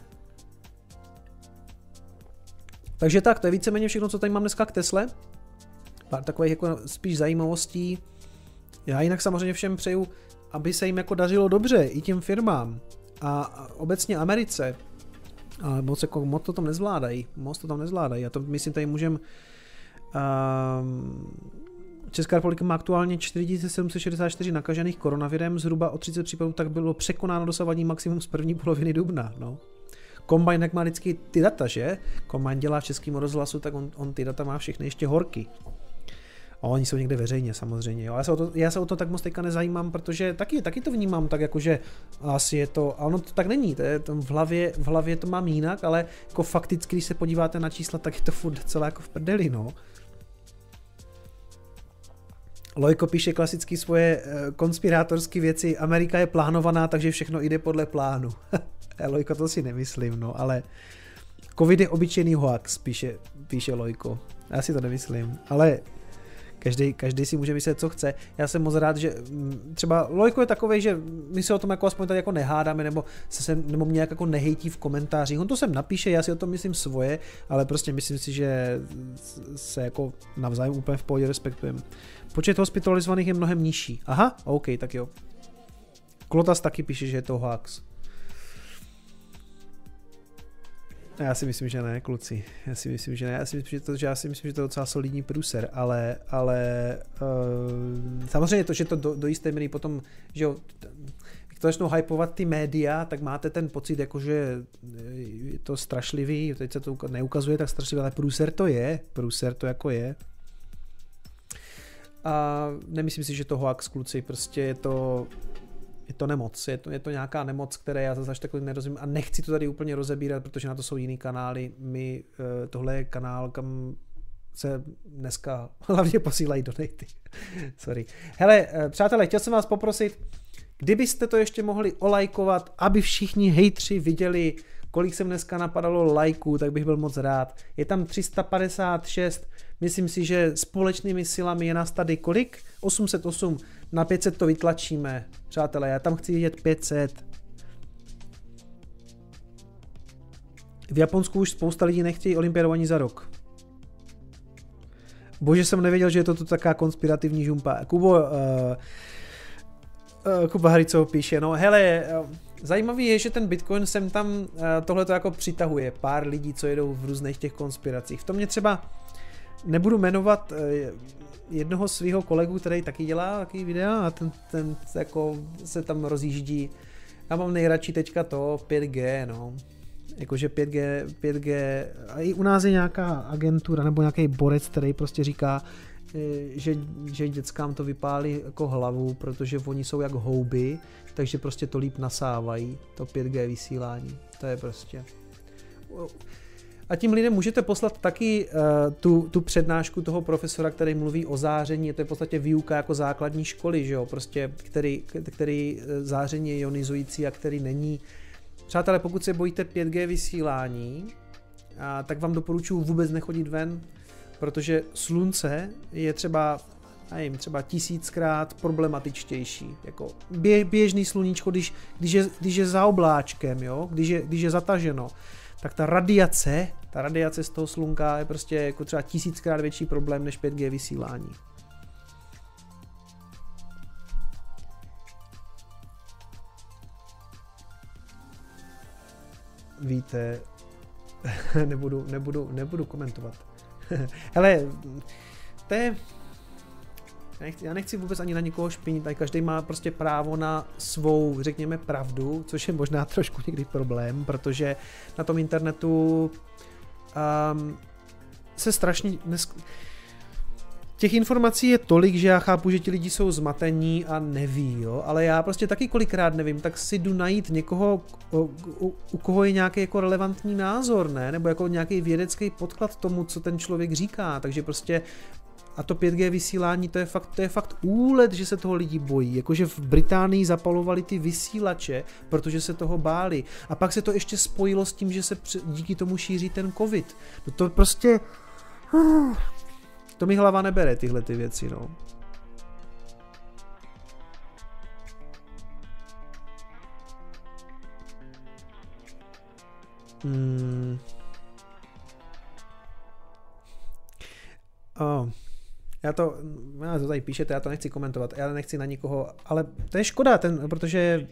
Takže tak, to je víceméně všechno, co tady mám dneska k Tesle. Pár takových jako spíš zajímavostí. Já jinak samozřejmě všem přeju, aby se jim jako dařilo dobře, i těm firmám a obecně Americe. Ale moc to tam nezvládají. A to myslím, tady můžeme... Česká republika má aktuálně 4764 nakažených koronavirem, zhruba o 30 případů tak bylo překonáno dosavadní maximum z první poloviny dubna. No. Combine má vždycky ty data, že? Combine dělá v Českém rozhlasu, tak on ty data má všechny ještě horky. A oni jsou někde veřejně samozřejmě. Jo. Já se o to tak moc teďka nezajímám, protože taky to vnímám tak jako, že asi je to, a ono to tak není, to je v hlavě to mám jinak, ale jako fakticky, když se podíváte na čísla, tak je to furt celé jako v prdeli, no. Lojko píše klasicky svoje konspirátorské věci, Amerika je plánovaná, takže všechno jde podle plánu. Lojko, to si nemyslím, no, ale covid je obyčejný hoax, píše Lojko. Já si to nemyslím, ale každý si může myslet, co chce. Já jsem moc rád, že třeba Lojko je takovej, že my se o tom jako aspoň tady jako nehádáme, nebo mě jako nehejtí v komentářích. On to sem napíše, já si o tom myslím svoje, ale prostě myslím si, že se jako navzájem úplně v pohodě respektujeme. Počet hospitalizovaných je mnohem nižší. Aha, OK, tak jo. Klotas taky píše, že je to hoax. Já si myslím, že ne, kluci. Já si myslím, že to je docela solidní průser, ale samozřejmě to, že to do jisté míry potom, že jo, jak to začnou hypovat ty média, tak máte ten pocit, jakože je to strašlivý, teď se to neukazuje tak strašlivý, ale průser to jako je. A nemyslím si, že to hoax, kluci, prostě je to nemoc, je to nějaká nemoc, které já zase až takový nerozumím a nechci to tady úplně rozebírat, protože na to jsou jiný kanály, tohle je kanál, kam se dneska hlavně posílají donaty. Sorry. Hele, přátelé, chtěl jsem vás poprosit, kdybyste to ještě mohli olajkovat, aby všichni hejtři viděli, kolik jsem dneska napadalo lajků, tak bych byl moc rád. Je tam 356, myslím si, že společnými silami je nás tady kolik? 808, na 500 to vytlačíme. Přátelé, já tam chci vidět 500. V Japonsku už spousta lidí nechtějí olympiádu ani za rok. Bože, jsem nevěděl, že je to tu taká konspirativní žumpa. Kuba Haricov píše, no hele, zajímavý je, že ten Bitcoin sem tam tohleto jako přitahuje pár lidí, co jedou v různých těch konspiracích. V tom mě třeba nebudu jmenovat jednoho svého kolegu, který taky dělá takový videa a ten jako se tam rozjíždí. Já mám nejradši teďka to 5G, no. Jakože 5G, a i u nás je nějaká agentura nebo nějaký borec, který prostě říká, že dětskám to vypálí jako hlavu, protože oni jsou jak houby, takže prostě to líp nasávají, to 5G vysílání. To je prostě... A tím lidem můžete poslat taky tu přednášku toho profesora, který mluví o záření, to je v podstatě výuka jako základní školy, že jo, prostě, který záření je ionizující a který není. Přátelé, pokud se bojíte 5G vysílání, tak vám doporučuji vůbec nechodit ven, protože slunce je třeba 1000krát problematičtější. Jako běžný sluníčko, když je za obláčkem, jo? Když je zataženo, tak ta radiace z toho slunka je prostě jako třeba 1000krát větší problém než 5G vysílání. Víte, nebudu komentovat. Hele, to je... Já nechci vůbec ani na nikoho špinit, tady každý má prostě právo na svou, řekněme, pravdu, což je možná trošku někdy problém, protože na tom internetu se strašně... Těch informací je tolik, že já chápu, že ti lidi jsou zmatení a neví, jo? Ale já prostě taky kolikrát nevím, tak si jdu najít někoho, u koho je nějaký jako relevantní názor, ne? Nebo jako nějaký vědecký podklad tomu, co ten člověk říká, takže prostě a to 5G vysílání, to je fakt úlet, že se toho lidi bojí. Jakože v Británii zapalovali ty vysílače, protože se toho báli. A pak se to ještě spojilo s tím, že se díky tomu šíří ten covid. No to prostě... To mi hlava nebere, tyhle ty věci, no. Já to tady píšete, já to nechci komentovat, já nechci na nikoho, ale to je škoda, protože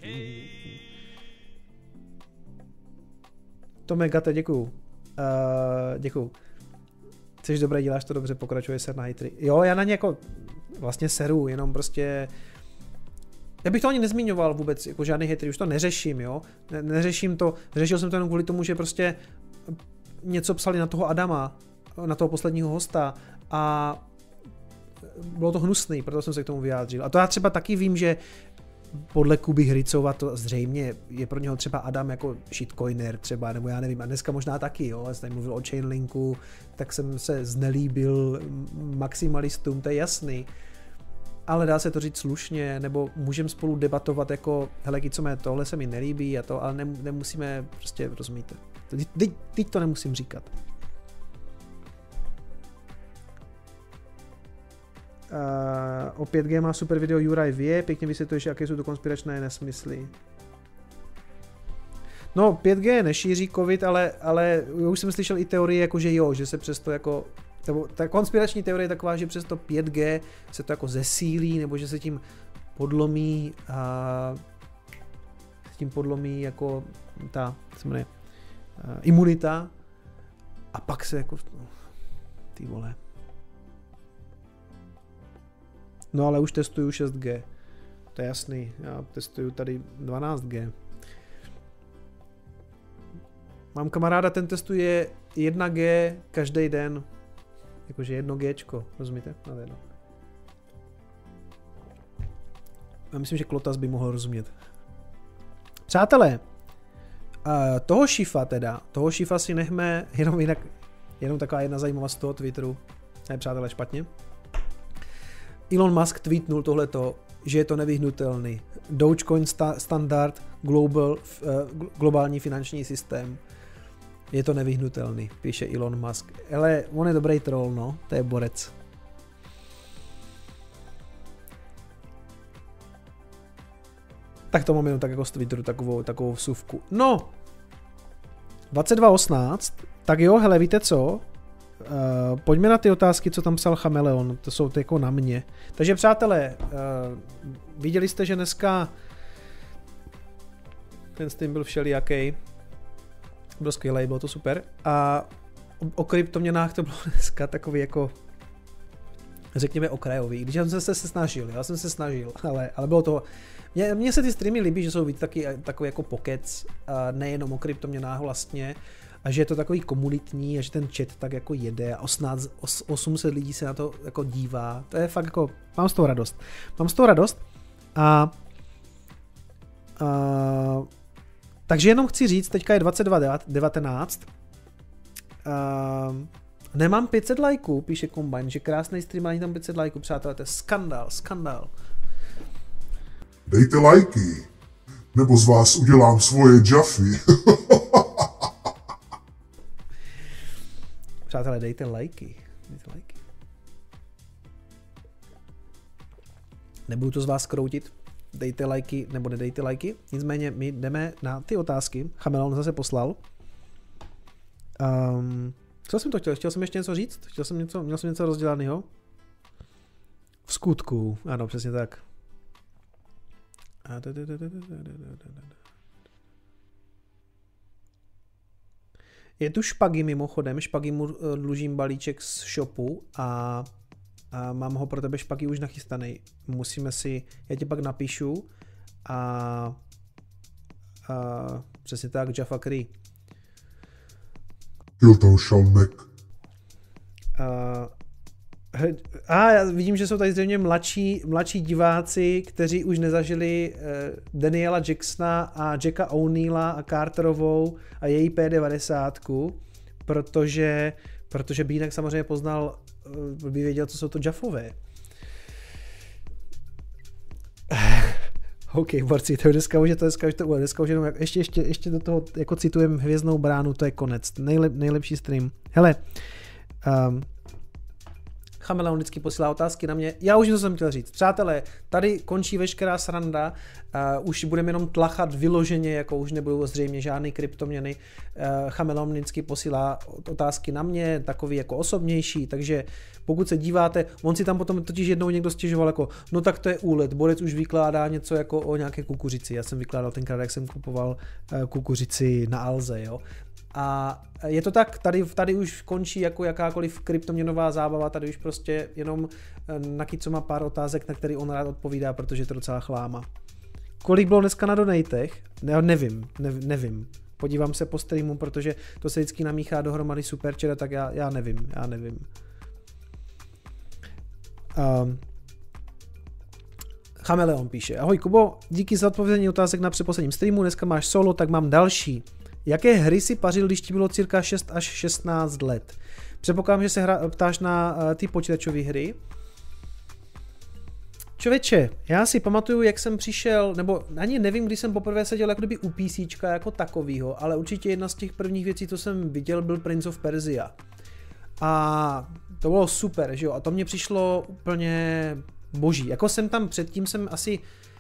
Tome Gate, děkuju. Děkuju. Jsi dobrý, děláš to dobře, pokračuje ser na hejtry. Jo, já na ně jako vlastně seru, jenom prostě já bych to ani nezmiňoval vůbec, jako žádný hejtry, už to neřeším, jo. Neřeším to, řešil jsem to jenom kvůli tomu, že prostě něco psali na toho Adama, na toho posledního hosta a bylo to hnusný, proto jsem se k tomu vyjádřil. A to já třeba taky vím, že podle Kuby Hrycova to zřejmě je pro něho třeba Adam jako shitcoiner třeba, nebo já nevím, a dneska možná taky, jo, já jsem tady mluvil o Chainlinku, tak jsem se znelíbil maximalistům, to je jasný. Ale dá se to říct slušně, nebo můžeme spolu debatovat jako, hele, co mě tohle se mi nelíbí a to, ale nemusíme prostě, rozumíte. Teď to nemusím říkat. O 5G má super video Juraj Vě, pěkně vysvětluješ, jaké jsou to konspiračné nesmysly. No, 5G nešíří covid, ale už jsem slyšel i teorie, jako že jo, že se přesto jako, ta konspirační teorie je taková, že přesto 5G se to jako zesílí, nebo že se tím podlomí jako ta, co se jmenuje, imunita a pak se jako, ty vole. No ale už testuju 6G. To je jasný. Já testuju tady 12G. Mám kamaráda, ten testuje 1G každý den. Jakože 1Gčko. Rozumíte? No, jedno. Já myslím, že Klotas by mohl rozumět. Přátelé, toho šifa si nechme jenom taková jedna zajímavost z toho Twitteru. Ne, přátelé, špatně. Elon Musk tweetnul tohleto, že je to nevyhnutelný. Dogecoin standard, globální finanční systém. Je to nevyhnutelný, píše Elon Musk. Ale on je dobrý troll, no, to je borec. Tak to mám jenom tak jako z Twitteru, takovou vsuvku. No, 22.18, tak jo, hele, víte co? Pojďme na ty otázky, co tam psal Chameleon, to jsou ty jako na mě. Takže přátelé, viděli jste, že dneska ten stream byl všelijaký, byl skvělej, bylo to super. A o kryptoměnách to bylo dneska takový jako, řekněme, okrajový. Když já jsem se snažil, ale bylo to, mně se ty streamy líbí, že jsou víc takový jako pokec, nejenom o kryptoměnách vlastně, a že je to takový komunitní a že ten chat tak jako jede a 800 lidí se na to jako dívá. To je fakt jako, mám z toho radost. A takže jenom chci říct, teďka je 22.19. Nemám 500 lajků, píše Combine, že krásný stream, ani tam 500 lajků, přátelé, to je skandál. Dejte lajky, nebo z vás udělám svoje Jaffy. Přátelé, dejte lajky. Nebudu to z vás kroutit, dejte lajky nebo nedejte lajky. Nicméně my jdeme na ty otázky. Chameleon zase poslal. Co jsem to chtěl? Chtěl jsem ještě něco říct? Měl jsem něco rozdělaného? V skutku, ano, přesně tak. Je tu Špagy mimochodem, Špagy mu dlužím balíček z shopu a mám ho pro tebe, Špagy, už nachystaný. Já ti pak napíšu a přesně tak, Jaffa Cree. Jo, to šalmek. Já vidím, že jsou tady zřejmě mladší diváci, kteří už nezažili Daniela Jacksona a Jacka O'Neilla a Carterovou a její P90, protože by jinak samozřejmě poznal, by věděl, co jsou to Jaffové. OK, borci, to dneska už jenom ještě do toho jako citujem Hvězdnou bránu, to je konec, nejlepší stream. Hele, Chameleon vždycky posílá otázky na mě. Já už to jsem chtěl říct. Přátelé, tady končí veškerá sranda. Už budeme jenom tlachat vyloženě, jako už nebudou zřejmě žádný kryptoměny. Chameleon vždycky posílá otázky na mě, takový jako osobnější, takže pokud se díváte, on si tam potom totiž jednou někdo stěžoval jako, no tak to je úlet, Borec už vykládá něco jako o nějaké kukuřici. Já jsem vykládal tenkrát, jak jsem kupoval kukuřici na Alze, jo. A je to tak, tady už končí jako jakákoliv kryptoměnová zábava, tady už prostě jenom Nakico má pár otázek, na který on rád odpovídá, protože je to docela chláma. Kolik bylo dneska na donatech? Nevím. Podívám se po streamu, protože to se vždycky namíchá dohromady superčera, tak já nevím. Chameleon píše, ahoj Kubo, díky za odpovězení otázek na předposledním streamu, dneska máš solo, tak mám další. Jaké hry si pařil, když ti bylo cirka 6 až 16 let? Předpokládám, že se ptáš na ty počítačové hry. Člověče, já si pamatuju, jak jsem přišel, nebo ani nevím, kdy jsem poprvé seděl jako kdyby u PCčka jako takovýho, ale určitě jedna z těch prvních věcí, co jsem viděl, byl Prince of Persia. A to bylo super, že jo? A to mě přišlo úplně boží. Jako předtím jsem asi...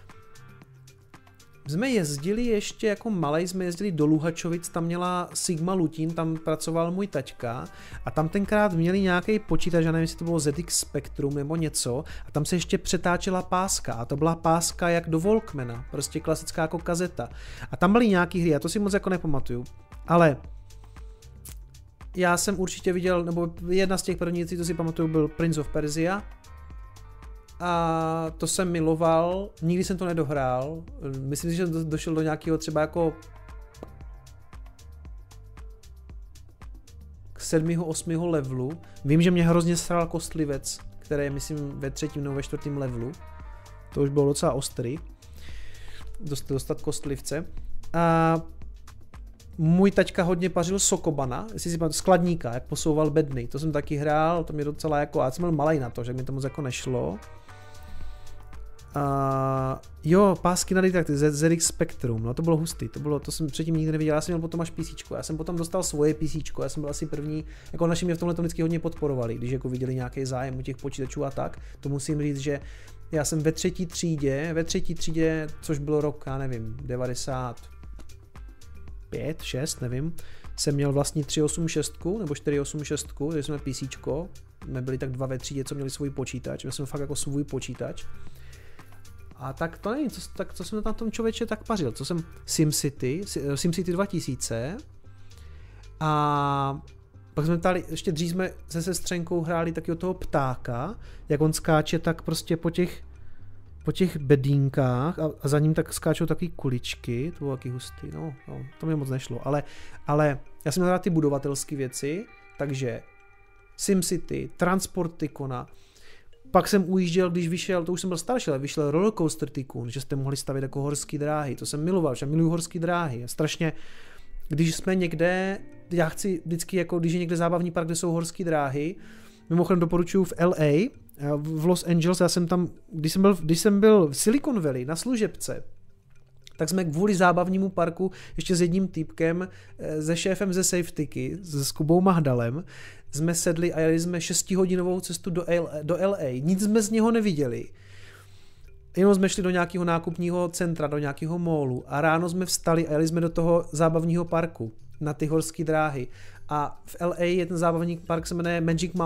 Jsme jezdili ještě jako malej, jsme jezdili do Luhačovic, tam měla Sigma Lutín, tam pracoval můj taťka a tam tenkrát měli nějaký počítač, já nevím, jestli to bylo ZX Spectrum nebo něco a tam se ještě přetáčela páska a to byla páska jak do Walkmana, prostě klasická jako kazeta. A tam byly nějaký hry, já to si moc jako nepamatuju, ale já jsem určitě viděl, nebo jedna z těch prvních věcí, co si pamatuju, byl Prince of Persia. A to jsem miloval, nikdy jsem to nedohrál, myslím si, že došel do nějakého třeba jako k 7. 8. levelu. Vím, že mě hrozně sral kostlivec, který je myslím ve 3. nebo ve 4. levelu. To už bylo docela ostrý, dostat kostlivce. A můj taťka hodně pařil Sokobana, jestli si pamatuju, skladníka, jak posouval bedny, to jsem taky hrál, to mě docela jako, já jsem byl malej na to, že mi to moc jako nešlo. Jo, pásky na Ditrakty, ZX Spectrum, no to bylo hustý, to jsem předtím nikdy neviděl, já jsem měl potom až PCčko, já jsem potom dostal svoje PCčko, já jsem byl asi první, jako naši mě v tomhle vždycky hodně podporovali, když jako viděli nějaký zájem u těch počítačů a tak, to musím říct, že já jsem ve třetí třídě, což bylo rok, já nevím, 95, 6, nevím, jsem měl vlastní 386 nebo 486, takže jsme PCčko, jsme byli tak 2 ve třídě, co měli svůj počítač, já jsem fakt jako svůj počítač. A tak to nevím, co jsem na tom člověče tak pařil, co jsem SimCity 2000 a pak jsme tady, ještě dřív jsme se sestřenkou hráli taky od toho ptáka, jak on skáče tak prostě po těch bedínkách a za ním tak skáčou takový kuličky, to bylo taky hustý, no, to mi moc nešlo, ale já jsem měl rád ty budovatelské věci, takže SimCity, Transport Tycoona. Pak jsem ujížděl, když vyšel, to už jsem byl starší, ale vyšel Rollercoaster Tycoon, že jste mohli stavět jako horské dráhy, to jsem miloval, že miluju horské dráhy, strašně, když jsme někde, já chci vždycky, jako když je někde zábavní park, kde jsou horské dráhy, mimochodem doporučuju v LA, v Los Angeles, já jsem tam, když jsem byl v Silicon Valley na služebce, tak jsme kvůli zábavnímu parku ještě s jedním týpkem, se šéfem ze Safetyky, s Kubou Mahdalem, jsme sedli a jeli jsme 6hodinovou cestu do LA. Nic jsme z něho neviděli. Jenom jsme šli do nějakého nákupního centra, do nějakého mallu a ráno jsme vstali a jeli jsme do toho zábavního parku na ty horské dráhy. A v LA je ten zábavní park, se jmenuje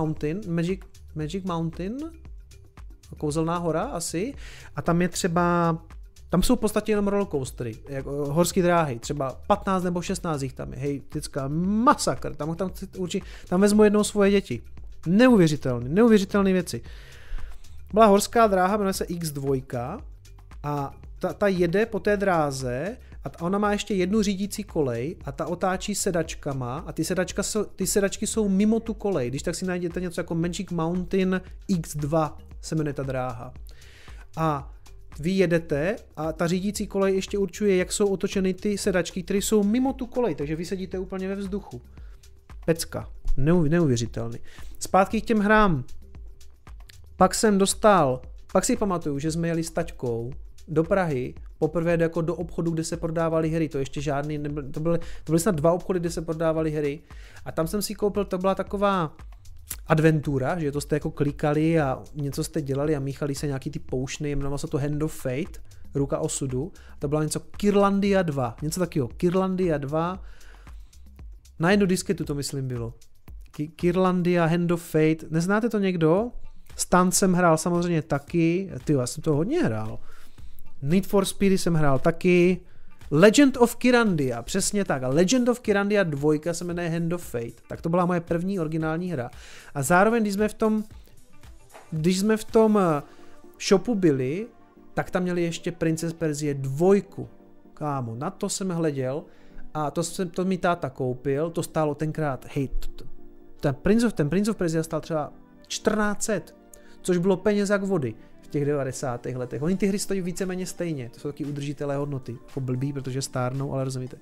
Magic Mountain, kouzelná hora asi, a tam je třeba, tam jsou v podstatě jenom rollercoastery, jako horské dráhy, třeba 15 nebo 16 jich tam je, hej, vždycká masakr, tam vezmu jednou svoje děti. Neuvěřitelné věci. Byla horská dráha, jmenuje se X2 a ta jede po té dráze a ona má ještě jednu řídící kolej a ta otáčí sedačkama a ty sedačky jsou mimo tu kolej, když tak si najděte něco jako Magic Mountain X2 se jmenuje ta dráha. A vy jedete a ta řídící kolej ještě určuje, jak jsou otočeny ty sedačky, které jsou mimo tu kolej, takže vy sedíte úplně ve vzduchu. Pecka. Neuvěřitelný. Zpátky k těm hrám. Pak si pamatuju, že jsme jeli s taťkou do Prahy, poprvé jako do obchodu, kde se prodávaly hry, to ještě žádný, to byly snad 2 obchody, kde se prodávaly hry a tam jsem si koupil, to byla taková adventura, že to jste jako klikali a něco jste dělali a míchali se nějaký ty poušny, jmenovalo se to Hand of Fate, ruka osudu. To byla něco Kirlandia 2, něco takového. Kirlandia 2, na jednu disketu to myslím bylo. Kirlandia, Hand of Fate, neznáte to někdo? Stunt jsem hrál samozřejmě taky, já jsem to hodně hrál. Need for Speedy jsem hrál taky. Legend of Kyrandia, přesně tak. A Legend of Kyrandia 2 se jmenuje Hand of Fate. Tak to byla moje první originální hra. A zároveň, když jsme v tom shopu byli, tak tam měli ještě Princess Persie 2. Kámo, na to jsem hleděl a to mi táta koupil, to stálo tenkrát, hej, ten Prince of Persia stál třeba 1400, což bylo peněz jak vody v těch 90. letech. Oni ty hry stojí víceméně stejně, to jsou taky udržitelé hodnoty, jako blbý, protože stárnou, ale rozumíte.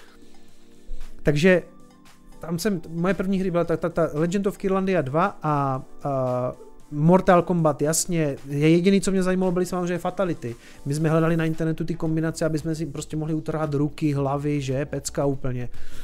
Takže moje první hry byla ta Legend of Kirlandia 2 a Mortal Kombat, jasně, jediný, co mě zajímalo, byly samozřejmě fatality. My jsme hledali na internetu ty kombinace, aby jsme si prostě mohli utrhat ruky, hlavy, že, pecka úplně.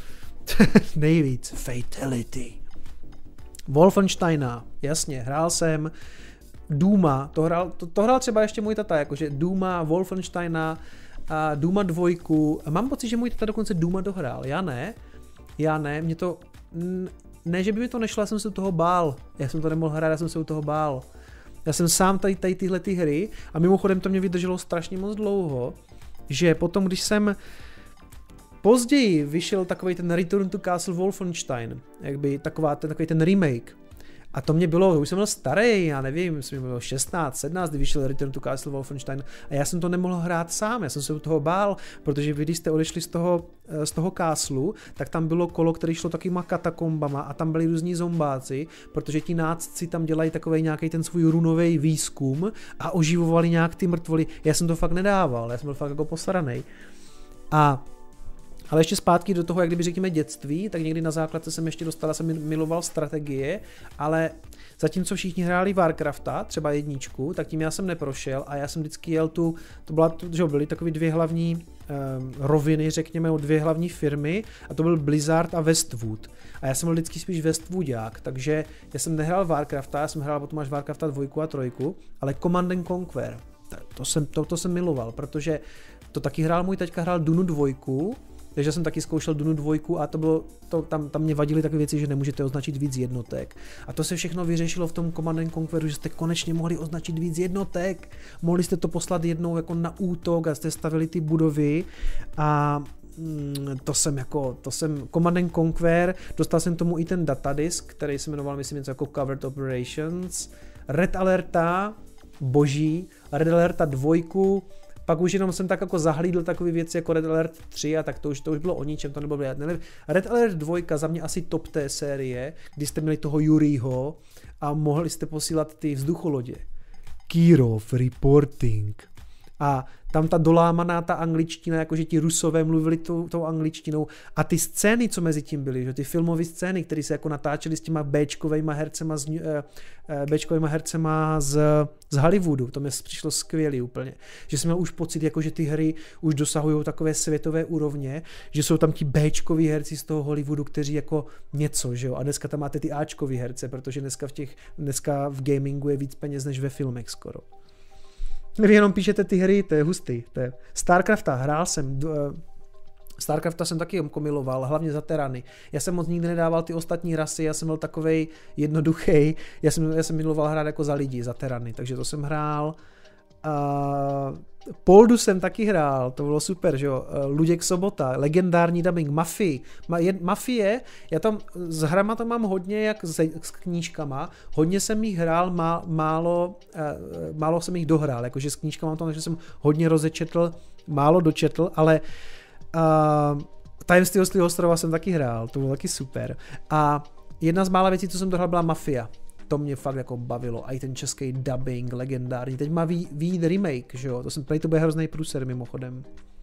Nejvíc, fatality. Wolfensteina, jasně, hrál jsem. Dooma, to hrál třeba ještě můj tata, jakože Dooma, Wolfensteina, a Dooma 2. Mám pocit, že můj tata dokonce Dooma dohrál, já ne, mě to... Ne, že by mi to nešlo, já jsem se u toho bál. Já jsem to nemohl hrát, já jsem se u toho bál. Já jsem sám tady tyhle ty hry a mimochodem to mě vydrželo strašně moc dlouho, že potom, když jsem později vyšel takový ten Return to Castle Wolfenstein, jakby takový ten remake. A to mě bylo, už jsem byl starý, já nevím, jsem byl 16, 17, kdy vyšel Return to Castle Wolfenstein a já jsem to nemohl hrát sám, já jsem se u toho bál, protože vy, když jste odešli z toho káslu, tak tam bylo kolo, které šlo takýma katakombama a tam byli různí zombáci, protože ti nácci tam dělají takovej nějaký ten svůj runový výzkum a oživovali nějak ty mrtvoly. Já jsem to fakt nedával, já jsem byl fakt jako posranej. Ale ještě zpátky do toho, jak kdyby řekněme dětství, tak někdy na základce jsem ještě dostal, jsem miloval strategie, ale zatímco všichni hráli Warcrafta, třeba 1, tak tím já jsem neprošel a já jsem vždycky jel byly takové 2 hlavní roviny, řekněme, 2 hlavní firmy a to byl Blizzard a Westwood. A já jsem byl vždycky spíš Westwoodák, takže já jsem nehrál Warcrafta, já jsem hrál potom až Warcrafta 2 a 3, ale Command & Conquer, to jsem miloval, protože to taky hrál můj teďka, hrál Dunu 2, takže jsem taky zkoušel Dunu 2 a to bylo, tam mě vadily takové věci, že nemůžete označit víc jednotek. A to se všechno vyřešilo v tom Command & Conqueru, že jste konečně mohli označit víc jednotek. Mohli jste to poslat jednou jako na útok a jste stavili ty budovy a to jsem Command & Conquer, dostal jsem tomu i ten datadisk, který se jmenoval, myslím, něco jako Covered Operations, Red Alerta, boží, Red Alerta 2, pak už jenom jsem tak jako zahlídl takové věci jako Red Alert 3 a tak to už bylo o ničem, to nebylo blídat. Red Alert 2 za mě asi top té série, kdy jste měli toho Yuriho a mohli jste posílat ty vzducholodě. Kirov reporting. A tam ta dolámaná ta angličtina, jakože ti Rusové mluvili tou angličtinou a ty scény, co mezi tím byly, že ty filmové scény, které se jako natáčely s těma Bčkovejma hercema z Hollywoodu, to mi přišlo skvělý úplně, že jsem měl už pocit, jako že ty hry už dosahují takové světové úrovně, že jsou tam ti Bčkoví herci z toho Hollywoodu, kteří jako něco, že jo, a dneska tam máte ty Ačkoví herce, protože dneska v gamingu je víc peněz než ve filmech skoro. Vy jenom píšete ty hry, to je hustý. Starcrafta hrál jsem, Starcrafta jsem taky komiloval, hlavně za terany. Já jsem moc nikdy nedával ty ostatní rasy, já jsem byl takovej jednoduchý, já jsem miloval hrát jako za lidi, za terany, takže to jsem hrál. Poldu jsem taky hrál, to bylo super, že jo. Luděk Sobota, legendární dubbing, Mafie, já tam s hrama to mám hodně jak s knížkama, hodně jsem jich hrál, málo jsem jich dohrál, jakože s knížkama to, že jsem hodně rozečetl, málo dočetl, ale Tajemství Oslího ostrova jsem taky hrál, to bylo taky super. A jedna z mála věcí, co jsem dohrál, byla Mafia. To mě fakt jako bavilo, a i ten český dubbing, legendární. Teď má výjít remake, že jo, to bude hrozný průser mimochodem.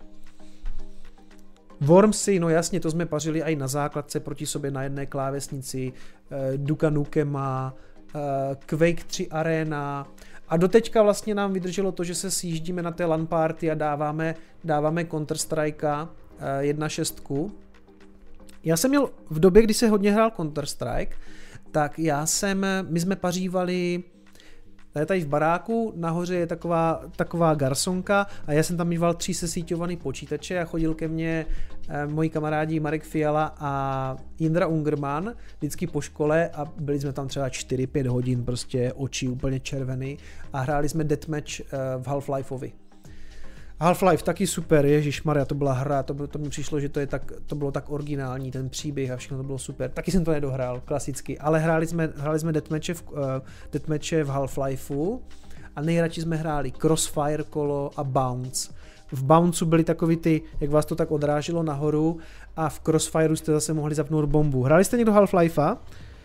Wormsy, no jasně, to jsme pařili i na základce proti sobě na jedné klávesnici, Duke Nukema, Quake 3 Arena a doteďka vlastně nám vydrželo to, že se sjíždíme na té LAN party a dáváme Counter-Strike 1.6. Já jsem měl v době, kdy se hodně hrál Counter-Strike, tak my jsme pařívali tady v baráku, nahoře je taková garsonka a já jsem tam mýval 3 sesíťovaný počítače a chodil ke mně moji kamarádi Marek Fiala a Jindra Ungerman vždycky po škole a byli jsme tam třeba 4-5 hodin, prostě oči úplně červený a hráli jsme deathmatch v Half-Lifeovi. Half-Life taky super, ježišmarja, to byla hra, to mi přišlo, že to bylo tak originální, ten příběh a všechno to bylo super. Taky jsem to nedohrál, klasicky, ale hráli jsme deathmatche v Half-Lifeu a nejradši jsme hráli Crossfire kolo a Bounce. V Bounceu byly takový ty, jak vás to tak odráželo nahoru a v Crossfireu jste zase mohli zapnout bombu. Hráli jste někdo Half-Lifea?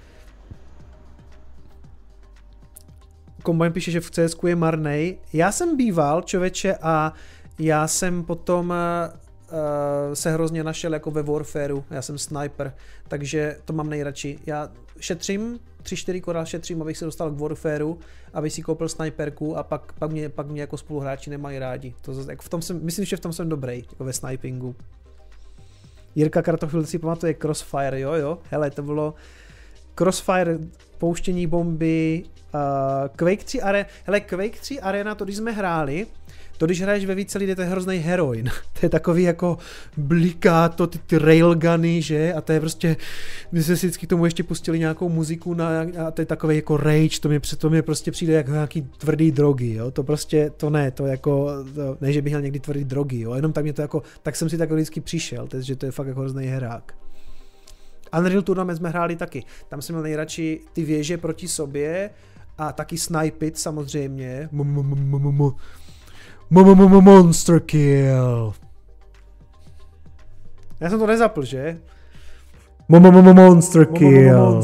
Combine píše, že v CSku je marnej. Já jsem býval, člověče, a já jsem potom se hrozně našel jako ve Warfareu. Já jsem sniper, takže to mám nejradši. Já šetřím, 3-4 korál šetřím, abych se dostal k Warfareu, abych si koupil sniperku a pak mě jako spoluhráči nemají rádi. Jako myslím, že v tom jsem dobrý, jako ve snipingu. Jirka Kartofil si pamatuje Crossfire, jo. Hele, to bylo Crossfire, pouštění bomby, Quake 3 Arena. Hele, Quake 3 Arena, to když jsme hráli, to když hraješ ve více lidí, to je hrozný heroin. To je takový jako bliká to, ty railguny, že? A to je prostě, my jsme si vždycky k tomu ještě pustili nějakou muziku a to je takový jako rage, to mě prostě přijde jako nějaký tvrdý drogy, jo? To prostě, ne, že bych měl někdy tvrdý drogy, jo? Jenom tak mě to jako, tak jsem si tak vždycky přišel, že to je fakt jako hrozný herák. Unreal Tournament jsme hráli taky, tam jsem měl nejradši ty věže proti sobě a taky snipit samozřejmě. Monster kill. Já jsem to nezapl, že? Monster kill.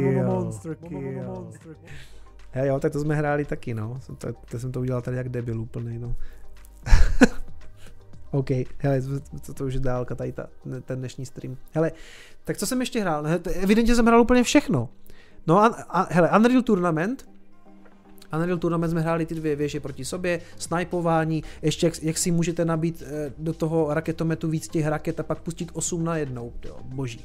Hej, jo, tak to jsme hráli taky, no. To jsem to udělal tady jak debil úplnej, no. OK, hele, to už je dálka tady ten dnešní stream. Hele, tak co jsem ještě hrál? Evidentně jsem hrál úplně všechno. No a hele, Unreal Tournament jsme hráli ty 2 věže proti sobě, snajpování, ještě jak si můžete nabít do toho raketometu víc těch raket a pak pustit 8 najednou. Jo, boží,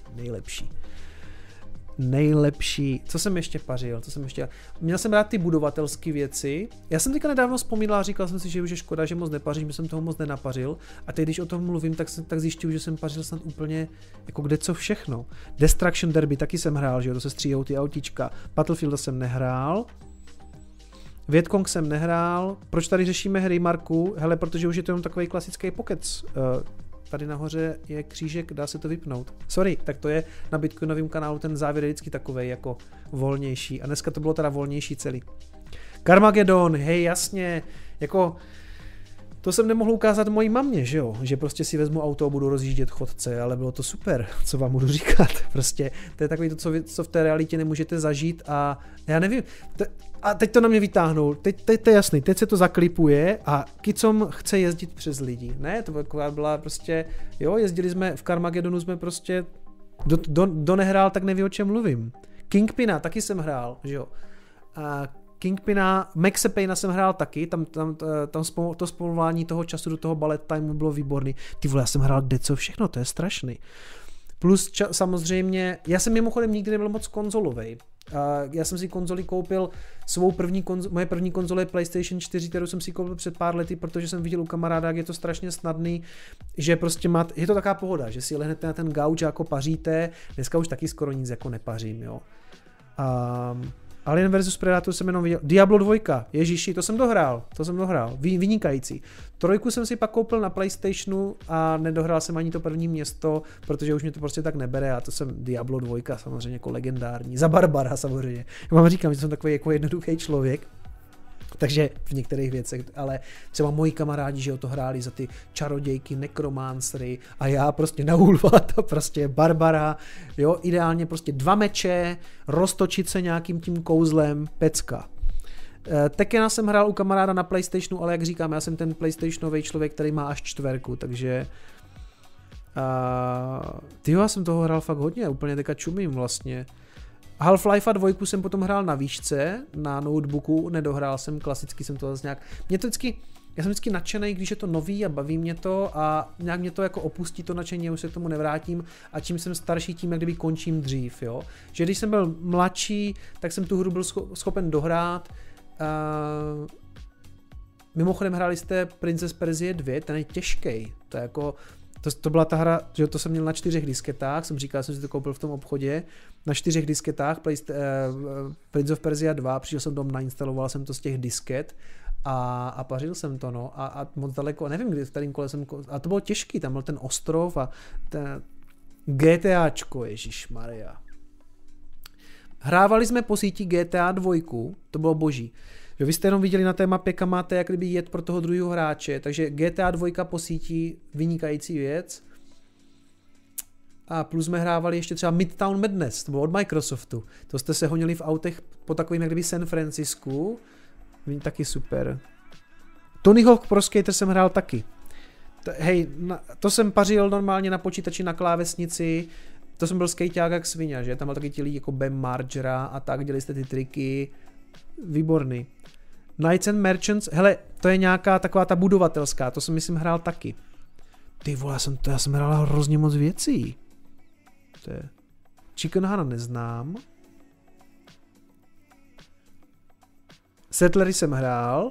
nejlepší. Co jsem ještě pařil? Měl jsem rád ty budovatelské věci. Já jsem teďka nedávno vzpomínal a říkal jsem si, že už je škoda, že moc nepařím, že jsem toho moc nenapařil. A teď, když o tom mluvím, tak zjišťuju, že jsem pařil snad úplně jako kde co všechno. Destruction Derby taky jsem hrál, že jo, to se stříhou ty autíčka. Battlefield jsem nehrál. Vietcong jsem nehrál. Proč tady řešíme hry, Marku? Hele, protože už je to jenom takový klasický pokec. Tady nahoře je křížek, dá se to vypnout. Sorry, tak to je na Bitcoinovém kanálu, ten závěr je vždycky takovej jako volnější. A dneska to bylo teda volnější celý. Carmageddon, hej, jasně, jako to jsem nemohl ukázat mojí mamě, že jo, že prostě si vezmu auto a budu rozjíždět chodce, ale bylo to super, co vám budu říkat, prostě to je takový to, co v té realitě nemůžete zažít a já nevím, a teď to na mě vytáhnul, teď to je jasný, teď se to zaklipuje a Kicom chce jezdit přes lidi, ne, to byla prostě, jo, jezdili jsme, v Carmageddonu jsme prostě, kdo nehrál, tak neví, o čem mluvím. Kingpina taky jsem hrál, že jo, a Kingpina, Maxe Payna jsem hrál taky, tam to spolování toho času do toho bullet timeu bylo výborný. Ty vole, já jsem hrál kde co všechno, to je strašný. Plus samozřejmě, já jsem mimochodem nikdy nebyl moc konzolovej. Já jsem si konzoli koupil, moje první konzole je PlayStation 4, kterou jsem si koupil před pár lety, protože jsem viděl u kamaráda, jak je to strašně snadný, že prostě je to taková pohoda, že si lehnete na ten gauč a jako paříte, dneska už taky skoro nic jako nepařím, jo. Alien vs Predator jsem jenom viděl. Diablo 2, ježiši, to jsem dohrál, vynikající. 3 jsem si pak koupil na PlayStationu a nedohrál jsem ani to první město, protože už mě to prostě tak nebere a to jsem Diablo 2 samozřejmě jako legendární, za Barbara samozřejmě. Já vám říkám, že jsem takový jako jednoduchý člověk. Takže v některých věcech, ale třeba moji kamarádi, že o to hráli za ty čarodějky, nekromancery a já prostě na Ulvata, prostě Barbara, jo, ideálně prostě 2 meče, roztočit se nějakým tím kouzlem, pecka. Tekena jsem hrál u kamaráda na PlayStationu, ale jak říkám, já jsem ten PlayStationový člověk, který má až 4, takže já jsem toho hrál fakt hodně, úplně teďka čumím vlastně. Half-Life 2 jsem potom hrál na výšce, na notebooku, nedohrál jsem, klasicky jsem to zase nějak, mě to vždycky, já jsem vždycky nadšený, když je to nový a baví mě to a nějak mě to jako opustí to nadšení, už se k tomu nevrátím a čím jsem starší, tím jak kdyby končím dřív, jo. Že když jsem byl mladší, tak jsem tu hru byl schopen dohrát. Mimochodem hráli jste Princess Persie 2, ten je těžký, to je jako, to byla ta hra, že to jsem měl na 4 disketách, jsem říkal, jsem si to koupil v tom obchodě, na 4 disketách Prince of Persia 2, přišel jsem dom, nainstaloval jsem to z těch disket a pařil jsem to, no, a moc daleko, nevím, kdy v kterým kole jsem, a to bylo těžký, tam byl ten ostrov a ten GTAčko, ježišmarja. Hrávali jsme po síti GTA 2, to bylo boží. Že vy jste jenom viděli na té mapě, kam máte jak kdyby jet pro toho druhého hráče, takže GTA 2 po síti, vynikající věc. A plus jsme hrávali ještě třeba Midtown Madness, to bylo od Microsoftu. To jste se honili v autech po takovým jak kdyby San Francisku. Taky super. Tony Hawk Pro Skater jsem hrál taky. Hej, to jsem pařil normálně na počítači na klávesnici. To jsem byl skejťák jak svině, že? Tam byl taky ti lidi jako Bam Margera a tak, dělali jste ty triky. Výborný. Knights and Merchants, hele, to je nějaká taková ta budovatelská, to jsem myslím hrál taky. Ty vole, já jsem hrál hrozně moc věcí. To je... Chicken Hana neznám. Settlery jsem hrál.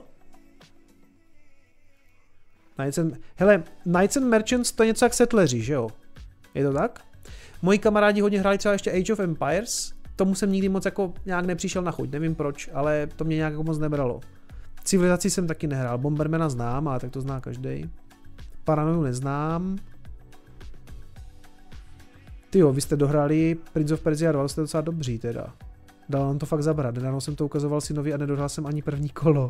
Knights and Merchants to je něco jak Settleři, že jo? Je to tak? Moji kamarádi hodně hráli třeba ještě Age of Empires. Tomu jsem nikdy moc jako nějak nepřišel na chuť, nevím proč, ale to mě nějak jako moc nebralo. Civilizaci jsem taky nehrál, Bombermana znám, ale tak to zná každej. Paranoju neznám. Tyjo, vy jste dohráli Prince of Persia 2, jste docela dobří teda. Dal nám to fakt zabrat, nedávno jsem to ukazoval synovi a nedohrál jsem ani první kolo.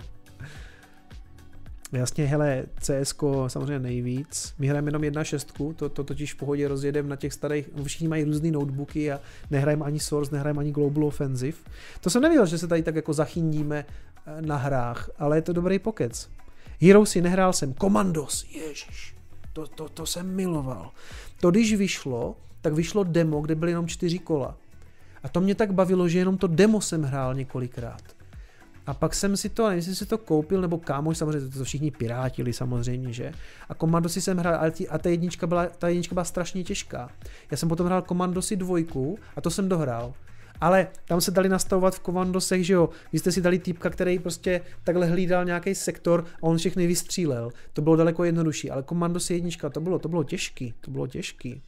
Jasně, hele, CSko samozřejmě nejvíc. My hrajeme jenom 1.6, to totiž v pohodě rozjedeme na těch starých, všichni mají různý notebooky a nehrajeme ani Source, nehrajeme ani Global Offensive. To jsem nevěděl, že se tady tak jako zachyndíme na hrách, ale je to dobrý pokec. Heroesy nehrál jsem, Commandos, ježiš, to jsem miloval. To když vyšlo, tak vyšlo demo, kde byly jenom 4 kola. A to mě tak bavilo, že jenom to demo jsem hrál několikrát. A pak jsem si to, nevím, jestli si to koupil, nebo kámoš, samozřejmě to všichni pirátili samozřejmě, že? A Commandosy jsem hrál, a ta jednička byla strašně těžká. Já jsem potom hrál Commandosy 2 a to jsem dohrál. Ale tam se dali nastavovat v Commandosech, že jo, vy jste si dali týpka, který prostě takhle hlídal nějaký sektor a on všechny vystřílel. To bylo daleko jednodušší, ale Commandosy 1, to bylo těžký.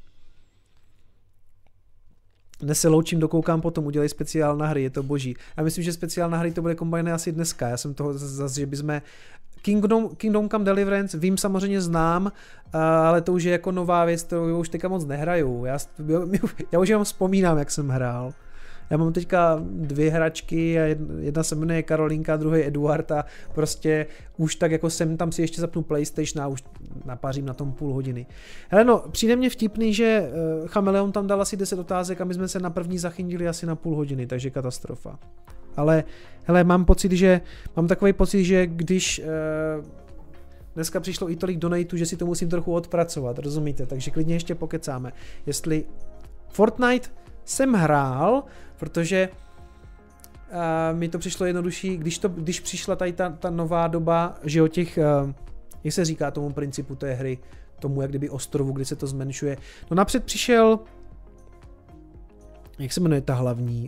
Dnes se loučím, dokoukám potom, udělej speciál na hry, je to boží. Já myslím, že speciál na hry to bude kombajné asi dneska, já jsem toho zase, že bychom... Kingdom Come Deliverance, vím, samozřejmě znám, ale to už je jako nová věc, to už teďka moc nehraju. Já už jenom vzpomínám, jak jsem hrál. Já mám teďka 2 hračky a jedna se jmenuje Karolinka, druhý Eduard a prostě už tak jako jsem tam si ještě zapnu PlayStation a už napařím na tom půl hodiny. Hele no, přijde mně vtipný, že Chameleon tam dal asi 10 otázek a my jsme se na první zachyndili asi na půl hodiny, takže katastrofa. Ale hele, mám takový pocit, že když dneska přišlo i tolik donatů, že si to musím trochu odpracovat, rozumíte? Takže klidně ještě pokecáme. Jestli Fortnite jsem hrál, protože mi to přišlo jednodušší, když přišla tady ta nová doba, že o těch, jak se říká tomu principu té hry, tomu jak kdyby ostrovu, kdy se to zmenšuje. No napřed přišel, jak se jmenuje ta hlavní,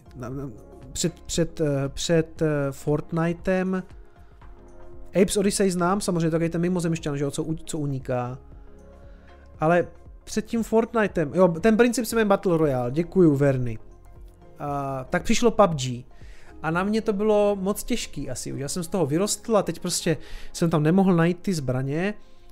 před Fortnitem, Apes Odyssey znám, samozřejmě takový ten mimozemšťan, že jo, co uniká. Ale před tím Fortnitem, jo, ten princip se jmenuje Battle Royale, děkuju Verny. Tak přišlo PUBG. A na mě to bylo moc těžký asi už. Já jsem z toho vyrostl a teď prostě jsem tam nemohl najít ty zbraně.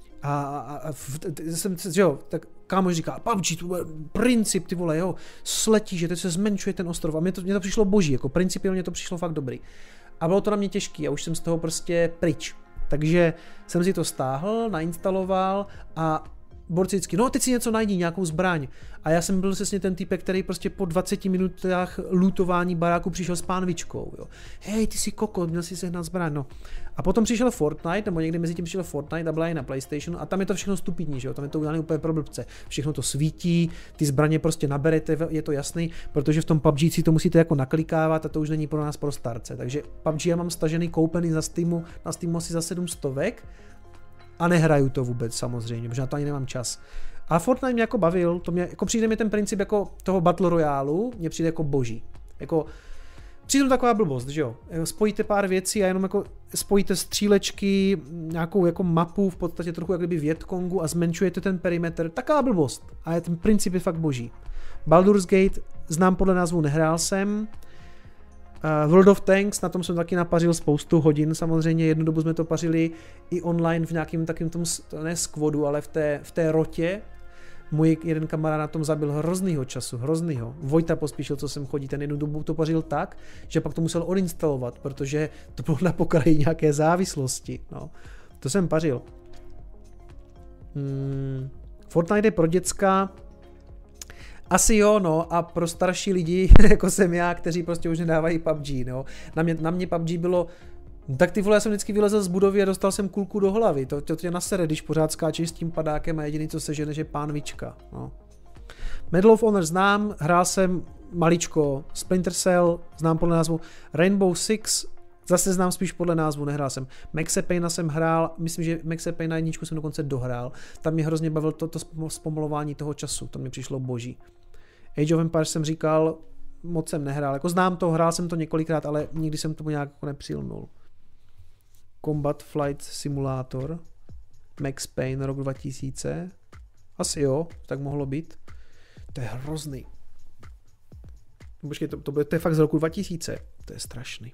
Jo, tak kámoš říká, PUBG, to byl princip, ty vole, jo, sletí, že teď se zmenšuje ten ostrov. A mně to přišlo boží, jako principiálně to přišlo fakt dobrý. A bylo to na mě těžký a už jsem z toho prostě pryč. Takže jsem si to stáhl, nainstaloval a borci vždycky, no teď si něco najdi, nějakou zbraň. A já jsem byl přesně ten typek, který prostě po 20 minutách lootování baráku přišel s pánvičkou. Jo. Hej, ty jsi kokot, měl si sehnat zbraň, no. A potom přišel Fortnite, nebo někdy mezi tím přišel Fortnite a byla i na PlayStation a tam je to všechno stupidní, že jo, tam je to udělané úplně pro blbce. Všechno to svítí, ty zbraně prostě naberete, je to jasný, protože v tom PUBG si to musíte jako naklikávat a to už není pro nás pro starce. Takže PUBG já mám stažený, koupený na Steamu asi za 700 a nehraju to vůbec samozřejmě, protože na to ani nemám čas. A Fortnite mě jako bavil, to mě, jako přijde mi ten princip jako toho Battle Royale, mně přijde jako boží. Jako přijde taková blbost, že jo. Spojíte pár věcí a jenom jako spojíte střílečky, nějakou jako mapu, v podstatě trochu jak kdyby Vietkongu a zmenšujete ten perimetr. Taková blbost. A ten princip je fakt boží. Baldur's Gate znám podle názvu, nehrál jsem. World of Tanks, na tom jsem taky napařil spoustu hodin, samozřejmě jednu dobu jsme to pařili i online v nějakým takým tom, ne squadu, ale v té rotě. Můj jeden kamarád na tom zabil hroznýho času, hroznýho. Vojta Pospíšil, co jsem chodí, ten jednu dobu to pařil tak, že pak to musel odinstalovat, protože to bylo na pokraji nějaké závislosti. No. To jsem pařil. Fortnite je pro děcka. Asi jo, no, a pro starší lidi, jako jsem já, kteří prostě už nedávají PUBG, no. Na mě PUBG bylo, tak ty vole, já jsem vždycky vylezl z budovy a dostal jsem kulku do hlavy, to tě nasere, když pořád skáčeš s tím padákem a jediný, co sežene, že pánvička, no. Medal of Honor znám, hrál jsem maličko, Splinter Cell, znám podle názvu, Rainbow Six, zase znám spíš podle názvu, nehrál jsem. Maxe Payna jsem hrál, myslím, že Maxe Payna jedničku jsem dokonce dohrál. Tam mě hrozně bavilo to zpomalování toho času, to mi přišlo boží. Age of Empires jsem říkal, moc jsem nehrál, jako znám to, hrál jsem to několikrát, ale nikdy jsem tomu nějak nepřilnul. Combat Flight Simulator, Max Payne rok 2000, asi jo, tak mohlo být. To je hrozný. Počkej, to je fakt z roku 2000, to je strašný.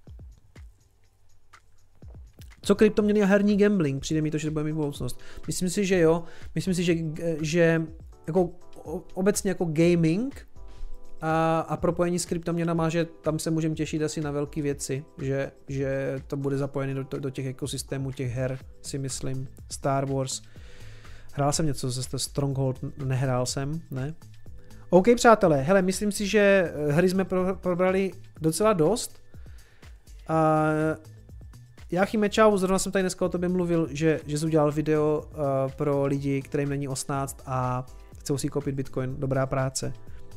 Co kryptoměny a herní gambling? Přijde mi to, že to bude mít budoucnost. Myslím si, že jo. Myslím si, že jako obecně jako gaming a propojení s kryptoměnama, že tam se můžeme těšit asi na velké věci, že to bude zapojené do těch ekosystémů těch her, si myslím. Star Wars. Hrál jsem něco ze Stronghold, nehrál jsem, ne? OK, přátelé, hele, myslím si, že hry jsme probrali docela dost. Jáchyme, čau, zrovna jsem tady dneska o tobě mluvil, že jsi udělal video pro lidi, kterým není 18 a chcou si koupit Bitcoin. Dobrá práce.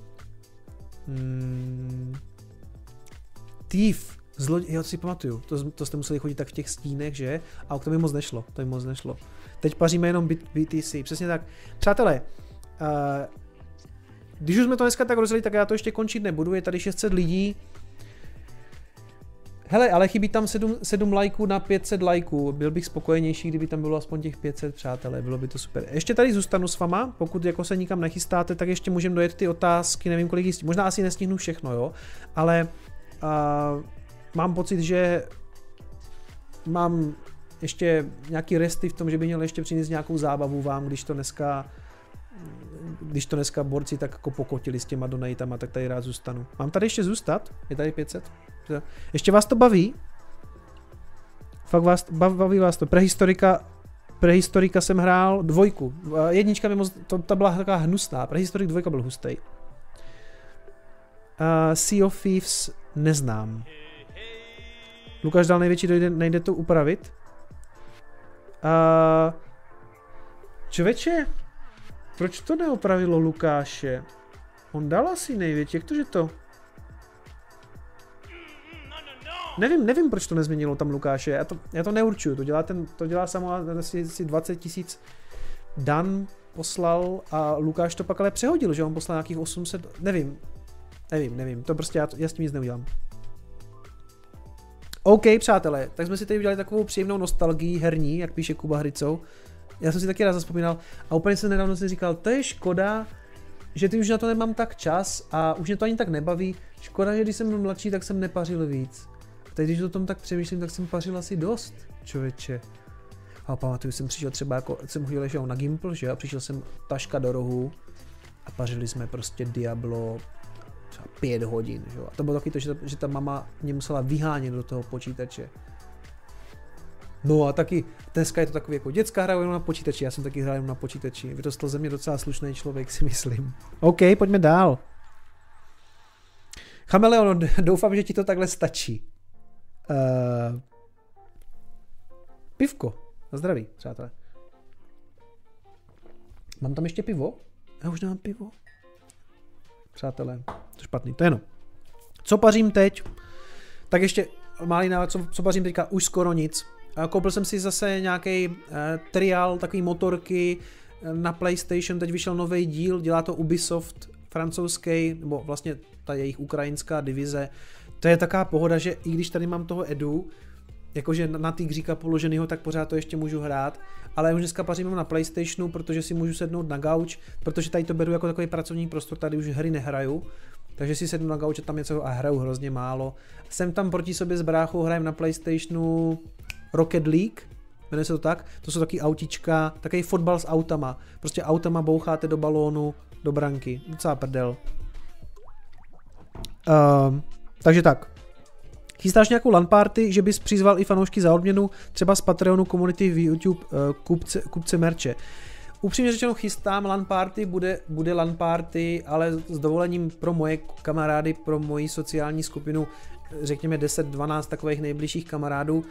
Thief, jo, to si pamatuju, to jste museli chodit tak v těch stínech, že? A to mi moc nešlo, Teď paříme jenom BTC, přesně tak. Přátelé, když už jsme to dneska tak rozdělili, tak já to ještě končit nebudu, je tady 600 lidí. Hele, ale chybí tam 7 lajků na 500 lajků. Byl bych spokojenější, kdyby tam bylo aspoň těch 500, přátelé, bylo by to super. Ještě tady zůstanu s váma, pokud jako se nikam nechystáte, tak ještě můžeme dojet ty otázky, nevím kolik jistí. Možná asi nestihnu všechno, jo, ale mám pocit, že mám ještě nějaký resty v tom, že bych měl ještě přinést nějakou zábavu vám, když to dneska borci tak jako pokotili s těma donatama, tak tady rád zůstanu. Mám tady ještě zůstat? Je tady 500? Ještě vás to baví? Fakt baví vás to. Prehistorika jsem hrál 2. Jednička mi moc, ta byla taková hnusná. Prehistorik 2 byl hustý. Sea of Thieves neznám. Lukáš dal největší, nejde to upravit. Čověče, proč to neopravilo Lukáše? On dal asi největší, jak to, že to? Nevím, proč to nezměnilo tam Lukáše, já to neurčuju, to dělá samo asi 20 000 Dan poslal a Lukáš to pak ale přehodil, že on poslal nějakých 800, nevím, to prostě já s tím nic neudělám. OK, přátelé, tak jsme si tady udělali takovou příjemnou nostalgii herní, jak píše Kuba Hricou. Já jsem si taky rád zaspomínal a úplně jsem nedávno si říkal, to je škoda, že ty už na to nemám tak čas a už mě to ani tak nebaví. Škoda, že když jsem byl mladší, tak jsem nepařil víc. A teď, když o tom tak přemýšlím, tak jsem pařil asi dost, člověče. A pamatuju, jsem přišel třeba jako, jsem chodil ještě na Gimple, že? A přišel jsem taška do rohu a pařili jsme prostě Diablo třeba 5 hodin, že? A to bylo taky to, že ta mama mě musela vyhánět do toho počítače. No a taky dneska je to takový jako děcka hrajou jenom na počítači, já jsem taky hrál jenom na počítači. Vyrostl ze mě docela slušný člověk, si myslím. OK, pojďme dál. Chameleon, doufám, že ti to takhle stačí. Pivko. Na zdraví, přátelé. Mám tam ještě pivo? Já už nemám pivo. Přátelé, to špatný, to je jenom. Co pařím teď? Tak ještě malý návod, co pařím teďka? Už skoro nic. Koupil jsem si zase nějaký trial, takový motorky na PlayStation, teď vyšel nový díl, dělá to Ubisoft francouzský, nebo vlastně ta jejich ukrajinská divize. To je taková pohoda, že i když tady mám toho Edu, jakože na Tigříka položenýho, tak pořád to ještě můžu hrát, ale už dneska pařím na PlayStationu, protože si můžu sednout na gauč, protože tady to beru jako takový pracovní prostor, tady už hry nehraju, takže si sednu na gauč a tam něco a hraju hrozně málo. Jsem tam proti sobě s bráchou, hrajem na PlayStationu Rocket League, jmenuje se to tak, to jsou taky autička, takový fotbal s autama, prostě autama boucháte do balónu, do branky, docela prdel. Takže tak. Chystáš nějakou LAN party, že bys přizval i fanoušky za odměnu, třeba z Patreonu komunity v YouTube kupce merče. Upřímně řečeno chystám LAN party, bude LAN party, ale s dovolením pro moje kamarády, pro moji sociální skupinu, řekněme 10-12 takových nejbližších kamarádů.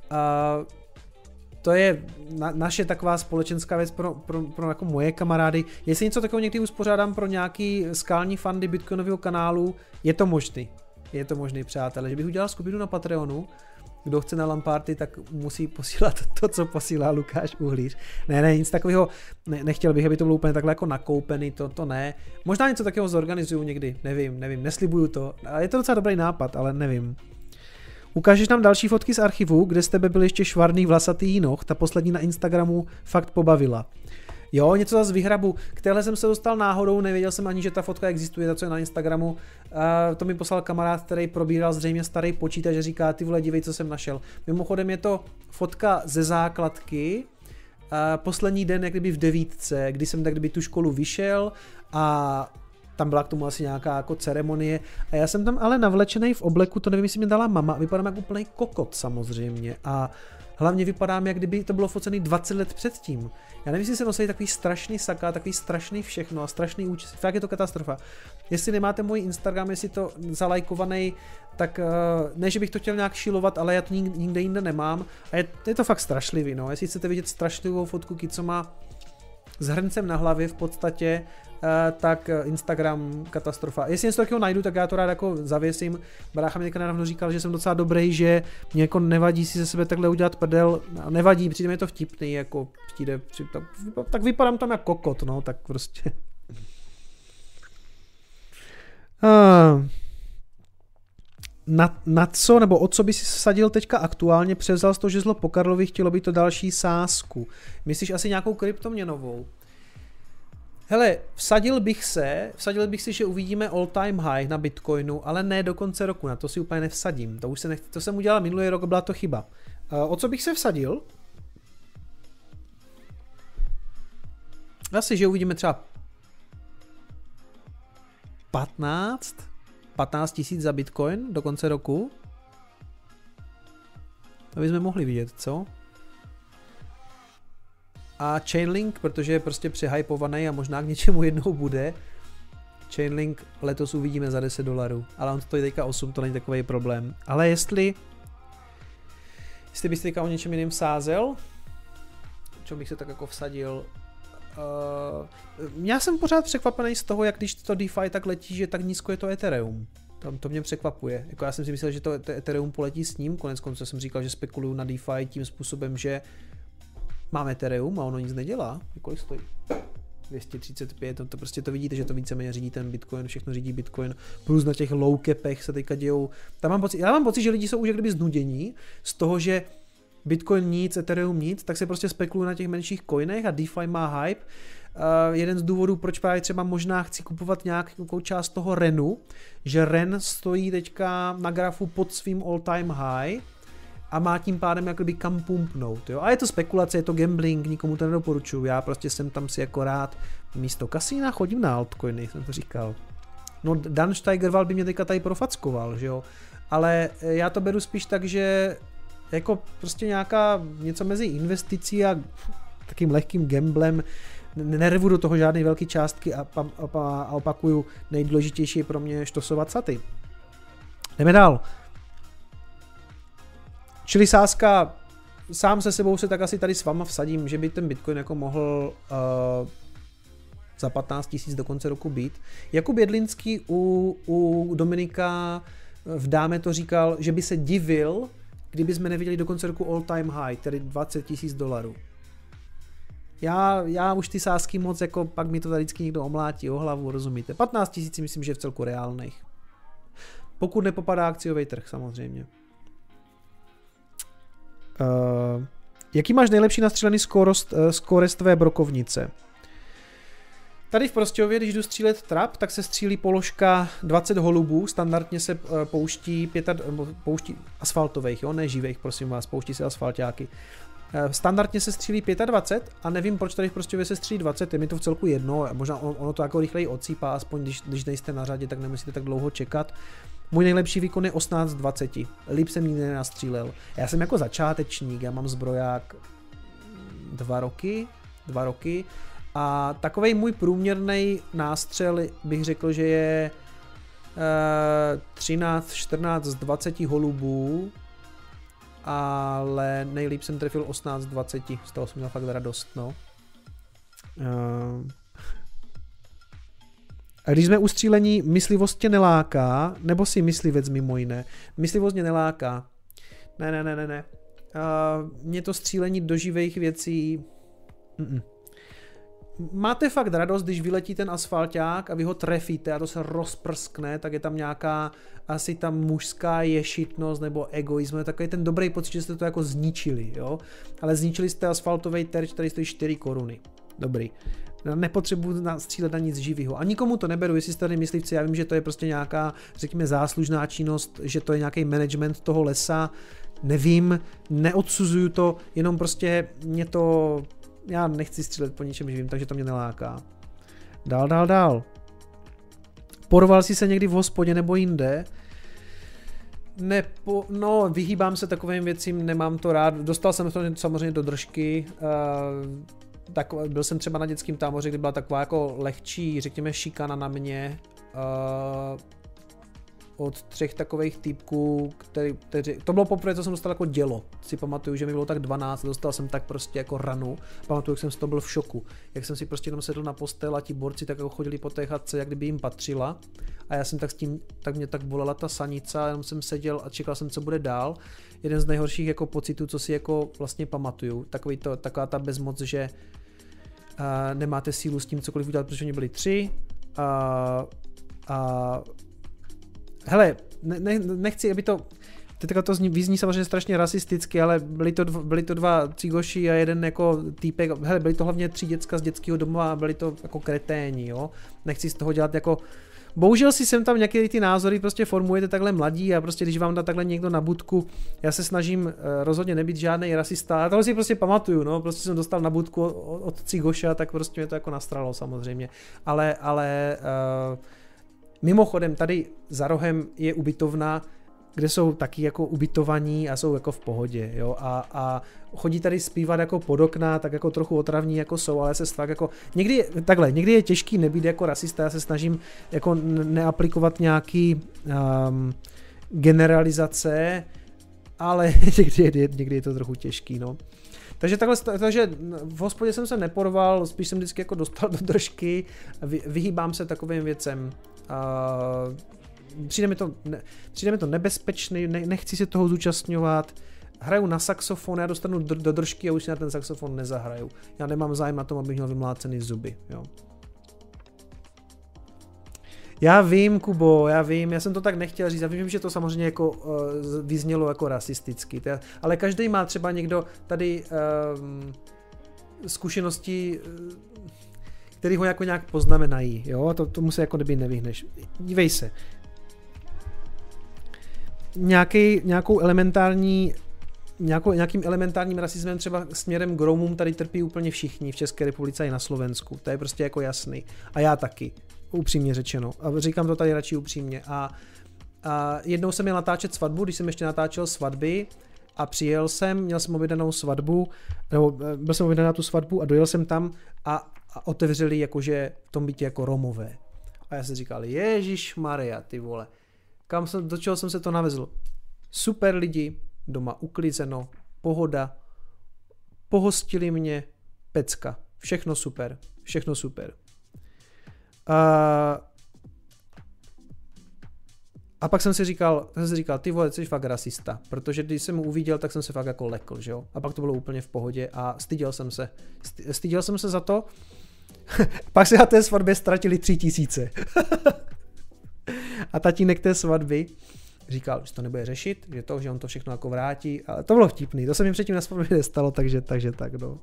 To je naše taková společenská věc pro jako moje kamarády. Jestli něco takového někdy uspořádám pro nějaký skální fandy Bitcoinového kanálu, je to možný. Je to možný, přátelé, že bych udělal skupinu na Patreonu, kdo chce na LAN party, tak musí posílat to, co posílá Lukáš Uhlíř. Ne, nic takového, nechtěl bych, aby to bylo úplně takhle jako nakoupený, to ne. Možná něco takového zorganizuju někdy, nevím, neslibuju to. Je to docela dobrý nápad, ale nevím. Ukážeš nám další fotky z archivu, kde z tebe byl ještě švarný vlasatý jinoch, ta poslední na Instagramu fakt pobavila. Jo, něco zase vyhrabu. K téhle jsem se dostal náhodou, nevěděl jsem ani, že ta fotka existuje, ta co je na Instagramu. To mi poslal kamarád, který probíral zřejmě starý počítač, že říká, ty vole, dívej, co jsem našel. Mimochodem je to fotka ze základky, poslední den, jak kdyby v 9, kdy jsem tak kdyby tu školu vyšel a tam byla k tomu asi nějaká jako ceremonie a já jsem tam ale navlečený v obleku, to nevím, jestli mě dala mama, vypadám jako úplný kokot samozřejmě a hlavně vypadám, jak kdyby to bylo focený 20 let předtím. Já nevím, jestli se nosí takový strašný saka, takový strašný všechno a strašný účes. Fakt je to katastrofa. Jestli nemáte můj Instagram, jestli to zalajkovaný, tak ne, že bych to chtěl nějak šilovat, ale já to nikde jinde nemám. A je to fakt strašlivý, no. Jestli chcete vidět strašlivou fotku Kicoma s hrncem na hlavě v podstatě, tak Instagram katastrofa. Jestli něco takového najdu, tak já to rád jako zavěsím. Brácha mi nedávno říkal, že jsem docela dobrý, že mě jako nevadí si ze sebe takhle udělat prdel. Nevadí, přijde mi to vtipný, jako tak vypadám tam jako kokot, no, tak prostě. Na co, nebo o co by si vsadil teďka aktuálně? Převzal jsi to žezlo po Karlovi, chtělo by to další sázku. Myslíš asi nějakou kryptoměnovou? Hele, vsadil bych si, že uvidíme all time high na Bitcoinu, ale ne do konce roku, na to si úplně nevsadím. To jsem udělal minulý rok, byla to chyba. O co bych se vsadil? Asi, že uvidíme třeba 15 000 za Bitcoin do konce roku. To bychom mohli vidět, co? A Chainlink, protože je prostě přehypovaný a možná k něčemu jednou bude. Chainlink letos uvidíme za $10, ale on stojí teďka 8, to není takový problém. Ale jestli byste teďka o něčem jiným vsázel, čo bych se tak jako vsadil, já jsem pořád překvapený z toho, jak když to DeFi tak letí, že tak nízko je to Ethereum. To mě překvapuje. Jako já jsem si myslel, že to Ethereum poletí s ním, konec konců jsem říkal, že spekuluju na DeFi tím způsobem, že mám Ethereum a ono nic nedělá. Kolik stojí? 235, to prostě to vidíte, že to víceméně řídí ten Bitcoin, všechno řídí Bitcoin, plus na těch low capech se teďka dějou. Já mám pocit, že lidi jsou už jak kdyby znudění z toho, že Bitcoin nic, Ethereum nic, tak se prostě spekuluje na těch menších coinech a DeFi má hype. Jeden z důvodů, proč právě třeba možná chci kupovat nějakou část toho RENu, že REN stojí teďka na grafu pod svým all time high a má tím pádem jakoby kam pumpnout, jo. A je to spekulace, je to gambling, nikomu to nedoporučuju, já prostě jsem tam si jako rád místo kasína chodím na altcoiny, jsem to říkal. No Dan Steigerwald by mě teďka tady profackoval, že jo, ale já to beru spíš tak, že jako prostě nějaká něco mezi investicí a takým lehkým gamblem. Nervu do toho žádné velké částky a opakuju, nejdůležitější je pro mě štosovat saty. Jdeme dál. Čili sázka, sám se sebou se tak asi tady s váma vsadím, že by ten Bitcoin jako mohl za 15 000 do konce roku být. Jakub Jedlinský u Dominika v Dáme to říkal, že by se divil, kdyby jsme neviděli do konce roku all time high, tedy $20,000. Já už ty sázky moc, jako pak mi to tady vždycky někdo omlátí o hlavu, rozumíte. 15 000 myslím, že je v celku reálných. Pokud nepopadá akciový trh, samozřejmě. Jaký máš nejlepší nastřílený skóre z tvé brokovnice? Tady v Prostějově, když jdu střílet trap, tak se střílí položka 20 holubů, standardně se pouští asfaltových, jo, ne živých, prosím vás, pouští se asfaltáky. Standardně se střílí 25 a nevím, proč tady v Prostějově se střílí 20, je mi to v celku jedno, možná ono to jako rychleji odsýpá, aspoň když nejste na řadě, tak nemusíte tak dlouho čekat. Můj nejlepší výkon je 18-20, líp jsem nikdy nenastřílel. Já jsem jako začátečník, já mám zbroják 2 roky a takovej můj průměrný nástřel bych řekl, že je 13, 14 z 20 holubů, ale nejlíp jsem trefil 18 z 20, z toho jsem měl fakt radost, no. A když jsme u střílení, myslivost tě neláká, nebo si myslivec mimo jiné? Myslivost mě neláká. Ne. Mě to střílení do živých věcí... Máte fakt radost, když vyletí ten asfalták a vy ho trefíte a to se rozprskne, tak je tam nějaká asi tam mužská ješitnost nebo egoismus, takový ten dobrý pocit, že jste to jako zničili, jo? Ale zničili jste asfaltový terč, který stojí 4 koruny. Dobrý. Nepotřebuji střílet na nic živého. A nikomu to neberu, jestli jste tady myslivci, já vím, že to je prostě nějaká, řekněme, záslužná činnost, že to je nějaký management toho lesa, nevím, neodsuzuju to, jenom prostě mě to... Já nechci střílet po ničem živým, takže to mě neláká. Dál. Porval jsi se někdy v hospodě nebo jinde? No, vyhýbám se takovým věcím, nemám to rád. Dostal jsem to samozřejmě do držky. Byl jsem třeba na dětském táboře, kdy byla taková jako lehčí, řekněme, šikana na mě. Od 3 takových týpků, to bylo poprvé, co jsem dostal jako dělo. Si pamatuju, že mi bylo tak 12, dostal jsem tak prostě jako ranu. Pamatuju, jak jsem z toho byl v šoku. Jak jsem si prostě jenom sedl na postel a ti borci tak jako chodili po té chatce, jak kdyby jim patřila. A já jsem tak mě tak bolela ta sanice, jenom jsem seděl a čekal jsem, co bude dál. Jeden z nejhorších jako pocitů, co si jako vlastně pamatuju. Taková ta bezmoc, že nemáte sílu s tím cokoliv udělat, protože oni byli 3. Hele, nechci, aby to... Teďka to vyzní samozřejmě strašně rasisticky, ale byli to 2 cigoši a jeden jako týpek, hele, byli to hlavně 3 děcka z dětského domova a byli to jako kreténi, jo. Nechci z toho dělat jako... Bohužel si sem tam nějaké ty názory prostě formujete takhle mladí a prostě když vám dá takhle někdo na budku, já se snažím rozhodně nebýt žádnej rasista, já tohle si prostě pamatuju, no, prostě jsem dostal na budku od cigoša, tak prostě mě to jako nastralo samozřejmě, ale mimochodem tady za rohem je ubytovna, kde jsou taky jako ubytovaní a jsou jako v pohodě, jo, a chodí tady zpívat jako pod okna, tak jako trochu otravní jako jsou, ale se fakt jako, někdy je těžký nebýt jako rasista, já se snažím jako neaplikovat nějaký generalizace, ale někdy je to trochu těžký, no. Takže v hospodě jsem se neporval, spíš jsem vždycky jako dostal do držky, vyhýbám se takovým věcem. Přijde mi to nebezpečný, nechci se toho zúčastňovat. Hraju na saxofon, já dostanu do držky a už si na ten saxofon nezahraju. Já nemám zájem na tom, abych měl vymlácený zuby. Jo. Já vím, Kubo, já jsem to tak nechtěl říct, já vím, že to samozřejmě jako vyznělo jako rasisticky, ale každý má třeba někdo tady zkušenosti, který ho jako nějak poznamenají, jo, tomu se jako kdyby nevyhneš. Dívej se. Nějakým elementárním rasismem třeba směrem k Romům tady trpí úplně všichni v České republice i na Slovensku. To je prostě jako jasný. A já taky, upřímně řečeno. A říkám to tady radši upřímně. A jednou jsem měl natáčet svatbu, když jsem ještě natáčel svatby, a přijel jsem, měl jsem objednanou svatbu, nebo byl jsem objednaný na tu svatbu a dojel jsem tam a otevřeli jakože v tom bytě jako Romové. A já jsem říkal, Ježišmarja, ty vole, do čeho jsem se to navezl? Super lidi, doma uklizeno, pohoda, pohostili mě, pecka, všechno super, všechno super. A pak jsem si říkal, ty vole, jsi fakt rasista, protože když jsem mu uviděl, tak jsem se fakt jako lekl, že jo? A pak to bylo úplně v pohodě a styděl jsem se za to. Pak se na té svatbě ztratili 3000. A tatínek té svatby říkal, že to nebude řešit, že on to všechno jako vrátí, ale to bylo vtipný, to se mi předtím na svatbě nestalo, takže tak, no.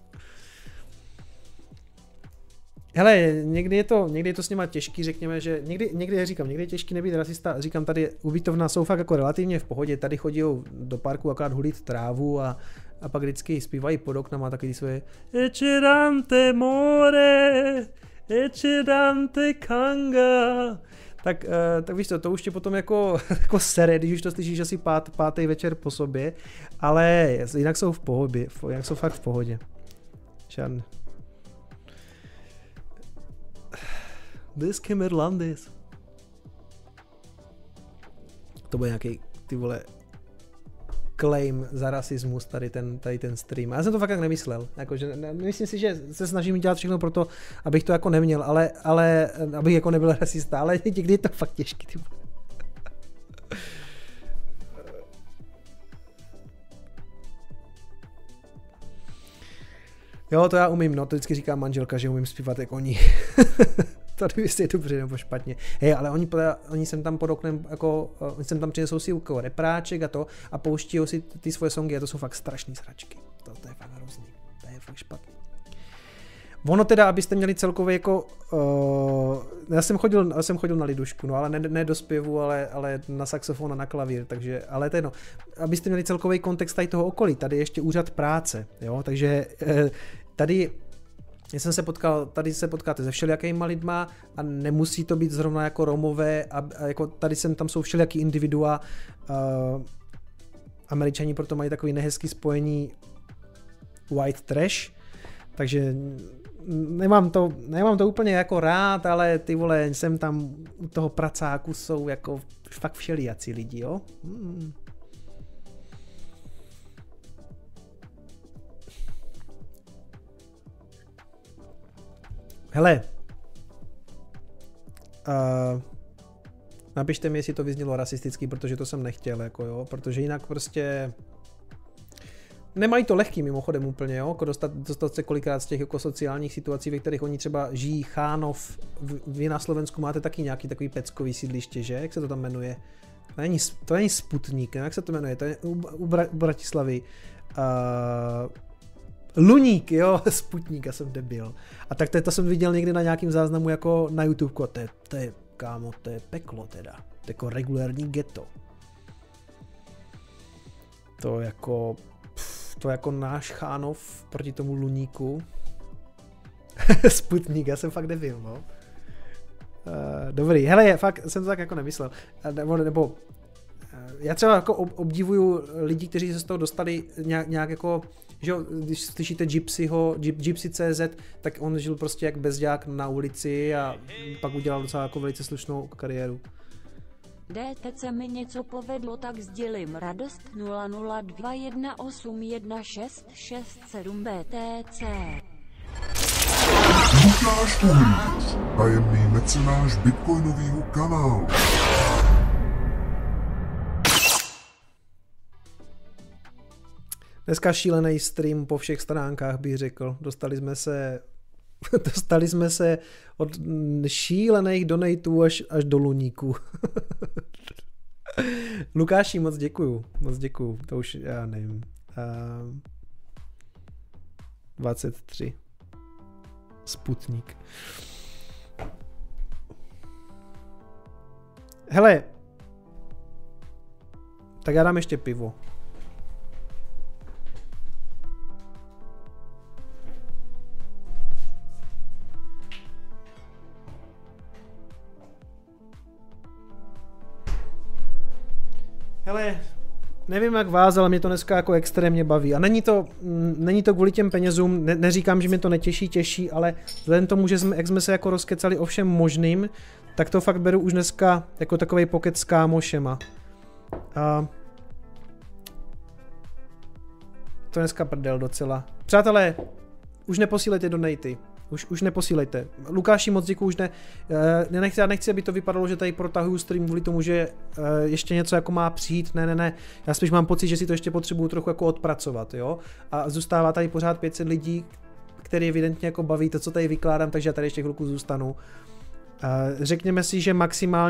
Hele, někdy je to s nima těžký, řekněme, že někdy je těžký nebýt rasista, říkám tady, ubytovna jsou fakt jako relativně v pohodě, tady chodí do parku akorát hulit trávu a pak vždycky zpívají pod oknama takový svoje Ecce more, ecce kanga. Tak víš to už tě potom jako sere, když už to slyšíš asi pátý večer po sobě, ale jinak jsou v pohodě, jinak jsou fakt v pohodě. Žádný. Disky Mirlandis. To bude nějaký, ty vole, claim za rasismus, tady ten stream. A já jsem to fakt jak nemyslel. Jakože, myslím si, že se snažím dělat všechno pro to, abych to jako neměl, ale abych jako nebyl rasista, ale někdy je to fakt těžký. Ty vole. Jo, to já umím, no, to vždycky říká manželka, že umím zpívat jako oni. To nevím, jestli je dobře nebo špatně. Hej, ale oni sem tam pod oknem, jako, oni sem tam přinesou si jako repráček a pouštíjou si ty svoje songy a to jsou fakt strašný sračky. To je fakt hrozný, to je fakt špatný. Ono teda, abyste měli celkově jako, já jsem chodil na lidušku, no, ale ne do zpěvu, ale na saxofon a na klavír, takže, ale to je no, abyste měli celkový kontext tady toho okolí, tady je ještě úřad práce, jo, takže tady se potkáte se všelijakýma lidma a nemusí to být zrovna jako Romové a jako tady tam jsou všelijaký individua, Američani proto mají takový nehezký spojení white trash, takže nemám to úplně jako rád, ale ty vole, jsem tam u toho pracáku jsou jako fakt všelijací lidi, jo? Hele, napište mi, jestli to vyznělo rasisticky, protože to jsem nechtěl, jako jo, protože jinak prostě nemají to lehký mimochodem úplně, jo, jako dostat se kolikrát z těch jako sociálních situací, ve kterých oni třeba žijí, Chánov, vy na Slovensku máte taky nějaký takový peckový sídliště, že? Jak se to tam jmenuje? To není Sputnik, jak se to jmenuje? To je u Bratislavy. Luník, jo, Sputnik, já jsem debil. A tak to jsem viděl někdy na nějakým záznamu jako na YouTube, to je, kámo, to je peklo teda. To je jako regulární ghetto. To jako náš Chánov proti tomu Luníku. Sputnik, já jsem fakt debil, no. Dobrý, hele, fakt jsem to tak jako nemyslel. Nebo já třeba jako obdivuju lidi, kteří se z toho dostali nějak jako, že jo, když slyšíte Gypsy.cz, tak on žil prostě jak bezďák na ulici a pak udělal docela jako velice slušnou kariéru. DTC mi něco povedlo, tak sdělím radost 002181667 BTC. Lukáš Uhlíř, tajemný mecenáš bitcoinového kanálu. Dneska šílený stream po všech stránkách, bych řekl. Dostali jsme se od šílených donatů až do Luníku. Lukáši, moc děkuju. To už, já nevím. 23. Sputnik. Hele. Tak já dám ještě pivo. Hele, nevím jak vás, ale mě to dneska jako extrémně baví. A není to kvůli těm penězům, neříkám, že mě to těší, ale vzhledem tomu, že jak jsme se jako rozkecali o všem možným, tak to fakt beru už dneska jako takovej pokec s kámošema. A to je dneska prdel docela. Přátelé, už neposílejte donaty. Už neposílejte. Lukáši, moc děkuju, už ne. Já nechci, aby to vypadalo, že tady protahuju stream kvůli tomu, že ještě něco jako má přijít. Ne. Já spíš mám pocit, že si to ještě potřebuju trochu jako odpracovat, jo. A zůstává tady pořád 500 lidí, který evidentně jako baví to, co tady vykládám, takže já tady ještě chvilku zůstanu. Řekněme si, že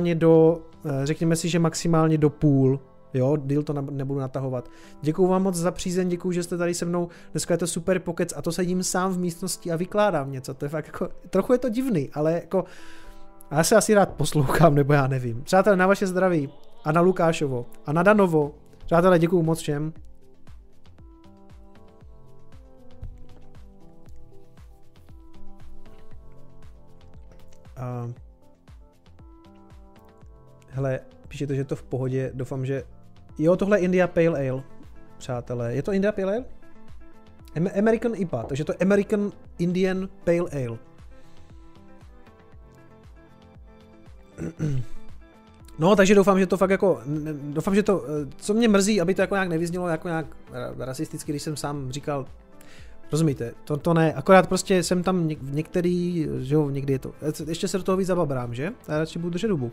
maximálně do půl. Jo, deal to nebudu natahovat. Děkuju vám moc za přízeň, děkuju, že jste tady se mnou. Dneska je to super pokec a to sedím sám v místnosti a vykládám něco. To je fakt jako, trochu je to divný, ale jako já se asi rád poslouchám, nebo já nevím. Přátelé, na vaše zdraví a na Lukášovo a na Danovo. Přátelé, děkuju moc všem. Hele, píšete, že je to v pohodě, doufám, že... Jo, tohle je India Pale Ale, přátelé. Je to India Pale Ale? American IPA, takže to je American Indian Pale Ale. No, takže doufám, že to fakt jako... Doufám, že to... Co mě mrzí, aby to jako nějak nevyznělo jako nějak rasisticky, když jsem sám říkal... Rozumíte, to ne, akorát prostě jsem tam některý, že jo, někdy je to... Ještě se do toho víc zababrám, že? Já radši budu držet dobu.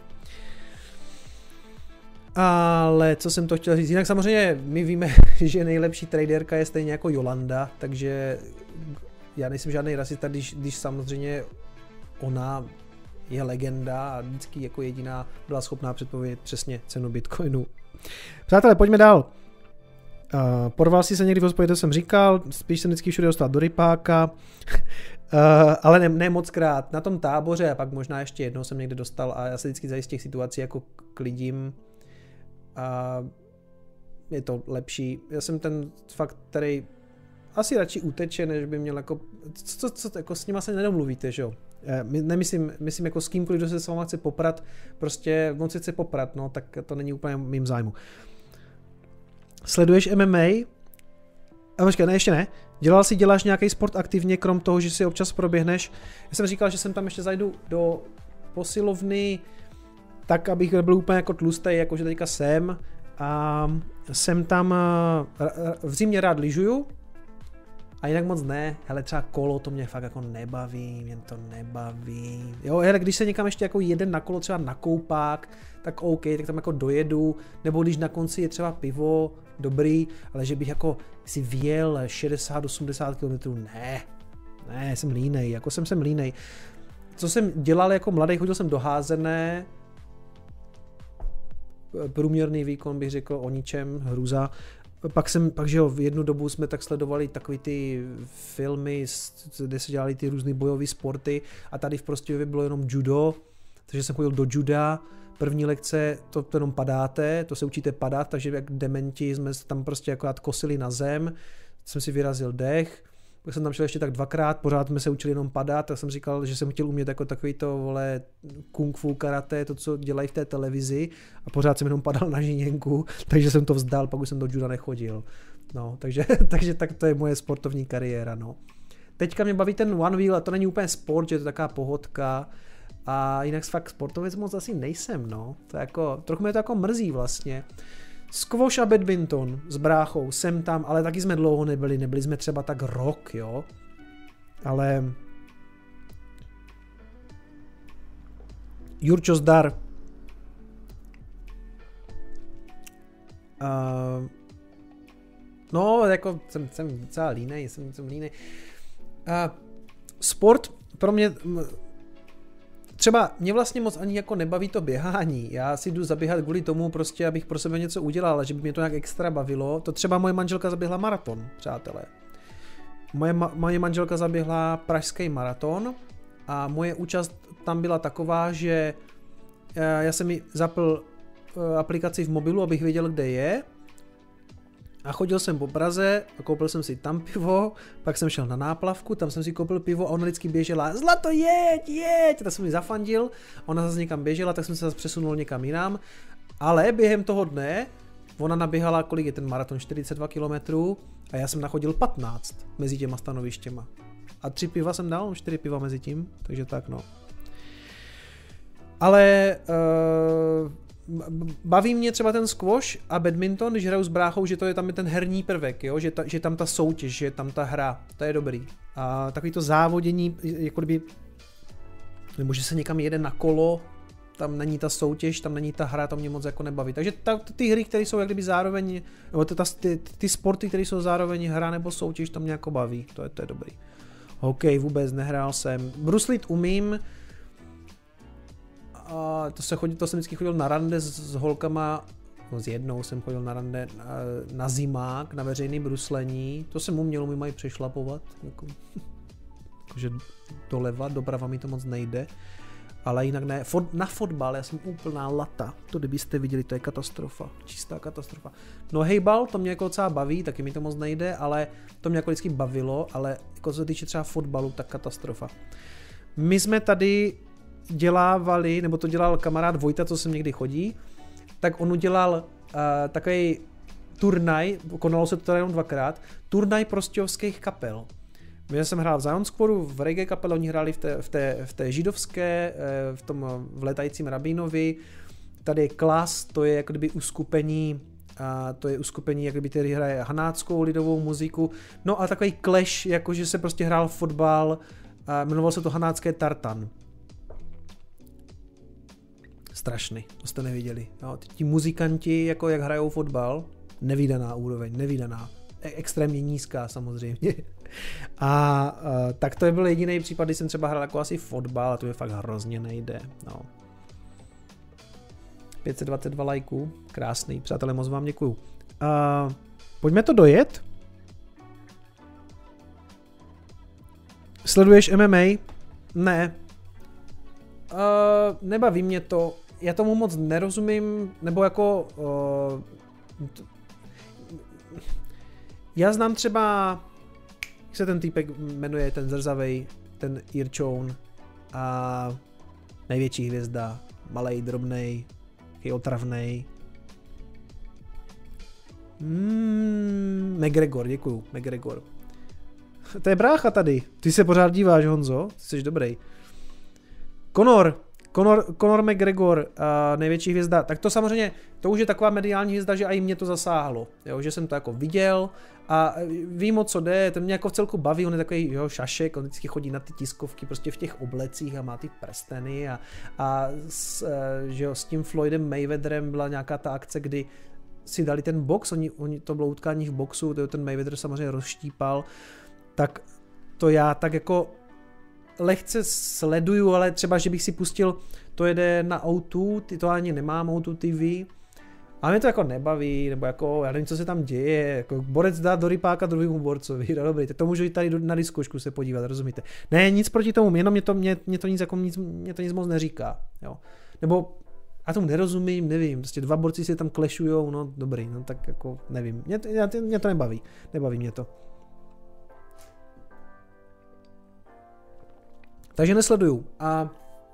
Ale co jsem to chtěl říct, jinak samozřejmě my víme, že nejlepší traderka je stejně jako Jolanda, takže já nejsem žádný rasista, když samozřejmě ona je legenda a vždycky jako jediná byla schopná předpovědět přesně cenu Bitcoinu. Přátelé, pojďme dál. Porval si se někdy v hospodě, to jsem říkal, spíš jsem vždycky všude dostal do rypáka, ale ne moc krát. Na tom táboře a pak možná ještě jednou jsem někde dostal a já se vždycky z těch situací jako klidím. A je to lepší. Já jsem ten fakt, který asi radši uteče, než by měl jako, co jako s nima se nedomluvíte, že jo. Myslím jako s kýmkoliv, kdo se s váma chce poprat, prostě on se chce poprat, no, tak to není úplně mým zájmu. Sleduješ MMA? A počkej, ne, ještě ne. Děláš nějaký sport aktivně, krom toho, že si občas proběhneš? Já jsem říkal, že jsem tam ještě zajdu do posilovny, tak abych nebyl úplně jako tlustý, jakože teďka jsem. A jsem tam, v zimě rád lyžuju, a jinak moc ne, hele třeba kolo, to mě fakt jako nebaví, mě to nebaví. Jo, hele, když se někam ještě jako jeden na kolo, třeba na koupák, tak OK, tak tam jako dojedu, nebo když na konci je třeba pivo, dobrý, ale že bych jako si vyjel 60-80 km, ne, jsem línej, jako jsem línej. Co jsem dělal jako mladý, chodil jsem do házené, průměrný výkon bych řekl o ničem, hruza. Pak že jo, v jednu dobu jsme tak sledovali takový ty filmy, kde se dělali ty různý bojové sporty a tady v Prostějově bylo jenom judo, takže jsem chodil do juda. První lekce to jenom padáte, to se učíte padat, takže jak dementi jsme tam prostě akorát kosili na zem, jsem si vyrazil dech, pak jsem tam šel ještě tak dvakrát, pořád jsme se učili jenom padat, tak jsem říkal, že jsem chtěl umět jako takový to, vole, kung fu karate, to, co dělají v té televizi a pořád jsem jenom padal na žíněnku, takže jsem to vzdal, pak už jsem do juda nechodil. No, takže tak to je moje sportovní kariéra, no. Teďka mě baví ten one wheel a to není úplně sport, že je to taková pohodka a jinak fakt sportovec moc asi nejsem, no. To je jako, trochu mě to jako mrzí vlastně. Squash a badminton s bráchou, jsem tam, ale taky jsme dlouho nebyli jsme třeba tak rok, jo. Ale... Jurčo zdar. No, jako jsem docela línej, jsem línej. Sport pro mě... Třeba mě vlastně moc ani jako nebaví to běhání, já si jdu zaběhat kvůli tomu prostě, abych pro sebe něco udělal, ale že by mě to nějak extra bavilo, to třeba moje manželka zaběhla maraton, přátelé. Moje manželka zaběhla pražský maraton a moje účast tam byla taková, že já jsem mi zapl aplikaci v mobilu, abych věděl, kde je. A chodil jsem po Praze a koupil jsem si tam pivo, pak jsem šel na náplavku, tam jsem si koupil pivo a ona vždycky běžela, Zlato, jeď, tak jsem mi zafandil, ona zase někam běžela, tak jsem se zase přesunul někam jinam, ale během toho dne Ona naběhala, kolik je ten maraton, 42 km a já jsem nachodil 15 mezi těma stanovištěma. A 3 piva jsem dal, 4 piva mezi tím, takže tak no. Ale baví mě třeba ten squash a badminton, když hraju s bráchou, že to je tam ten herní prvek, jo? Že tam ta soutěž, že tam ta hra, to je dobrý. A takový to závodění, jako kdyby, nebo že se někam jede na kolo, tam není ta soutěž, tam není ta hra, to mě moc jako nebaví. Takže ty hry, které jsou jak kdyby zároveň, nebo ty sporty, které jsou zároveň hra nebo soutěž, to mě jako baví, to je dobrý. Hokej vůbec nehrál jsem. Bruslit umím, a to jsem vždycky chodil na rande s holkama, no s jednou jsem chodil na rande na zimák, na veřejný bruslení, to jsem uměl, umím mají přešlapovat, jakože doleva, doprava mi to moc nejde, ale jinak ne, na fotbal, já jsem úplná lata, to kdybyste viděli, to je katastrofa, čistá katastrofa. No hejbal, to mě jako docela baví, taky mi to moc nejde, ale to mě jako vždycky bavilo, ale jako co se týče třeba fotbalu, tak katastrofa. My jsme tady dělávali, nebo to dělal kamarád Vojta, co sem někdy chodí, tak on udělal takový turnaj, konalo se to tady jenom 2krát, turnaj prostějovských kapel. Já jsem hrál v Zion Squadu, v reggae kapele, oni hráli v té židovské, v letajícím rabínovi, tady je Klas, to je jako kdyby uskupení, jak kdyby tady hraje hanáckou lidovou muziku, no a takový clash, jakože se prostě hrál fotbal, jmenoval se to Hanácké Tartan. Strašný, to jste neviděli. No, ti muzikanti, jako jak hrajou fotbal, nevídaná úroveň, nevídaná. Extrémně nízká samozřejmě. A tak to je byl jediný případ, kdy jsem třeba hrál jako asi fotbal a to mi fakt hrozně nejde. No. 522 lajků, krásný, přátelé, moc vám děkuju. Pojďme to dojet. Sleduješ MMA? Ne. Nebaví mě to. Já tomu moc nerozumím, nebo jako... já znám třeba... Jak se ten týpek jmenuje, ten zrzavej, ten Irčoun a největší hvězda, malej, drobnej, taký otravnej. McGregor, děkuju, McGregor. To je brácha tady, ty se pořád díváš, Honzo, ty jsi dobrý. Conor McGregor, největší hvězda, tak to samozřejmě, to už je taková mediální hvězda, že i mě to zasáhlo, jo, že jsem to jako viděl a vím, o co jde, ten mě jako v celku baví, on je takový šašek, on vždycky chodí na ty tiskovky prostě v těch oblecích a má ty prsteny že jo, s tím Floydem Mayweatherem byla nějaká ta akce, kdy si dali ten box, oni to bylo utkání v boxu, to ten Mayweather samozřejmě rozštípal, tak to já tak jako lehce sleduju, ale třeba, že bych si pustil, to jede na O2, to ani nemám O2 TV, a mě to jako nebaví, nebo jako, já nevím, co se tam děje, jako borec dá do rypáka druhému borcovi, no dobrý, to můžu jít tady na diskošku se podívat, rozumíte? Ne, nic proti tomu, jenom mě to nic moc neříká, jo. Nebo já tomu nerozumím, nevím, prostě dva borci si tam klešujou, no dobrý, no tak jako nevím, mě to nebaví mě to. Takže nesleduju a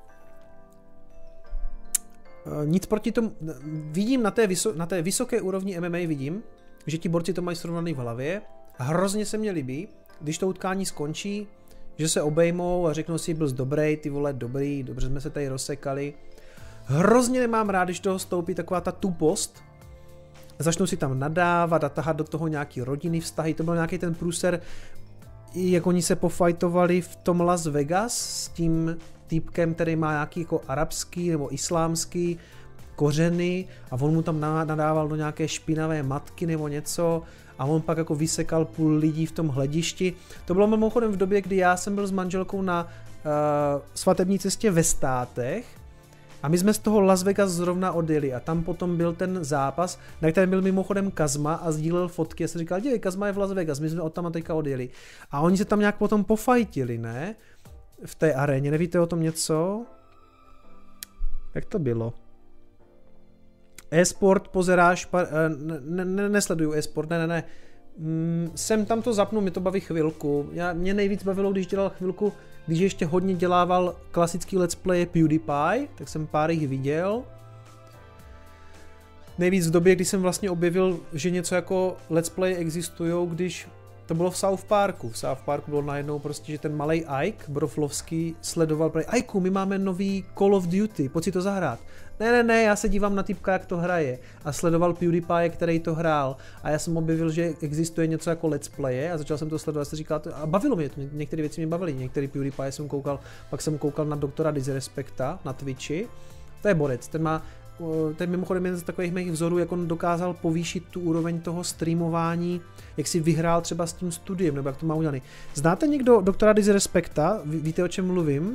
nic proti tomu, vidím na té vysoké úrovni MMA vidím, že ti borci to mají srovnaný v hlavě a hrozně se mně líbí, když to utkání skončí, že se obejmou a řeknou si, byl jsi dobrý, ty vole, dobrý, dobře jsme se tady rozsekali. Hrozně nemám rád, když toho stoupí taková ta tupost, začnou si tam nadávat a tahat do toho nějaký rodinný vztahy, to byl nějaký ten průser, jak oni se pofajtovali v tom Las Vegas s tím týpkem, který má nějaký jako arabský nebo islámský kořeny a on mu tam nadával do nějaké špinavé matky nebo něco a on pak jako vysekal půl lidí v tom hledišti. To bylo mimochodem v době, kdy já jsem byl s manželkou na svatební cestě ve Státech a my jsme z toho Las Vegas zrovna odjeli a tam potom byl ten zápas, na kterém byl mimochodem Kazma a sdílel fotky a jsem říkal, dívej, Kazma je v Las Vegas, my jsme od tam a teďka odjeli. A oni se tam nějak potom pofajtili, ne? V té aréně, nevíte o tom něco? Jak to bylo? E-sport pozeráš, nesleduju e-sport, ne. Jsem tam to zapnu, mě to baví chvilku. Mě nejvíc bavilo, když dělal chvilku, když ještě hodně dělával klasický let's play PewDiePie, tak jsem pár jich viděl. nejvíc v době, kdy jsem vlastně objevil, že něco jako let's play existujou, když to bylo v South Parku. V South Parku bylo najednou prostě, že ten malej Ike Broflovský sledoval, Ike, my máme nový Call of Duty, pojď si to zahrát. Ne, já se dívám na typka, jak to hraje. A sledoval PewDiePie, který to hrál. A já jsem objevil, že existuje něco jako let's play a začal jsem to sledovat a říkal, a bavilo mě to, některé věci mě bavily, některé PewDiePie jsem koukal, pak jsem koukal na doktora Disrespekta na Twitchi. To je borec, ten mimochodem jeden z takových mých vzorů, jak on dokázal povýšit tu úroveň toho streamování, jak si vyhrál třeba s tím studiem, nebo jak to má udělaný. Znáte někdo doktora Disrespekta? Víte, o čem mluvím?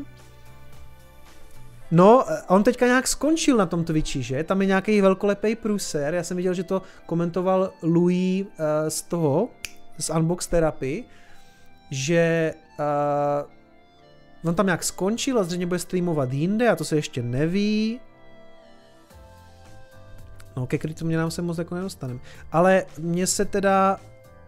No, on teďka nějak skončil na tom Twitchi, že? Tam je nějaký velkolepý průser, já jsem viděl, že to komentoval Louis z Unbox Therapy, že on tam nějak skončil a zřejmě bude streamovat jinde a to se ještě neví. No, ke kryptu mě nám se moc jako nedostaneme. Ale mně se teda...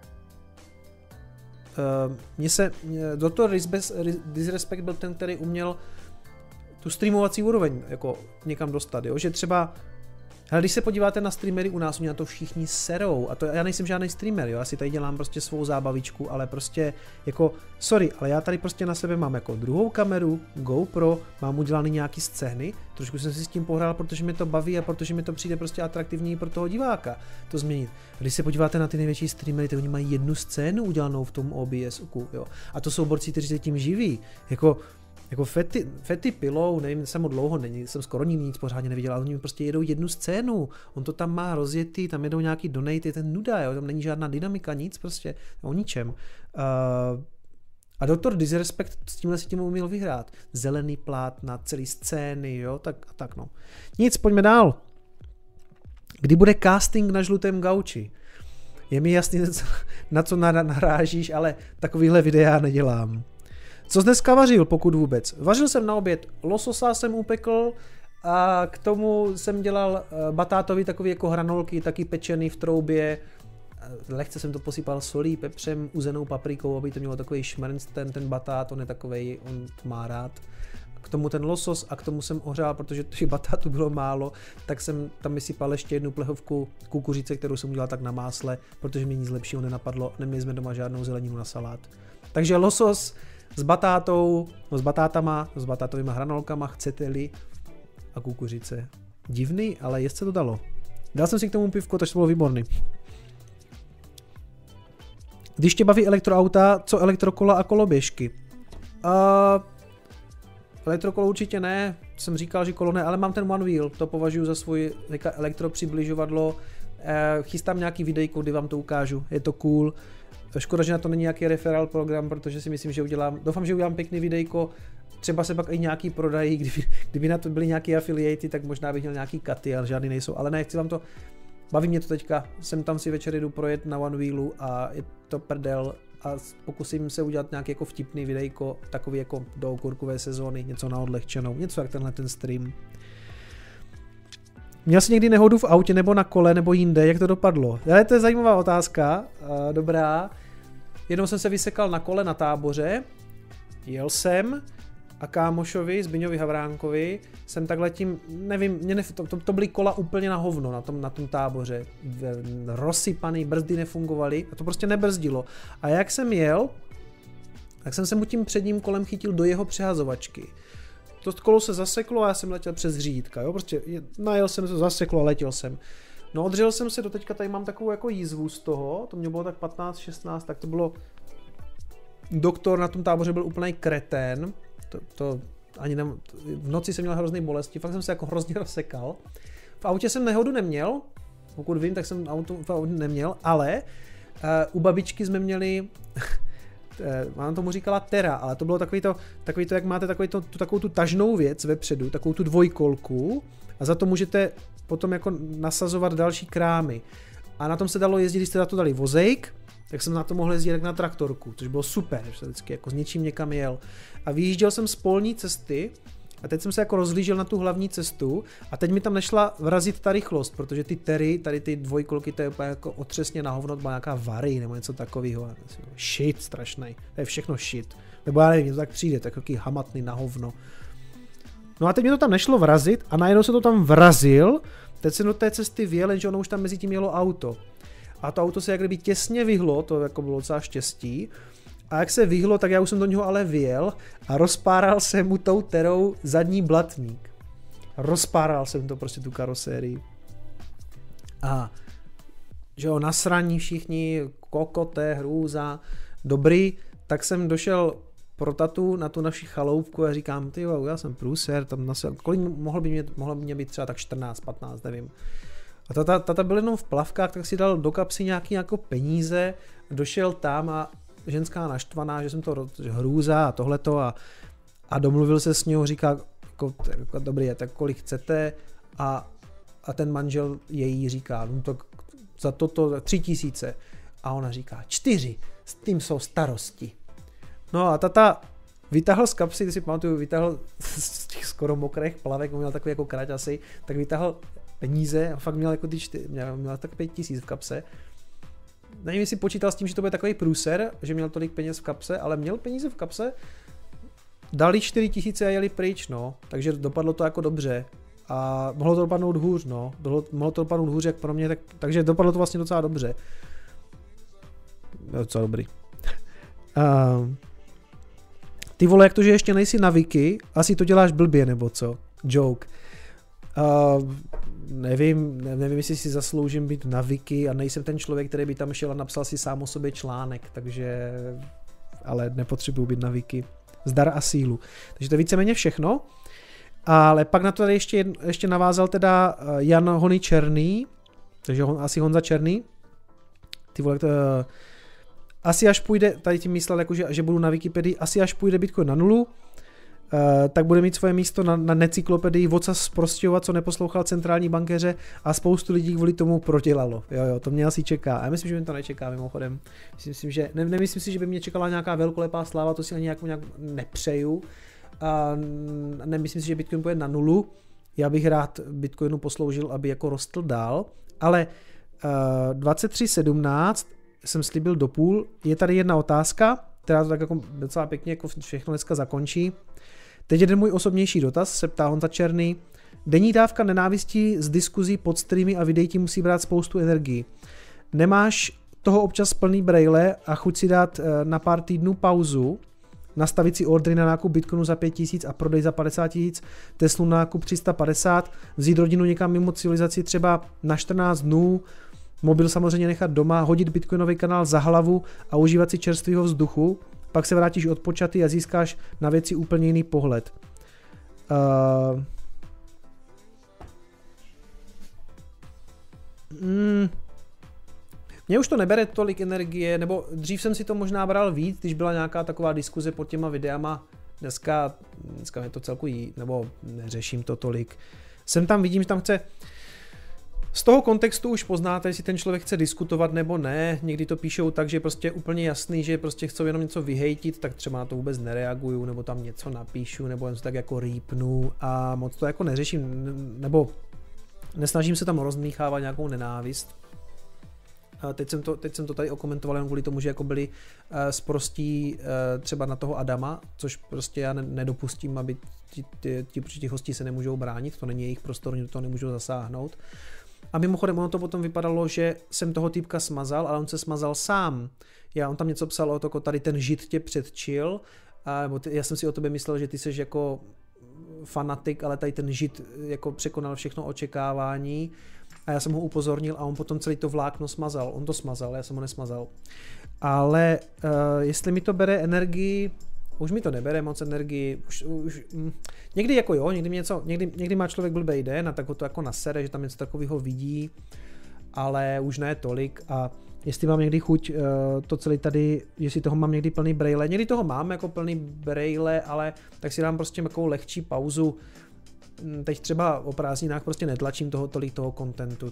Dr. Disrespect byl ten, který uměl tu streamovací úroveň jako někam dostat, jo? Že třeba... Hele, když se podíváte na streamery u nás, oni na to všichni serou. A to já nejsem žádný streamer, jo? Já si tady dělám prostě svou zábavičku, ale prostě jako, sorry, ale já tady prostě na sebe mám jako druhou kameru, GoPro, mám udělaný nějaký scény, trošku jsem si s tím pohrál, protože mi to baví a protože mi to přijde prostě atraktivní pro toho diváka to změnit. Když se podíváte na ty největší streamery, tak oni mají jednu scénu udělanou v tom OBS-ku, jo? A to jsou borci, kteří se tím živí, jako Fety Pillow, nevím, jsem mu dlouho není, jsem skoro nic pořádně neviděl, ale oni prostě jedou jednu scénu, on to tam má rozjetý, tam jedou nějaký donaty, ten nuda, jo, tam není žádná dynamika, nic prostě, o ničem. A Dr. Disrespect s tímhle si tím uměl vyhrát. Zelený plátna, celý scény, jo, tak no. Nic, pojďme dál. Kdy bude casting na žlutém gauči? Je mi jasný, na co narážíš, ale takovýhle videa nedělám. Co jsi dneska vařil, pokud vůbec? Vařil jsem na oběd, lososa jsem upekl a k tomu jsem dělal batátový takový jako hranolky, taky pečený v troubě. Lehce jsem to posypal solí, pepřem, uzenou paprikou, aby to mělo takový šmrnc, ten batát, on je takovej, on to má rád. K tomu ten losos a k tomu jsem ohřál, protože těch batátu bylo málo, tak jsem tam vysypal ještě jednu plehovku kukuřice, kterou jsem udělal tak na másle, protože mě nic lepšího nenapadlo, neměli jsme doma žádnou zeleninu na salát. Takže losos s batátou, no s batátama, s batátovými hranolkama, chcete-li, a kukuřice. Divný, ale jest se to dalo. Dal jsem si k tomu pivko, takže to bylo výborný. Když tě baví elektroauta, co elektrokola a koloběžky? Elektrokolo určitě ne, jsem říkal, že kolo ne, ale mám ten One Wheel, to považuji za svůj elektropřibližovadlo. Chystám nějaký videjko, kdy vám to ukážu, je to cool. Škoda, že na to není nějaký referál program, protože si myslím, že doufám, že udělám pěkný videjko, třeba se pak i nějaký prodají, kdyby na to byly nějaký affiliaty, tak možná bych měl nějaký katy, ale žádný nejsou, ale ne, chci vám to, baví mě to teďka, jsem tam si večer jdu projet na One Wheelu a je to prdel a pokusím se udělat nějaký jako vtipný videjko, takový jako do okurkové sezóny, něco na odlehčenou, něco jak tenhle ten stream. Měl jsi někdy nehodu v autě nebo na kole nebo jinde, jak to dopadlo? Ale to je zajímavá otázka, dobrá. Jednou jsem se vysekal na kole na Táboře, jel jsem a kámošovi, Zbyňovi Havránkovi, jsem takhle tím, nevím, to byly kola úplně na hovno na tom Táboře, rozsypaný, brzdy nefungovaly a to prostě nebrzdilo. A jak jsem jel, tak jsem se mu tím předním kolem chytil do jeho přehazovačky. To kolo se zaseklo a já jsem letěl přes řídka, jo, prostě najel jsem se, zaseklo a letěl jsem. No odřel jsem se, doteďka tady mám takovou jako jízvu z toho, to mě bylo tak 15-16, tak to bylo, doktor na tom Táboře byl úplnej kretén, to ani ne, v noci jsem měl hrozný bolesti, fakt jsem se jako hrozně rozsekal. V autě jsem nehodu neměl, pokud vím, tak jsem auto neměl, ale u babičky jsme měli, ona tomu říkala Tera, ale to bylo takový to jak máte takovou tu tažnou věc vepředu, takovou tu dvojkolku a za to můžete potom jako nasazovat další krámy. A na tom se dalo jezdit, když jste na to dali vozejk, tak jsem na to mohl jezdit jak na traktorku, což bylo super, že jsem vždycky jako s něčím někam jel. A vyjížděl jsem z polní cesty a teď jsem se jako rozlížel na tu hlavní cestu a teď mi tam nešla vrazit ta rychlost, protože ty Tery, tady ty dvojkolky, to je úplně jako otřesně na hovno, to byla nějaká Vary nebo něco takového. Shit strašnej, to je všechno shit. Nebo já nevím, to tak přijde, takový hamatný na hovno. No a teď mi to tam nešlo vrazit a najednou se to tam vrazil teď jsem do té cesty vyjel, že ono už tam mezi tím jelo auto. A to auto se jak kdyby těsně vyhlo, to jako bylo docela štěstí. A jak se vyhlo, tak já už jsem do něho ale vyjel a rozpáral jsem mu tou terou zadní blatník. Rozpáral jsem to prostě tu karosérii. A že jo, nasraní všichni, kokoté, hrůza, dobrý, tak jsem došel pro tatu na tu naši chaloupku a říkám, ty jo, já jsem průser, tam kolik mohlo by mě být třeba tak 14, 15, nevím. A tata byl jenom v plavkách, tak si dal do kapsy nějaký jako peníze, došel tam a ženská naštvaná, že jsem to hrůza a tohleto a domluvil se s ní, říká, jako dobrý, tak kolik chcete a ten manžel její říká, no to za toto 3000 a ona říká 4, s tím jsou starosti. No a tata vytáhl z kapsy, ty si pamatuju, vytáhl z těch skoro mokrých plavek, on měl takový jako krať asi, tak vytáhl peníze a fakt měl jako měl tak 5000 v kapse. Nevím, jestli počítal s tím, že to bude takový průser, že měl tolik peněz v kapse, ale měl peníze v kapse, dali 4000 a jeli pryč, no, takže dopadlo to jako dobře. A mohlo to dopadnout hůř, no, mohlo to dopadnout hůř jak pro mě, takže dopadlo to vlastně docela dobře. Docela dobrý. Ty vole, jak to, že ještě nejsi na Wiki, asi to děláš blbě, nebo co? Joke. Nevím, jestli si zasloužím být na Wiki a nejsem ten člověk, který by tam šel a napsal si sám o sobě článek, takže ale nepotřebuji být na Wiki. Zdar a sílu. Takže to je víceméně všechno. Ale pak na to tady ještě navázal teda Jan Hony Černý, takže asi Honza Černý. Ty vole, asi až půjde, tady tím myslel, jako, že budu na Wikipedii, asi až půjde Bitcoin na nulu, tak bude mít svoje místo na necyklopedii Vocas zprosťovat, co neposlouchal centrální bankéře a spoustu lidí kvůli tomu prodělalo. Jo, to mě asi čeká. A já myslím, že mě to nečeká mimochodem. Myslím, že, nemyslím si, že by mě čekala nějaká velkolepá sláva, to si ani nějak nepřeju. A nemyslím si, že Bitcoin půjde na nulu. Já bych rád Bitcoinu posloužil, aby jako rostl dál, ale 23.17 jsem slíbil do půl. Je tady jedna otázka, která to tak jako docela pěkně jako všechno dneska zakončí. Teď jeden můj osobnější dotaz, se ptá Honza Černý. Denní dávka nenávistí z diskuzí pod streamy a videí ti musí brát spoustu energii. Nemáš toho občas plný brejle a chuť si dát na pár týdnů pauzu, nastavit si ordry na nákup Bitcoinu za 5000 a prodej za 50 000, Teslu na nákup 350, vzít rodinu někam mimo civilizaci třeba na 14 dnů, mobil samozřejmě nechat doma, hodit Bitcoinový kanál za hlavu a užívat si čerstvého vzduchu, pak se vrátíš odpočatý a získáš na věci úplně jiný pohled. Mně už to nebere tolik energie, nebo dřív jsem si to možná bral víc, když byla nějaká taková diskuze pod těma videama. Dneska mě to celku nebo neřeším to tolik. Jsem tam, vidím, že tam chce. Z toho kontextu už poznáte, jestli ten člověk chce diskutovat nebo ne. Někdy to píšou tak, že je prostě úplně jasný, že prostě chcou jenom něco vyhejtit, tak třeba na to vůbec nereaguju, nebo tam něco napíšu, nebo jen tak jako rýpnu a moc to jako neřeším, nebo nesnažím se tam rozmíchávat nějakou nenávist. Teď jsem to tady okomentoval jen kvůli tomu, že jako byli sprostí třeba na toho Adama, což prostě já nedopustím, aby ti hosti se nemůžou bránit, to není jejich prostor, oni do toho nemůžou zasáhnout. A mimochodem ono to potom vypadalo, že jsem toho týpka smazal, ale on se smazal sám. On tam něco psal o to, jako tady ten žid tě předčil, já jsem si o tobě myslel, že ty seš jako fanatik, ale tady ten žid jako překonal všechno očekávání. A já jsem ho upozornil a on potom celý to vlákno smazal. On to smazal, já jsem ho nesmazal. Ale jestli mi to bere energii, už mi to nebere moc energii. Někdy jako jo, někdy má člověk blbej den a tak ho to jako nasere, že tam něco takového vidí, ale už ne tolik. A jestli mám někdy chuť to celý tady, jestli toho mám někdy plný brejle, někdy toho mám jako plný brejle, ale tak si dám prostě takovou lehčí pauzu. Teď třeba o prázdninách prostě netlačím tolik toho kontentu,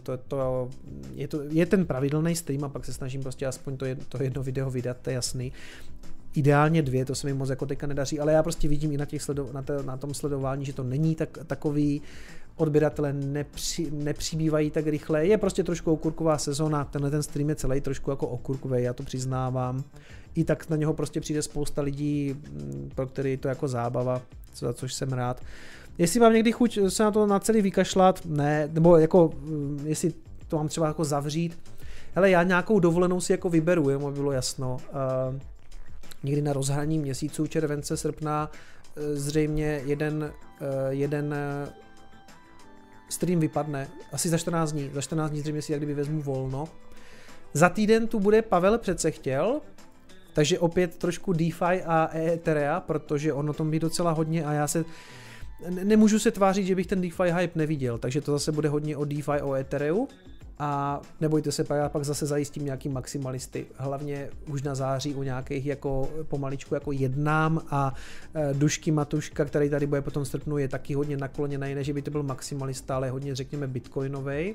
je ten pravidelný stream a pak se snažím prostě aspoň to jedno video vydat, to je jasný. Ideálně 2, to se mi moc jako teďka nedaří, ale já prostě vidím i na tom sledování, že to není takový, odběratele nepřibývají tak rychle, je prostě trošku okurková sezona, ten stream je celý trošku jako okurkový, já to přiznávám. I tak na něho prostě přijde spousta lidí, pro který to jako zábava, za což jsem rád. jestli mám někdy chuť se na to na celý vykašlat, ne, nebo jako, jestli to mám třeba jako zavřít, hele, já nějakou dovolenou si jako vyberu, jenom aby bylo jasno, někdy na rozhraní měsíců července, srpna, zřejmě jeden stream vypadne, asi za 14 dní, zřejmě si jak kdyby vezmu volno. Za týden tu bude Pavel Přecechtěl, takže opět trošku DeFi a Etherea, protože on o tom ví docela hodně a já se nemůžu se tvářit, že bych ten DeFi hype neviděl, takže to zase bude hodně o DeFi, o Ethereu. A nebojte se, já pak zase zajistím nějaký maximalisty, hlavně už na září u nějakých jako pomaličku jako jednám a Dušky Matuška, který tady bude potom srpnu, je taky hodně nakloněný, ne že by to byl maximalista, ale hodně řekněme bitcoinovej.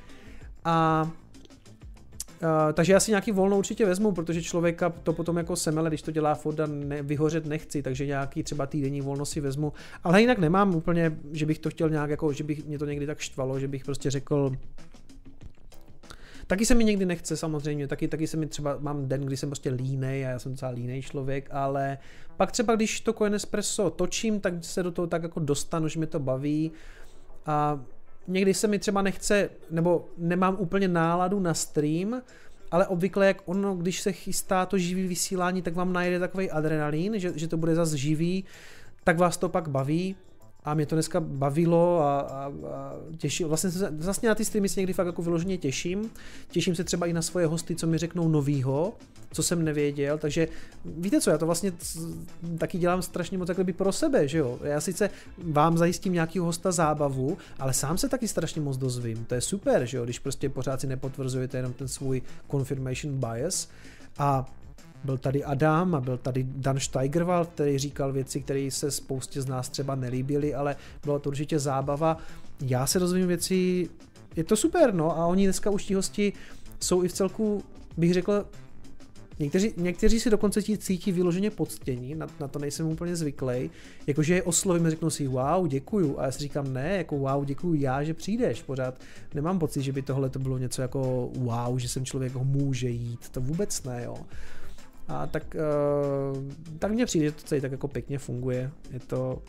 Takže já si nějaký volno určitě vezmu, protože člověka to potom jako semele, když to dělá furt a vyhořet nechci, takže nějaký třeba týdenní volno si vezmu, ale jinak nemám úplně, že bych to chtěl nějak jako, že bych mě to někdy tak štvalo, že bych prostě řekl. Taky se mi někdy nechce samozřejmě, taky se mi třeba, mám den, kdy jsem prostě línej a já jsem docela línej člověk, ale pak třeba když to Coinespresso točím, tak se do toho tak jako dostanu, že mě to baví a někdy se mi třeba nechce, nebo nemám úplně náladu na stream, ale obvykle jak ono, když se chystá to živý vysílání, tak vám najde takový adrenalin, že to bude zase živý, tak vás to pak baví. A mě to dneska bavilo a těším. Vlastně na ty streamy se někdy fakt jako vyloženě těším. Těším se třeba i na svoje hosty, co mi řeknou novýho, co jsem nevěděl. Takže víte co, já to vlastně taky dělám strašně moc takhle pro sebe, že jo. Já sice vám zajistím nějakýho hosta zábavu, ale sám se taky strašně moc dozvím. To je super, že jo, když prostě pořád si nepotvrzujete jenom ten svůj confirmation bias. A byl tady Adam a byl tady Dan Steigerwald, který říkal věci, které se spoustě z nás třeba nelíbily, ale bylo to určitě zábava. Já se dozvím věci, je to super, no a oni dneska už ti hosti jsou i v celku, bych řekl, někteří si dokonce cítí vyloženě poctění, na to nejsem úplně zvyklý, jakože je oslovím a řeknu si wow, děkuju a já si říkám ne, jako wow, děkuju já, že přijdeš, pořád nemám pocit, že by tohle to bylo něco jako wow, že jsem člověk, ho může jít, to vůbec ne, jo. A tak mně přijde, že to celý tak jako pěkně funguje. Je to.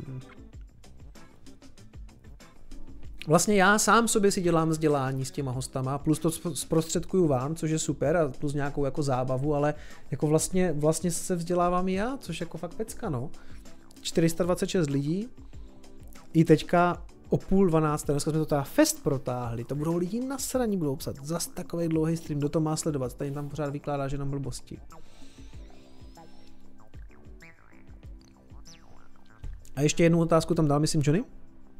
Vlastně já sám sobě si dělám vzdělání s těma hostama, plus to zprostředkuju vám, což je super, a plus nějakou jako zábavu, ale jako vlastně se vzdělávám i já, což jako fakt pecka, no. 426 lidí, i teďka o 11:30, dneska jsme to teda fest protáhli, to budou lidi nasraní, budou psat, zas takový dlouhý stream, kdo to má sledovat, tady tam pořád vykládá, že nám blbosti. A ještě jednu otázku tam dal, myslím, Johnny.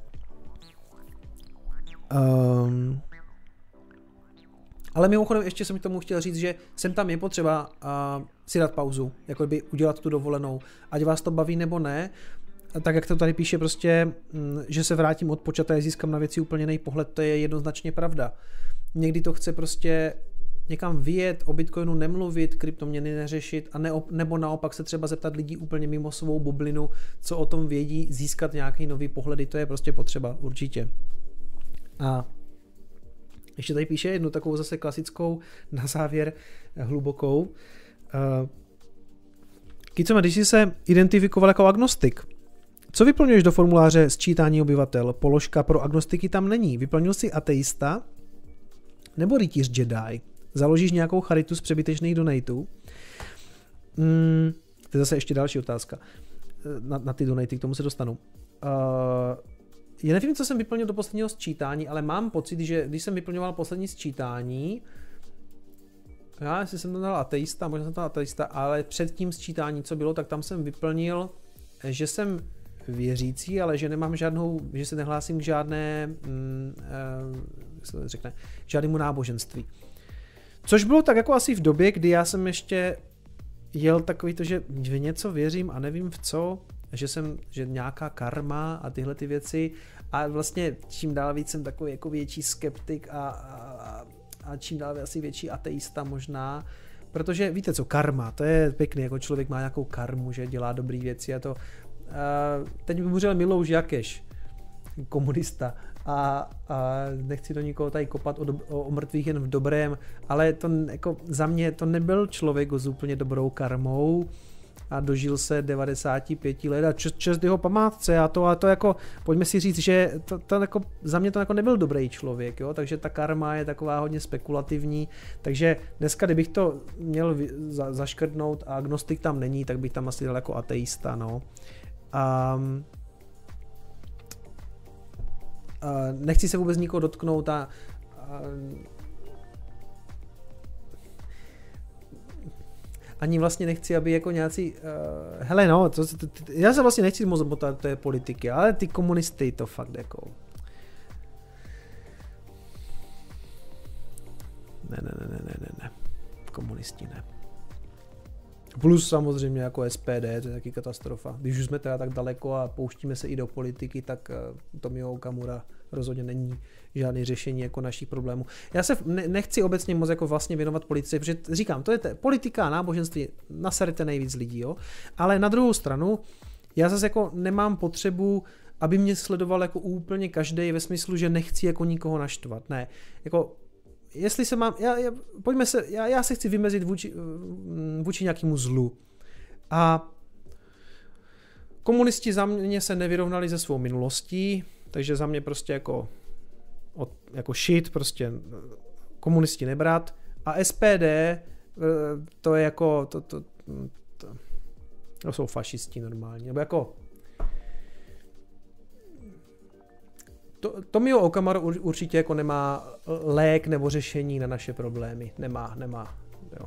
Ale mimochodem ještě jsem k tomu chtěl říct, že sem tam je potřeba si dát pauzu, jako by udělat tu dovolenou, ať vás to baví nebo ne. Tak jak to tady píše prostě, že se vrátím od počata a získám na věci úplně jiný pohled, to je jednoznačně pravda. Někdy to chce prostě někam vyjet, o Bitcoinu nemluvit, kryptoměny neřešit, a nebo naopak se třeba zeptat lidí úplně mimo svou bublinu, co o tom vědí, získat nějaký nový pohledy, to je prostě potřeba, určitě. A ještě tady píše jednu takovou zase klasickou, na závěr hlubokou. Kicome, když jsi se identifikoval jako agnostik, co vyplňuješ do formuláře sčítání obyvatel? Položka pro agnostiky tam není. Vyplnil jsi ateista nebo rytíř Jedi? Založíš nějakou charitu z přebytečných donatů? To je zase ještě další otázka. Na ty donaty, k tomu se dostanu. Já nevím, co jsem vyplnil do posledního sčítání, ale mám pocit, že když jsem vyplňoval poslední sčítání, já jestli jsem to dal ateista, možná jsem to dal ateista, ale před tím sčítání, co bylo, tak tam jsem vyplnil, že jsem věřící, ale že nemám že se nehlásím k žádnému náboženství. Což bylo tak jako asi v době, kdy já jsem ještě jel takový to, že v něco věřím a nevím v co, že nějaká karma a tyhle ty věci, a vlastně čím dál víc jsem takový jako větší skeptik a čím dál asi větší ateista možná, protože víte co, karma, to je pěkný, jako člověk má nějakou karmu, že dělá dobrý věci a to. Teď vybuřil Milouš Jakeš, komunista, a nechci do nikoho tady kopat o mrtvých jen v dobrém, ale to jako za mě to nebyl člověk s úplně dobrou karmou, a dožil se 95 let a čest jeho památce a to jako, pojďme si říct, že to jako, za mě to jako nebyl dobrý člověk, jo, takže ta karma je taková hodně spekulativní, takže dneska, kdybych to měl zaškrtnout a agnostik tam není, tak bych tam asi dal jako ateista, no. Nechci se vůbec nikoho dotknout a ani vlastně nechci, aby jako nějací hele no, já se vlastně nechci moc motat do té politiky, ale ty komunisty to fakt jako ne, komunisti ne. Plus samozřejmě jako SPD, to je taky katastrofa. Když už jsme teda tak daleko a pouštíme se i do politiky, tak Tomio Okamura rozhodně není žádný řešení jako našich problémů. Já se nechci obecně moc jako vlastně věnovat politice, protože říkám, to je politika a náboženství, naserete nejvíc lidí, jo. Ale na druhou stranu, já zase jako nemám potřebu, aby mě sledoval jako úplně každý ve smyslu, že nechci jako nikoho naštvat. Ne, jako jestli se mám, já se chci vymezit vůči nějakému zlu. A komunisti za mě se nevyrovnali se svou minulostí, takže za mě prostě jako shit, prostě komunisti nebrat. A SPD, to je jako, to jsou fašisti normální, nebo jako Tomio Okamura určitě jako nemá lék nebo řešení na naše problémy. Nemá. Jo.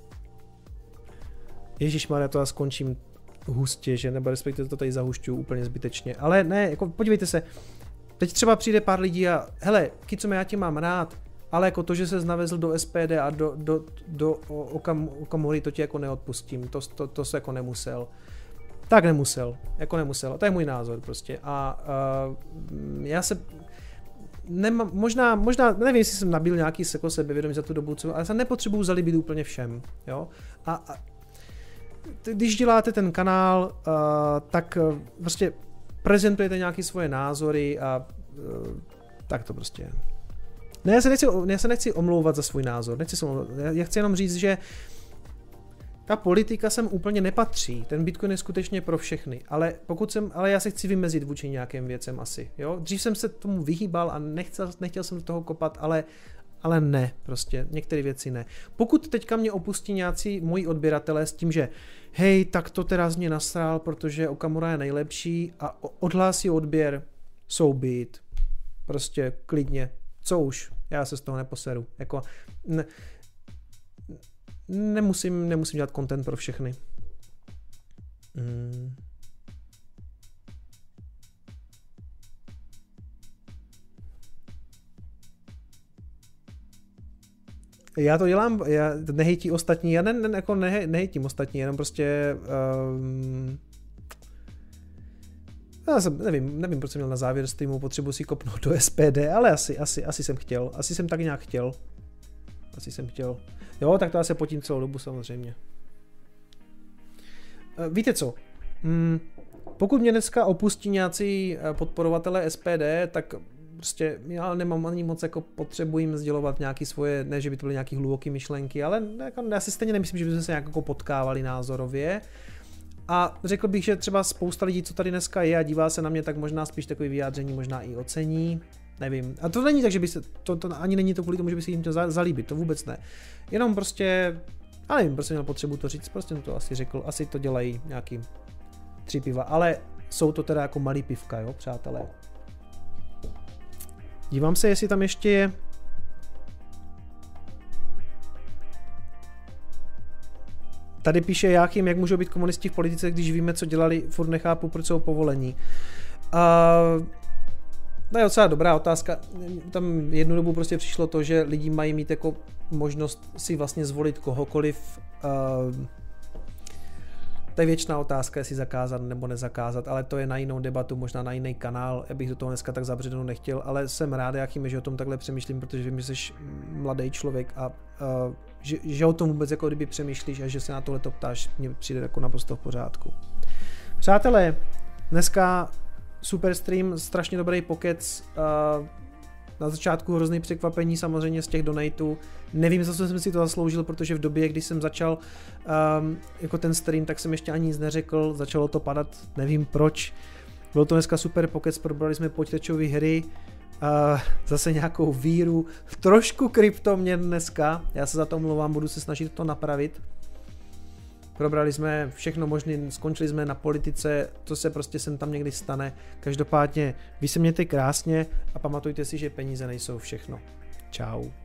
Ježišmarja, to já skončím hustě, že nebo respektive to tady zahušťuju úplně zbytečně. Ale ne, jako podívejte se, teď třeba přijde pár lidí a hele, Kicome, já tě mám rád, ale jako to, že ses navezl do SPD a do Okamury, to tě jako neodpustím, to se jako nemusel. Tak nemusel. To je můj názor prostě. A já se nemám, možná, nevím, jestli jsem nabil nějaký jako sebevědomí za tu dobu, ale se nepotřebuju zalíbit úplně všem, jo. A když děláte ten kanál, tak prostě prezentujete nějaké svoje názory a tak to prostě je. Ne, já se nechci omlouvat za svůj názor, já chci jenom říct, že ta politika sem úplně nepatří, ten Bitcoin je skutečně pro všechny, ale já se chci vymezit vůči nějakým věcem asi, jo. Dřív jsem se tomu vyhýbal a nechtěl jsem do toho kopat, ale ne, prostě některé věci ne. Pokud teďka mě opustí nějací moji odběratelé s tím, že hej, tak to teda z mě nasrál, protože Okamura je nejlepší a odhlásí odběr, so be it. Prostě klidně, co už, já se z toho neposeru, jako nemusím dělat content pro všechny. Já to dělám, já nehejtí ostatní, já nehejtím ostatní, jenom prostě já nevím, proč jsem měl na závěr streamu potřebu si kopnout do SPD, ale asi jsem chtěl, asi jsem tak nějak chtěl. Jo, tak to já se potím celou dobu samozřejmě. Víte co? Pokud mě dneska opustí nějací podporovatelé SPD, tak prostě já nemám ani moc jako potřebu jim sdělovat nějaké svoje, ne že by to byly nějaké hluboké myšlenky, ale jako, já si stejně nemyslím, že bychom se nějak jako potkávali názorově. A řekl bych, že třeba spousta lidí, co tady dneska je a dívá se na mě, tak možná spíš takové vyjádření možná i ocení. Nevím. A to není tak, že by se, to ani není to kvůli tomu, že by se jim to zalíbit, to vůbec ne. Jenom prostě, já nevím, prostě měl potřebu to říct, prostě to asi řekl, asi to dělají nějaký 3 piva, ale jsou to teda jako malý pivka, jo, přátelé. Dívám se, jestli tam ještě je. Tady píše Jáchym, jak můžou být komunisti v politice, když víme, co dělali, furt nechápu, proč jsou povolení. To je docela dobrá otázka. Tam jednu dobu prostě přišlo to, že lidi mají mít jako možnost si vlastně zvolit kohokoliv. To je věčná otázka, jestli zakázat nebo nezakázat, ale to je na jinou debatu, možná na jiný kanál. Já bych do toho dneska tak zabřednou nechtěl, ale jsem rád, Jáchym, že o tom takhle přemýšlím, protože vím, že jsi mladý člověk a že o tom vůbec jako kdyby přemýšlíš a že se na tohle to ptáš, mně přijde jako naprosto v pořádku. Přátelé, dneska super stream, strašně dobrý pokec. na začátku hrozný překvapení samozřejmě z těch donatů. Nevím, zase jsem si to zasloužil, protože v době, kdy jsem začal jako ten stream, tak jsem ještě ani nic neřekl, začalo to padat, nevím proč. Bylo to dneska super pokec, probrali jsme počítačové hry, zase nějakou víru, trošku kryptoměn dneska, já se za to omlouvám, budu se snažit to napravit. Probrali jsme všechno možné, skončili jsme na politice, to se prostě sem tam někdy stane. Každopádně vy se mějte krásně a pamatujte si, že peníze nejsou všechno. Čau.